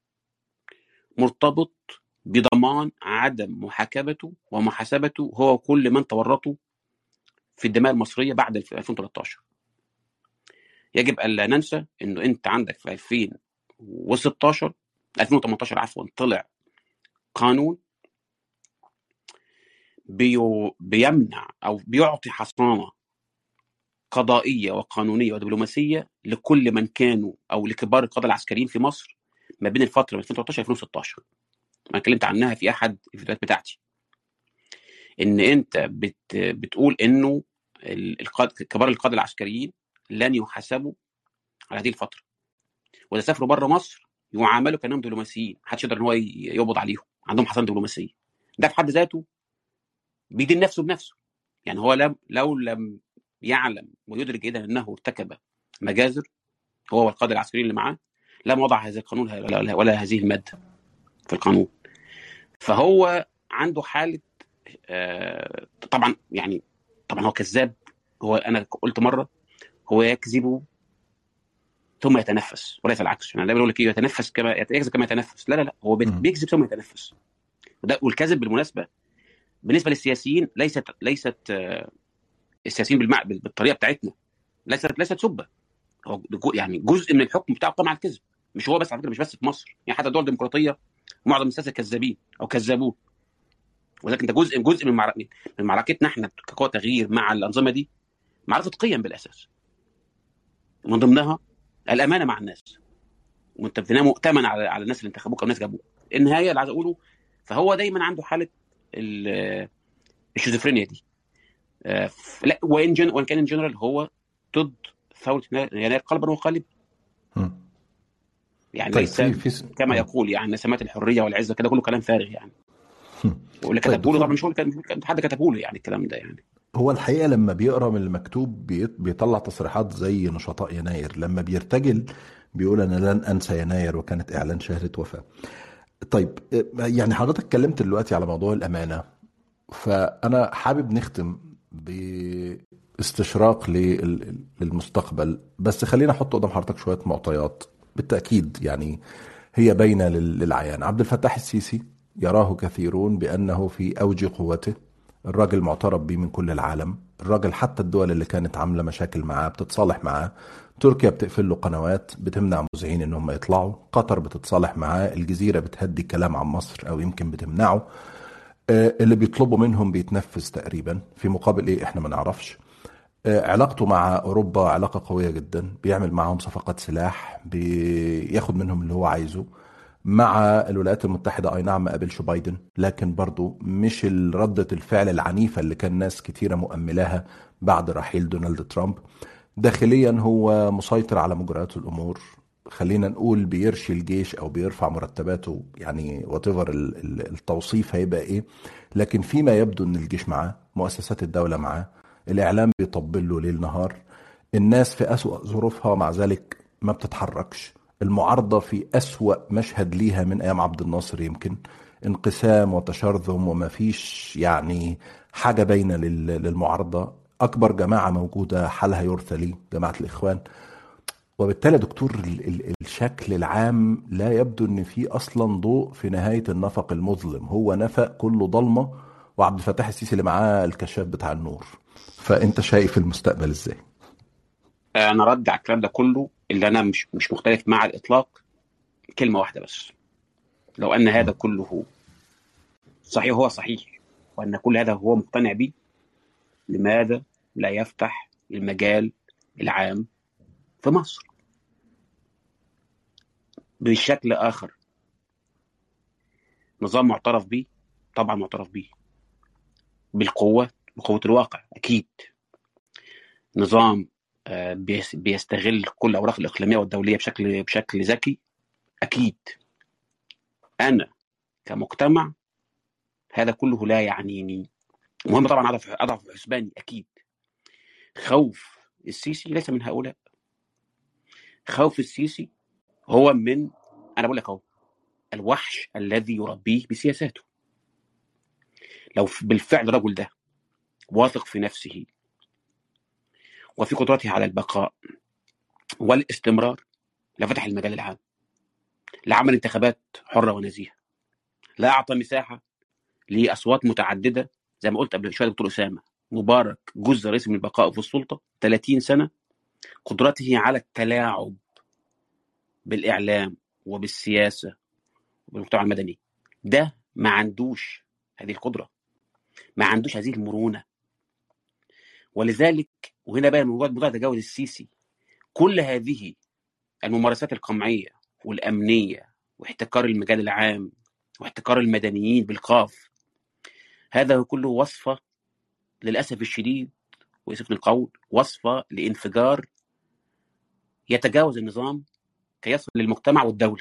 مرتبط بضمان عدم محاكمته ومحاسبته هو وكل من تورطوا في الدماء المصريه بعد 2013. يجب الا ننسى انه انت عندك في 2018 عفوا طلع قانون بيمنع او بيعطي حصانه قضائيه وقانونيه ودبلوماسيه لكل من كانوا او لكبار القاده العسكريين في مصر ما بين الفتره من 2013 ل 2016. انا اتكلمت عنها في احد الفيديوهات بتاعتي، ان انت بتقول انه كبار القاده العسكريين لن يحاسبوا على هذه الفتره، واذا سافروا بره مصر يعاملوا كانهم دبلوماسيين، محدش يقدر ان هو يقبض عليهم، عندهم حصانه دبلوماسيه. ده في حد ذاته بيدين نفسه بنفسه. يعني هو لو لم يعلم ويدرك جيدا انه ارتكب مجازر هو والقاده العسكريين اللي معاه، لم وضع هذا القانون ولا هذه الماده في القانون. فهو عنده حاله طبعا هو كذاب. هو انا قلت مره هو يكذب ثم يتنفس وليس العكس. يعني دايما بقول لك يتنفس يكذب كما يتنفس. لا هو بيكذب ثم يتنفس. والكذب بالمناسبه بالنسبه للسياسيين ليست السياسيين بالطريقه بتاعتنا ليست سبه. هو يعني جزء من الحكم بتاعه طبعا الكذب. مش هو بس على فكره، مش بس في مصر، يعني حتى الدول الديمقراطيه معظم الساسه كذابين او كذابون. ولكن ده جزء من معركتنا احنا كقوى تغيير مع الانظمه دي، معرفه قيم بالاساس، من ضمنها الامانه مع الناس، وانت بتبقى مؤتمن على الناس اللي انتخبوك او الناس جابوك. النهايه اللي عايز اقوله، فهو دايما عنده حاله الشيزوفرينيا دي. لا وان كان ان جنرال هو ضد ثوره يناير قلبا وقالبا. يعني طيب ليس كما يقول يعني نسمات الحريه والعزه كده كله كلام فارغ يعني. واللي كتبه له طبعا مش هو، كان حد كتبه له يعني الكلام ده. يعني هو الحقيقه لما بيقرا من المكتوب بيطلع تصريحات زي نشطاء يناير، لما بيرتجل بيقول انا لن انسى يناير وكانت اعلان شهاده وفاه. طيب يعني حضرتك اتكلمت دلوقتي على موضوع الامانه، فانا حابب نختم باستشراق للمستقبل، بس خلينا احط قدام حضرتك شويه معطيات بالتاكيد يعني هي باينه للعيان. عبد الفتاح السيسي يراه كثيرون بانه في اوج قوته، الراجل معترف به من كل العالم، الراجل حتى الدول اللي كانت عامله مشاكل معاه بتتصالح معاه، تركيا بتقفل له قنوات بتمنع مذيعين ان هم يطلعوا، قطر بتتصالح معاه، الجزيره بتهدي الكلام عن مصر او يمكن بتمنعه، اللي بيطلبوا منهم بيتنفذ تقريبا، في مقابل ايه احنا ما نعرفش. علاقته مع اوروبا علاقه قويه جدا، بيعمل معهم صفقات سلاح، بياخد منهم اللي هو عايزه. مع الولايات المتحده اي نعم ما قابلش بايدن، لكن برضو مش ردة الفعل العنيفه اللي كان ناس كتيره مؤملاها بعد رحيل دونالد ترامب. داخليا هو مسيطر على مجريات الامور، خلينا نقول بيرشي الجيش او بيرفع مرتباته، يعني whatever التوصيف هيبقى ايه. لكن فيما يبدو ان الجيش معاه، مؤسسات الدولة معاه، الاعلام بيطبل له ليل نهار، الناس في أسوأ ظروفها مع ذلك ما بتتحركش. المعارضة في أسوأ مشهد ليها من أيام عبد الناصر، يمكن انقسام وتشرذم، وما فيش يعني حاجة باينة للمعارضة. أكبر جماعة موجودة حالها يرثى ليه جماعة الإخوان. وبالتالي يا دكتور الشكل العام لا يبدو ان في اصلا ضوء في نهاية النفق المظلم، هو نفق كله ضلمة، وعبد الفتاح السيسي اللي معاه الكشاف بتاع النور. فانت شايف المستقبل ازاي؟ انا رد على الكلام ده كله، اللي انا مش مختلف مع الاطلاق، كلمه واحده بس: لو ان هذا كله صحيح، هو صحيح، وان كل هذا هو مقتنع به، لماذا لا يفتح المجال العام في مصر بشكل اخر؟ نظام معترف به، طبعا معترف به بالقوه، بقوه الواقع اكيد. نظام بيستغل كل الاوراق الاقليميه والدوليه بشكل ذكي اكيد. انا كمجتمع هذا كله لا يعنيني. المهم طبعا اضع في حسباني اكيد خوف السيسي ليس من هؤلاء. خوف السيسي هو من، انا بقول لك اهو، الوحش الذي يربيه بسياساته. لو بالفعل الرجل ده واثق في نفسه وفي قدرته على البقاء والاستمرار، لفتح المجال العام، لعمل انتخابات حرة ونزيهة، لا أعطى مساحة لأصوات متعددة. زي ما قلت قبل شوية دكتور أسامة، مبارك جزء رئيسي من بقائه في السلطة 30 سنة، قدرته على التلاعب بالإعلام وبالسياسة وبالمجتمع المدني، ده ما عندوش هذه القدرة، ما عندوش هذه المرونة. ولذلك، وهنا بقى موضوع تجاوز السيسي، كل هذه الممارسات القمعية والأمنية واحتكار المجال العام واحتكار المدنيين بالقاف، هذا كله وصفة للأسف الشديد ويسفني القول، وصفة لانفجار يتجاوز النظام كي يصل للمجتمع والدولة.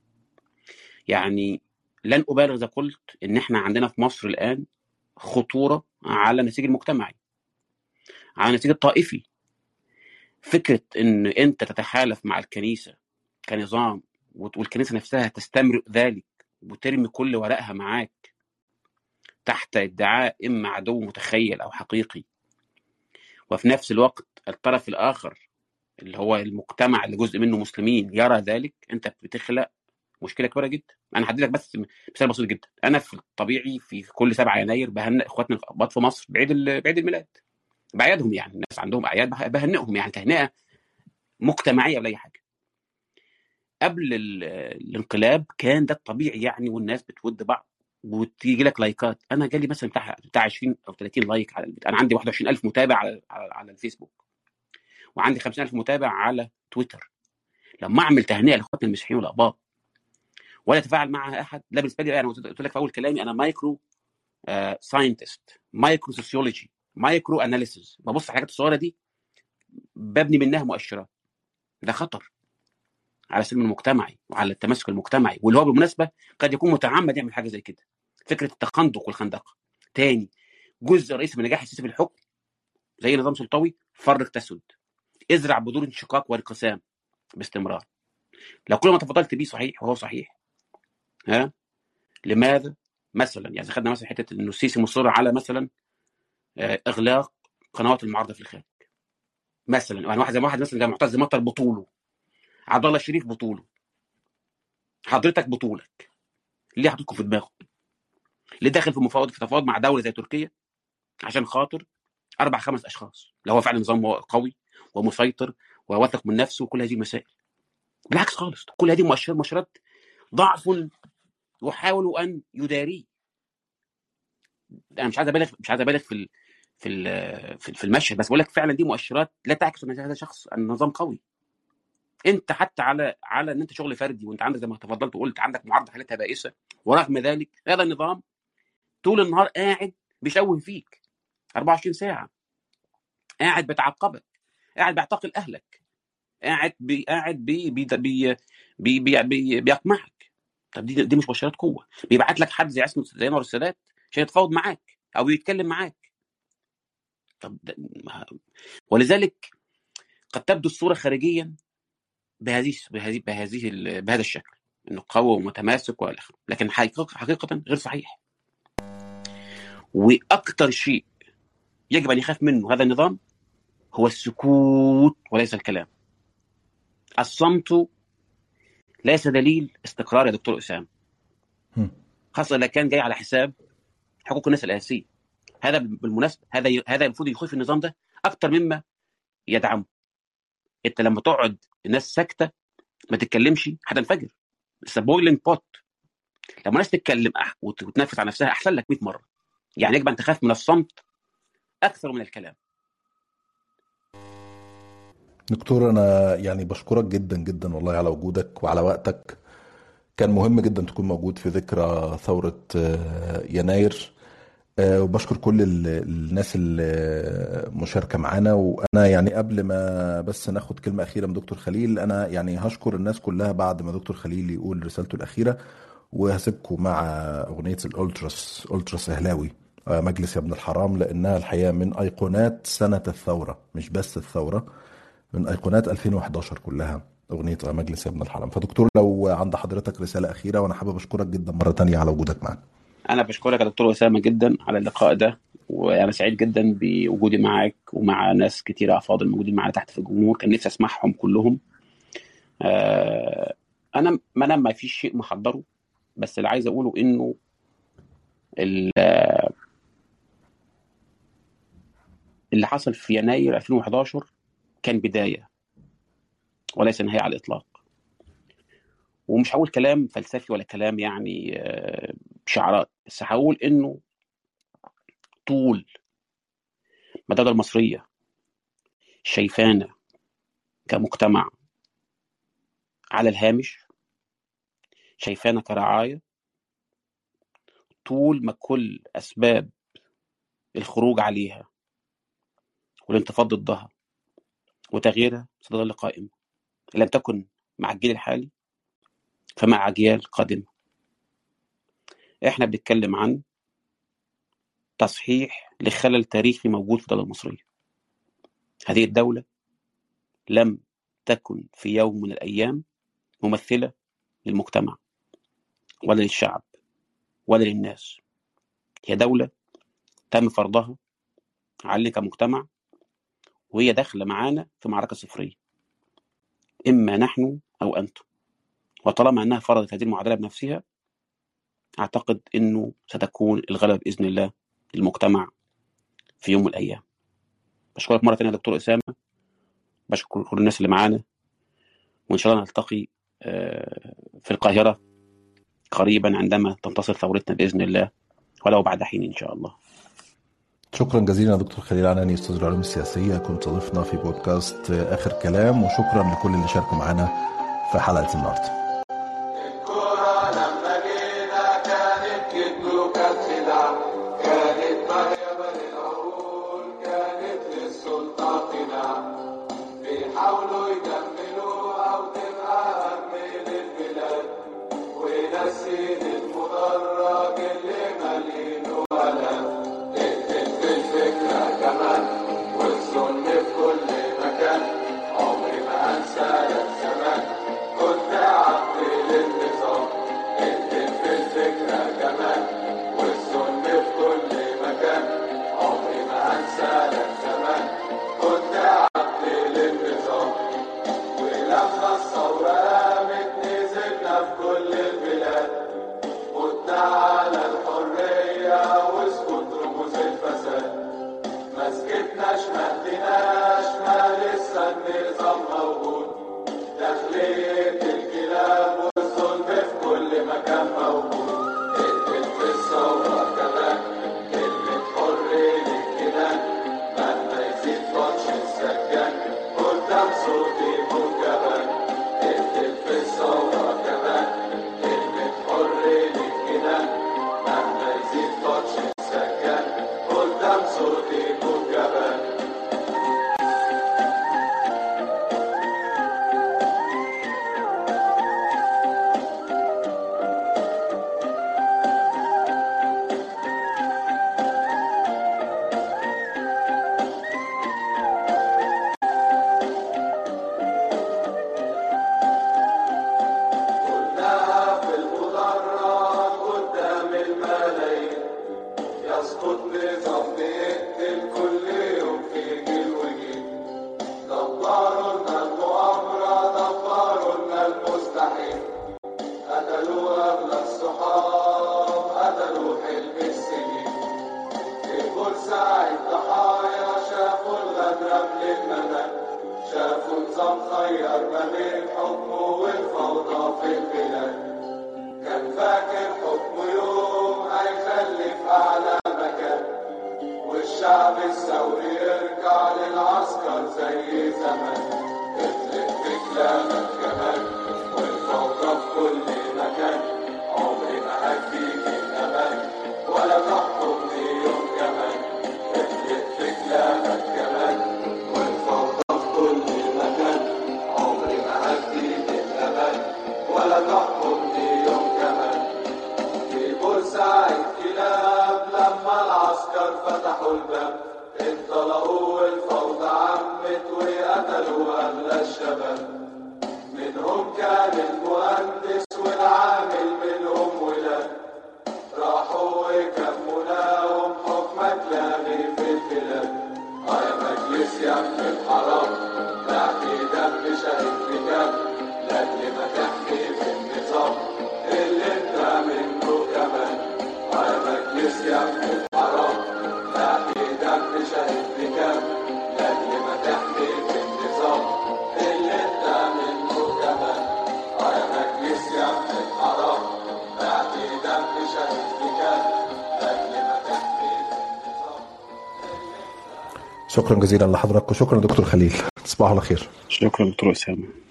يعني لن أبالغ إذا قلت إن إحنا عندنا في مصر الآن خطورة على النسيج المجتمعي، على النسيج الطائفي. فكرة إن أنت تتحالف مع الكنيسة كنظام، والكنيسة نفسها تستمرئ ذلك وترمي كل ورقها معاك تحت ادعاء إما عدو متخيل أو حقيقي، وفي نفس الوقت الطرف الآخر اللي هو المجتمع اللي جزء منه مسلمين يرى ذلك، أنت بتخلق مشكلة كبيرة جدا. أنا هدي لك بس مثال بسيط جدا. أنا في الطبيعي في كل 7 يناير بهنئ إخواتنا الأقباط في مصر بعيد الميلاد، بأعيادهم. يعني الناس عندهم أعياد بهنئهم، يعني تهنئة مجتمعية ولا أي حاجة. قبل الانقلاب كان ده الطبيعي يعني، والناس بتود بعض وتيجي لك لايكات. انا جالي مثلا بتاع 20 او 30 لايك على البيت. انا عندي 21,000 متابع على الفيسبوك، وعندي 50,000 متابع على تويتر. لما اعمل تهنئه لاخواتنا المسيحيين والاقباط ولا يتفاعل معها احد، لا بالنسبه لي. انا قلت لك في اول كلامي، انا مايكرو ساينتست، مايكرو سوسيولوجي، مايكرو اناليسيس. ببص على الحاجات الصغيره دي ببني منها مؤشرات. ده خطر على السلم المجتمعي وعلى التماسك المجتمعي، واللي هو بالمناسبه قد يكون متعمد يعمل حاجه زي كده. فكره التخندق والخندقه. تاني، جزء رئيسي من نجاح السيسي في الحكم زي نظام سلطوي: فرق تسد، ازرع بذور انشقاق وانقسام باستمرار. لو كل ما تفضلت بيه صحيح وهو صحيح، لماذا مثلا، يعني خدنا مثلا حته انه السيسي مصر على مثلا اغلاق قنوات المعارضه في الخارج مثلا، يعني واحد مثلا زي معتز مطر بطوله، عبد الله الشريف بطوله، حضرتك بطولك، ليه حاططكم في دماغه؟ ليه داخل في تفاوض مع دوله زي تركيا عشان خاطر 4-5 اشخاص، لو هو فعلا نظام قوي ومسيطر وواثق من نفسه وكل هذه المسائل؟ بالعكس خالص، كل هذه مؤشرات ضعف يحاول ان يداريه. انا مش عايز ابالغ في المشهد، بس بقول لك فعلا دي مؤشرات لا تعكس ان هذا شخص النظام قوي. انت حتى على ان انت شغل فردي، وانت عندك زي ما تفضلت وقلت عندك معارضه حالتها بائسه، ورغم ذلك هذا النظام طول النهار قاعد بيشوه فيك 24 ساعه، قاعد بيتعقبك، قاعد بيعتقل اهلك، قاعد بيقمعك. طب دي مش مؤشرات قوه؟ بيبعت لك حد زي انور السادات عشان يتفاوض معاك او يتكلم معاك. طب ولذلك قد تبدو الصورة خارجيا بهذا الشكل، انه قوي ومتماسك والى اخره، لكن حقيقة غير صحيح. واكثر شيء يجب ان يخاف منه هذا النظام هو السكوت وليس الكلام. الصمت ليس دليل استقرار يا دكتور أسامة، خاصة إذا كان جاي على حساب حقوق الناس الأساسية. هذا بالمناسبة هذا المفروض يخوف النظام ده أكتر مما يدعمه. أنت لما تقعد الناس ساكتة ما تتكلمش هتنفجر. It's a boiling pot. لما الناس تتكلم وتنفس على نفسها أحسن لك 100 مرة. يعني يجب أن تخاف من الصمت أكثر من الكلام. دكتور أنا يعني بشكرك جدا جدا والله على وجودك وعلى وقتك. كان مهم جدا تكون موجود في ذكرى ثورة يناير، وبشكر كل الناس اللي مشاركة معانا. وأنا يعني قبل ما بس ناخد كلمة أخيرة من دكتور خليل، أنا يعني هشكر الناس كلها بعد ما دكتور خليل يقول رسالته الأخيرة، وهسيبكم مع أغنية الألتراس أهلاوي مجلس يا ابن الحرام، لأنها الحقيقة من أيقونات سنة الثورة، مش بس الثورة، من أيقونات 2011 كلها أغنية مجلس يا ابن الحرام. فدكتور لو عند حضرتك رسالة أخيرة، وأنا حابب أشكرك جدا مرة تانية على وجودك معنا. أنا بشكرك يا دكتور أسامة جدا على اللقاء ده، وأنا سعيد جدا بوجودي معك ومع ناس كتيرة أفاضل موجودين معنا تحت في الجمهور. كان نفسي أسمعهم كلهم. أنا ما فيش شيء محضره، بس اللي عايز أقوله إنه اللي حصل في يناير 2011 كان بداية وليس نهاية على الإطلاق. ومش هقول كلام فلسفي ولا كلام يعني شعارات، بس هقول إنه طول ما الدولة المصرية شايفانا كمجتمع على الهامش، شايفانا كرعاية، طول ما كل أسباب الخروج عليها والانتفاض ضدها وتغييرها ستظل قائمة. لم تكن مع الجيل الحالي فمع أجيال قادمة. إحنا بنتكلم عن تصحيح لخلل تاريخي موجود في الدولة المصرية. هذه الدولة لم تكن في يوم من الأيام ممثلة للمجتمع ولا للشعب ولا للناس. هي دولة تم فرضها علينا كمجتمع، وهي داخلة معانا في معركة صفرية، إما نحن أو أنتم. وطالما أنها فرضت هذه المعادلة بنفسها، أعتقد أنه ستكون الغلبة بإذن الله للمجتمع في يوم من الأيام. بشكرك مرة ثانية يا دكتور أسامة، بشكر كل الناس اللي معانا، وإن شاء الله نلتقي في القاهرة قريبا عندما تنتصر ثورتنا بإذن الله، ولو بعد حين إن شاء الله. شكرا جزيلا دكتور خليل عناني، أستاذ العلوم السياسية، كنت ضيفنا في بودكاست آخر كلام. وشكرا لكل اللي شاركوا معنا في حلقة النهاردة. خير ما بين حكمه والفوضى في البلاد. كان فاكر حكمه يوم هيخلي في أعلى مكان، والشعب الثوري يرجع للعسكر زي زمان. افلت في كلامك كمان والفوضى في كل مكان، عمري ما هديك الأمان ولا تحكمني يوم كمان. افلت في كلامك كمان والفوضى في كل مكان، عمري ما هديك الأمان ولا تحكمني يوم كمان. في بورسعيد كلاب لما العسكر فتحوا الباب، انطلقوا والفوضى عمت وقتلوا أغلى الشباب. منهم كان المهندس والعامل منهم ولاد، راحوا وكموناهم حكمك لاغي في البلاد. يا مجلس يا ابن الحرام تحكي دم شهيد بكام، لاجل ما تحكي في النظام اللي انت منه كمان. يا مجلس يا ابن الحرام تحكي دم شهيد بكام، لاجل ما تحكي في النظام اللي انت منه كمان. يا مجلس يا ابن الحرام تحكي دم شهيد بكام، لاجل ما تحكي في النظام. شكرا جزيلا لحضرتك وشكرا دكتور خليل. تصبحوا على خير. شكرا دكتور أسامة.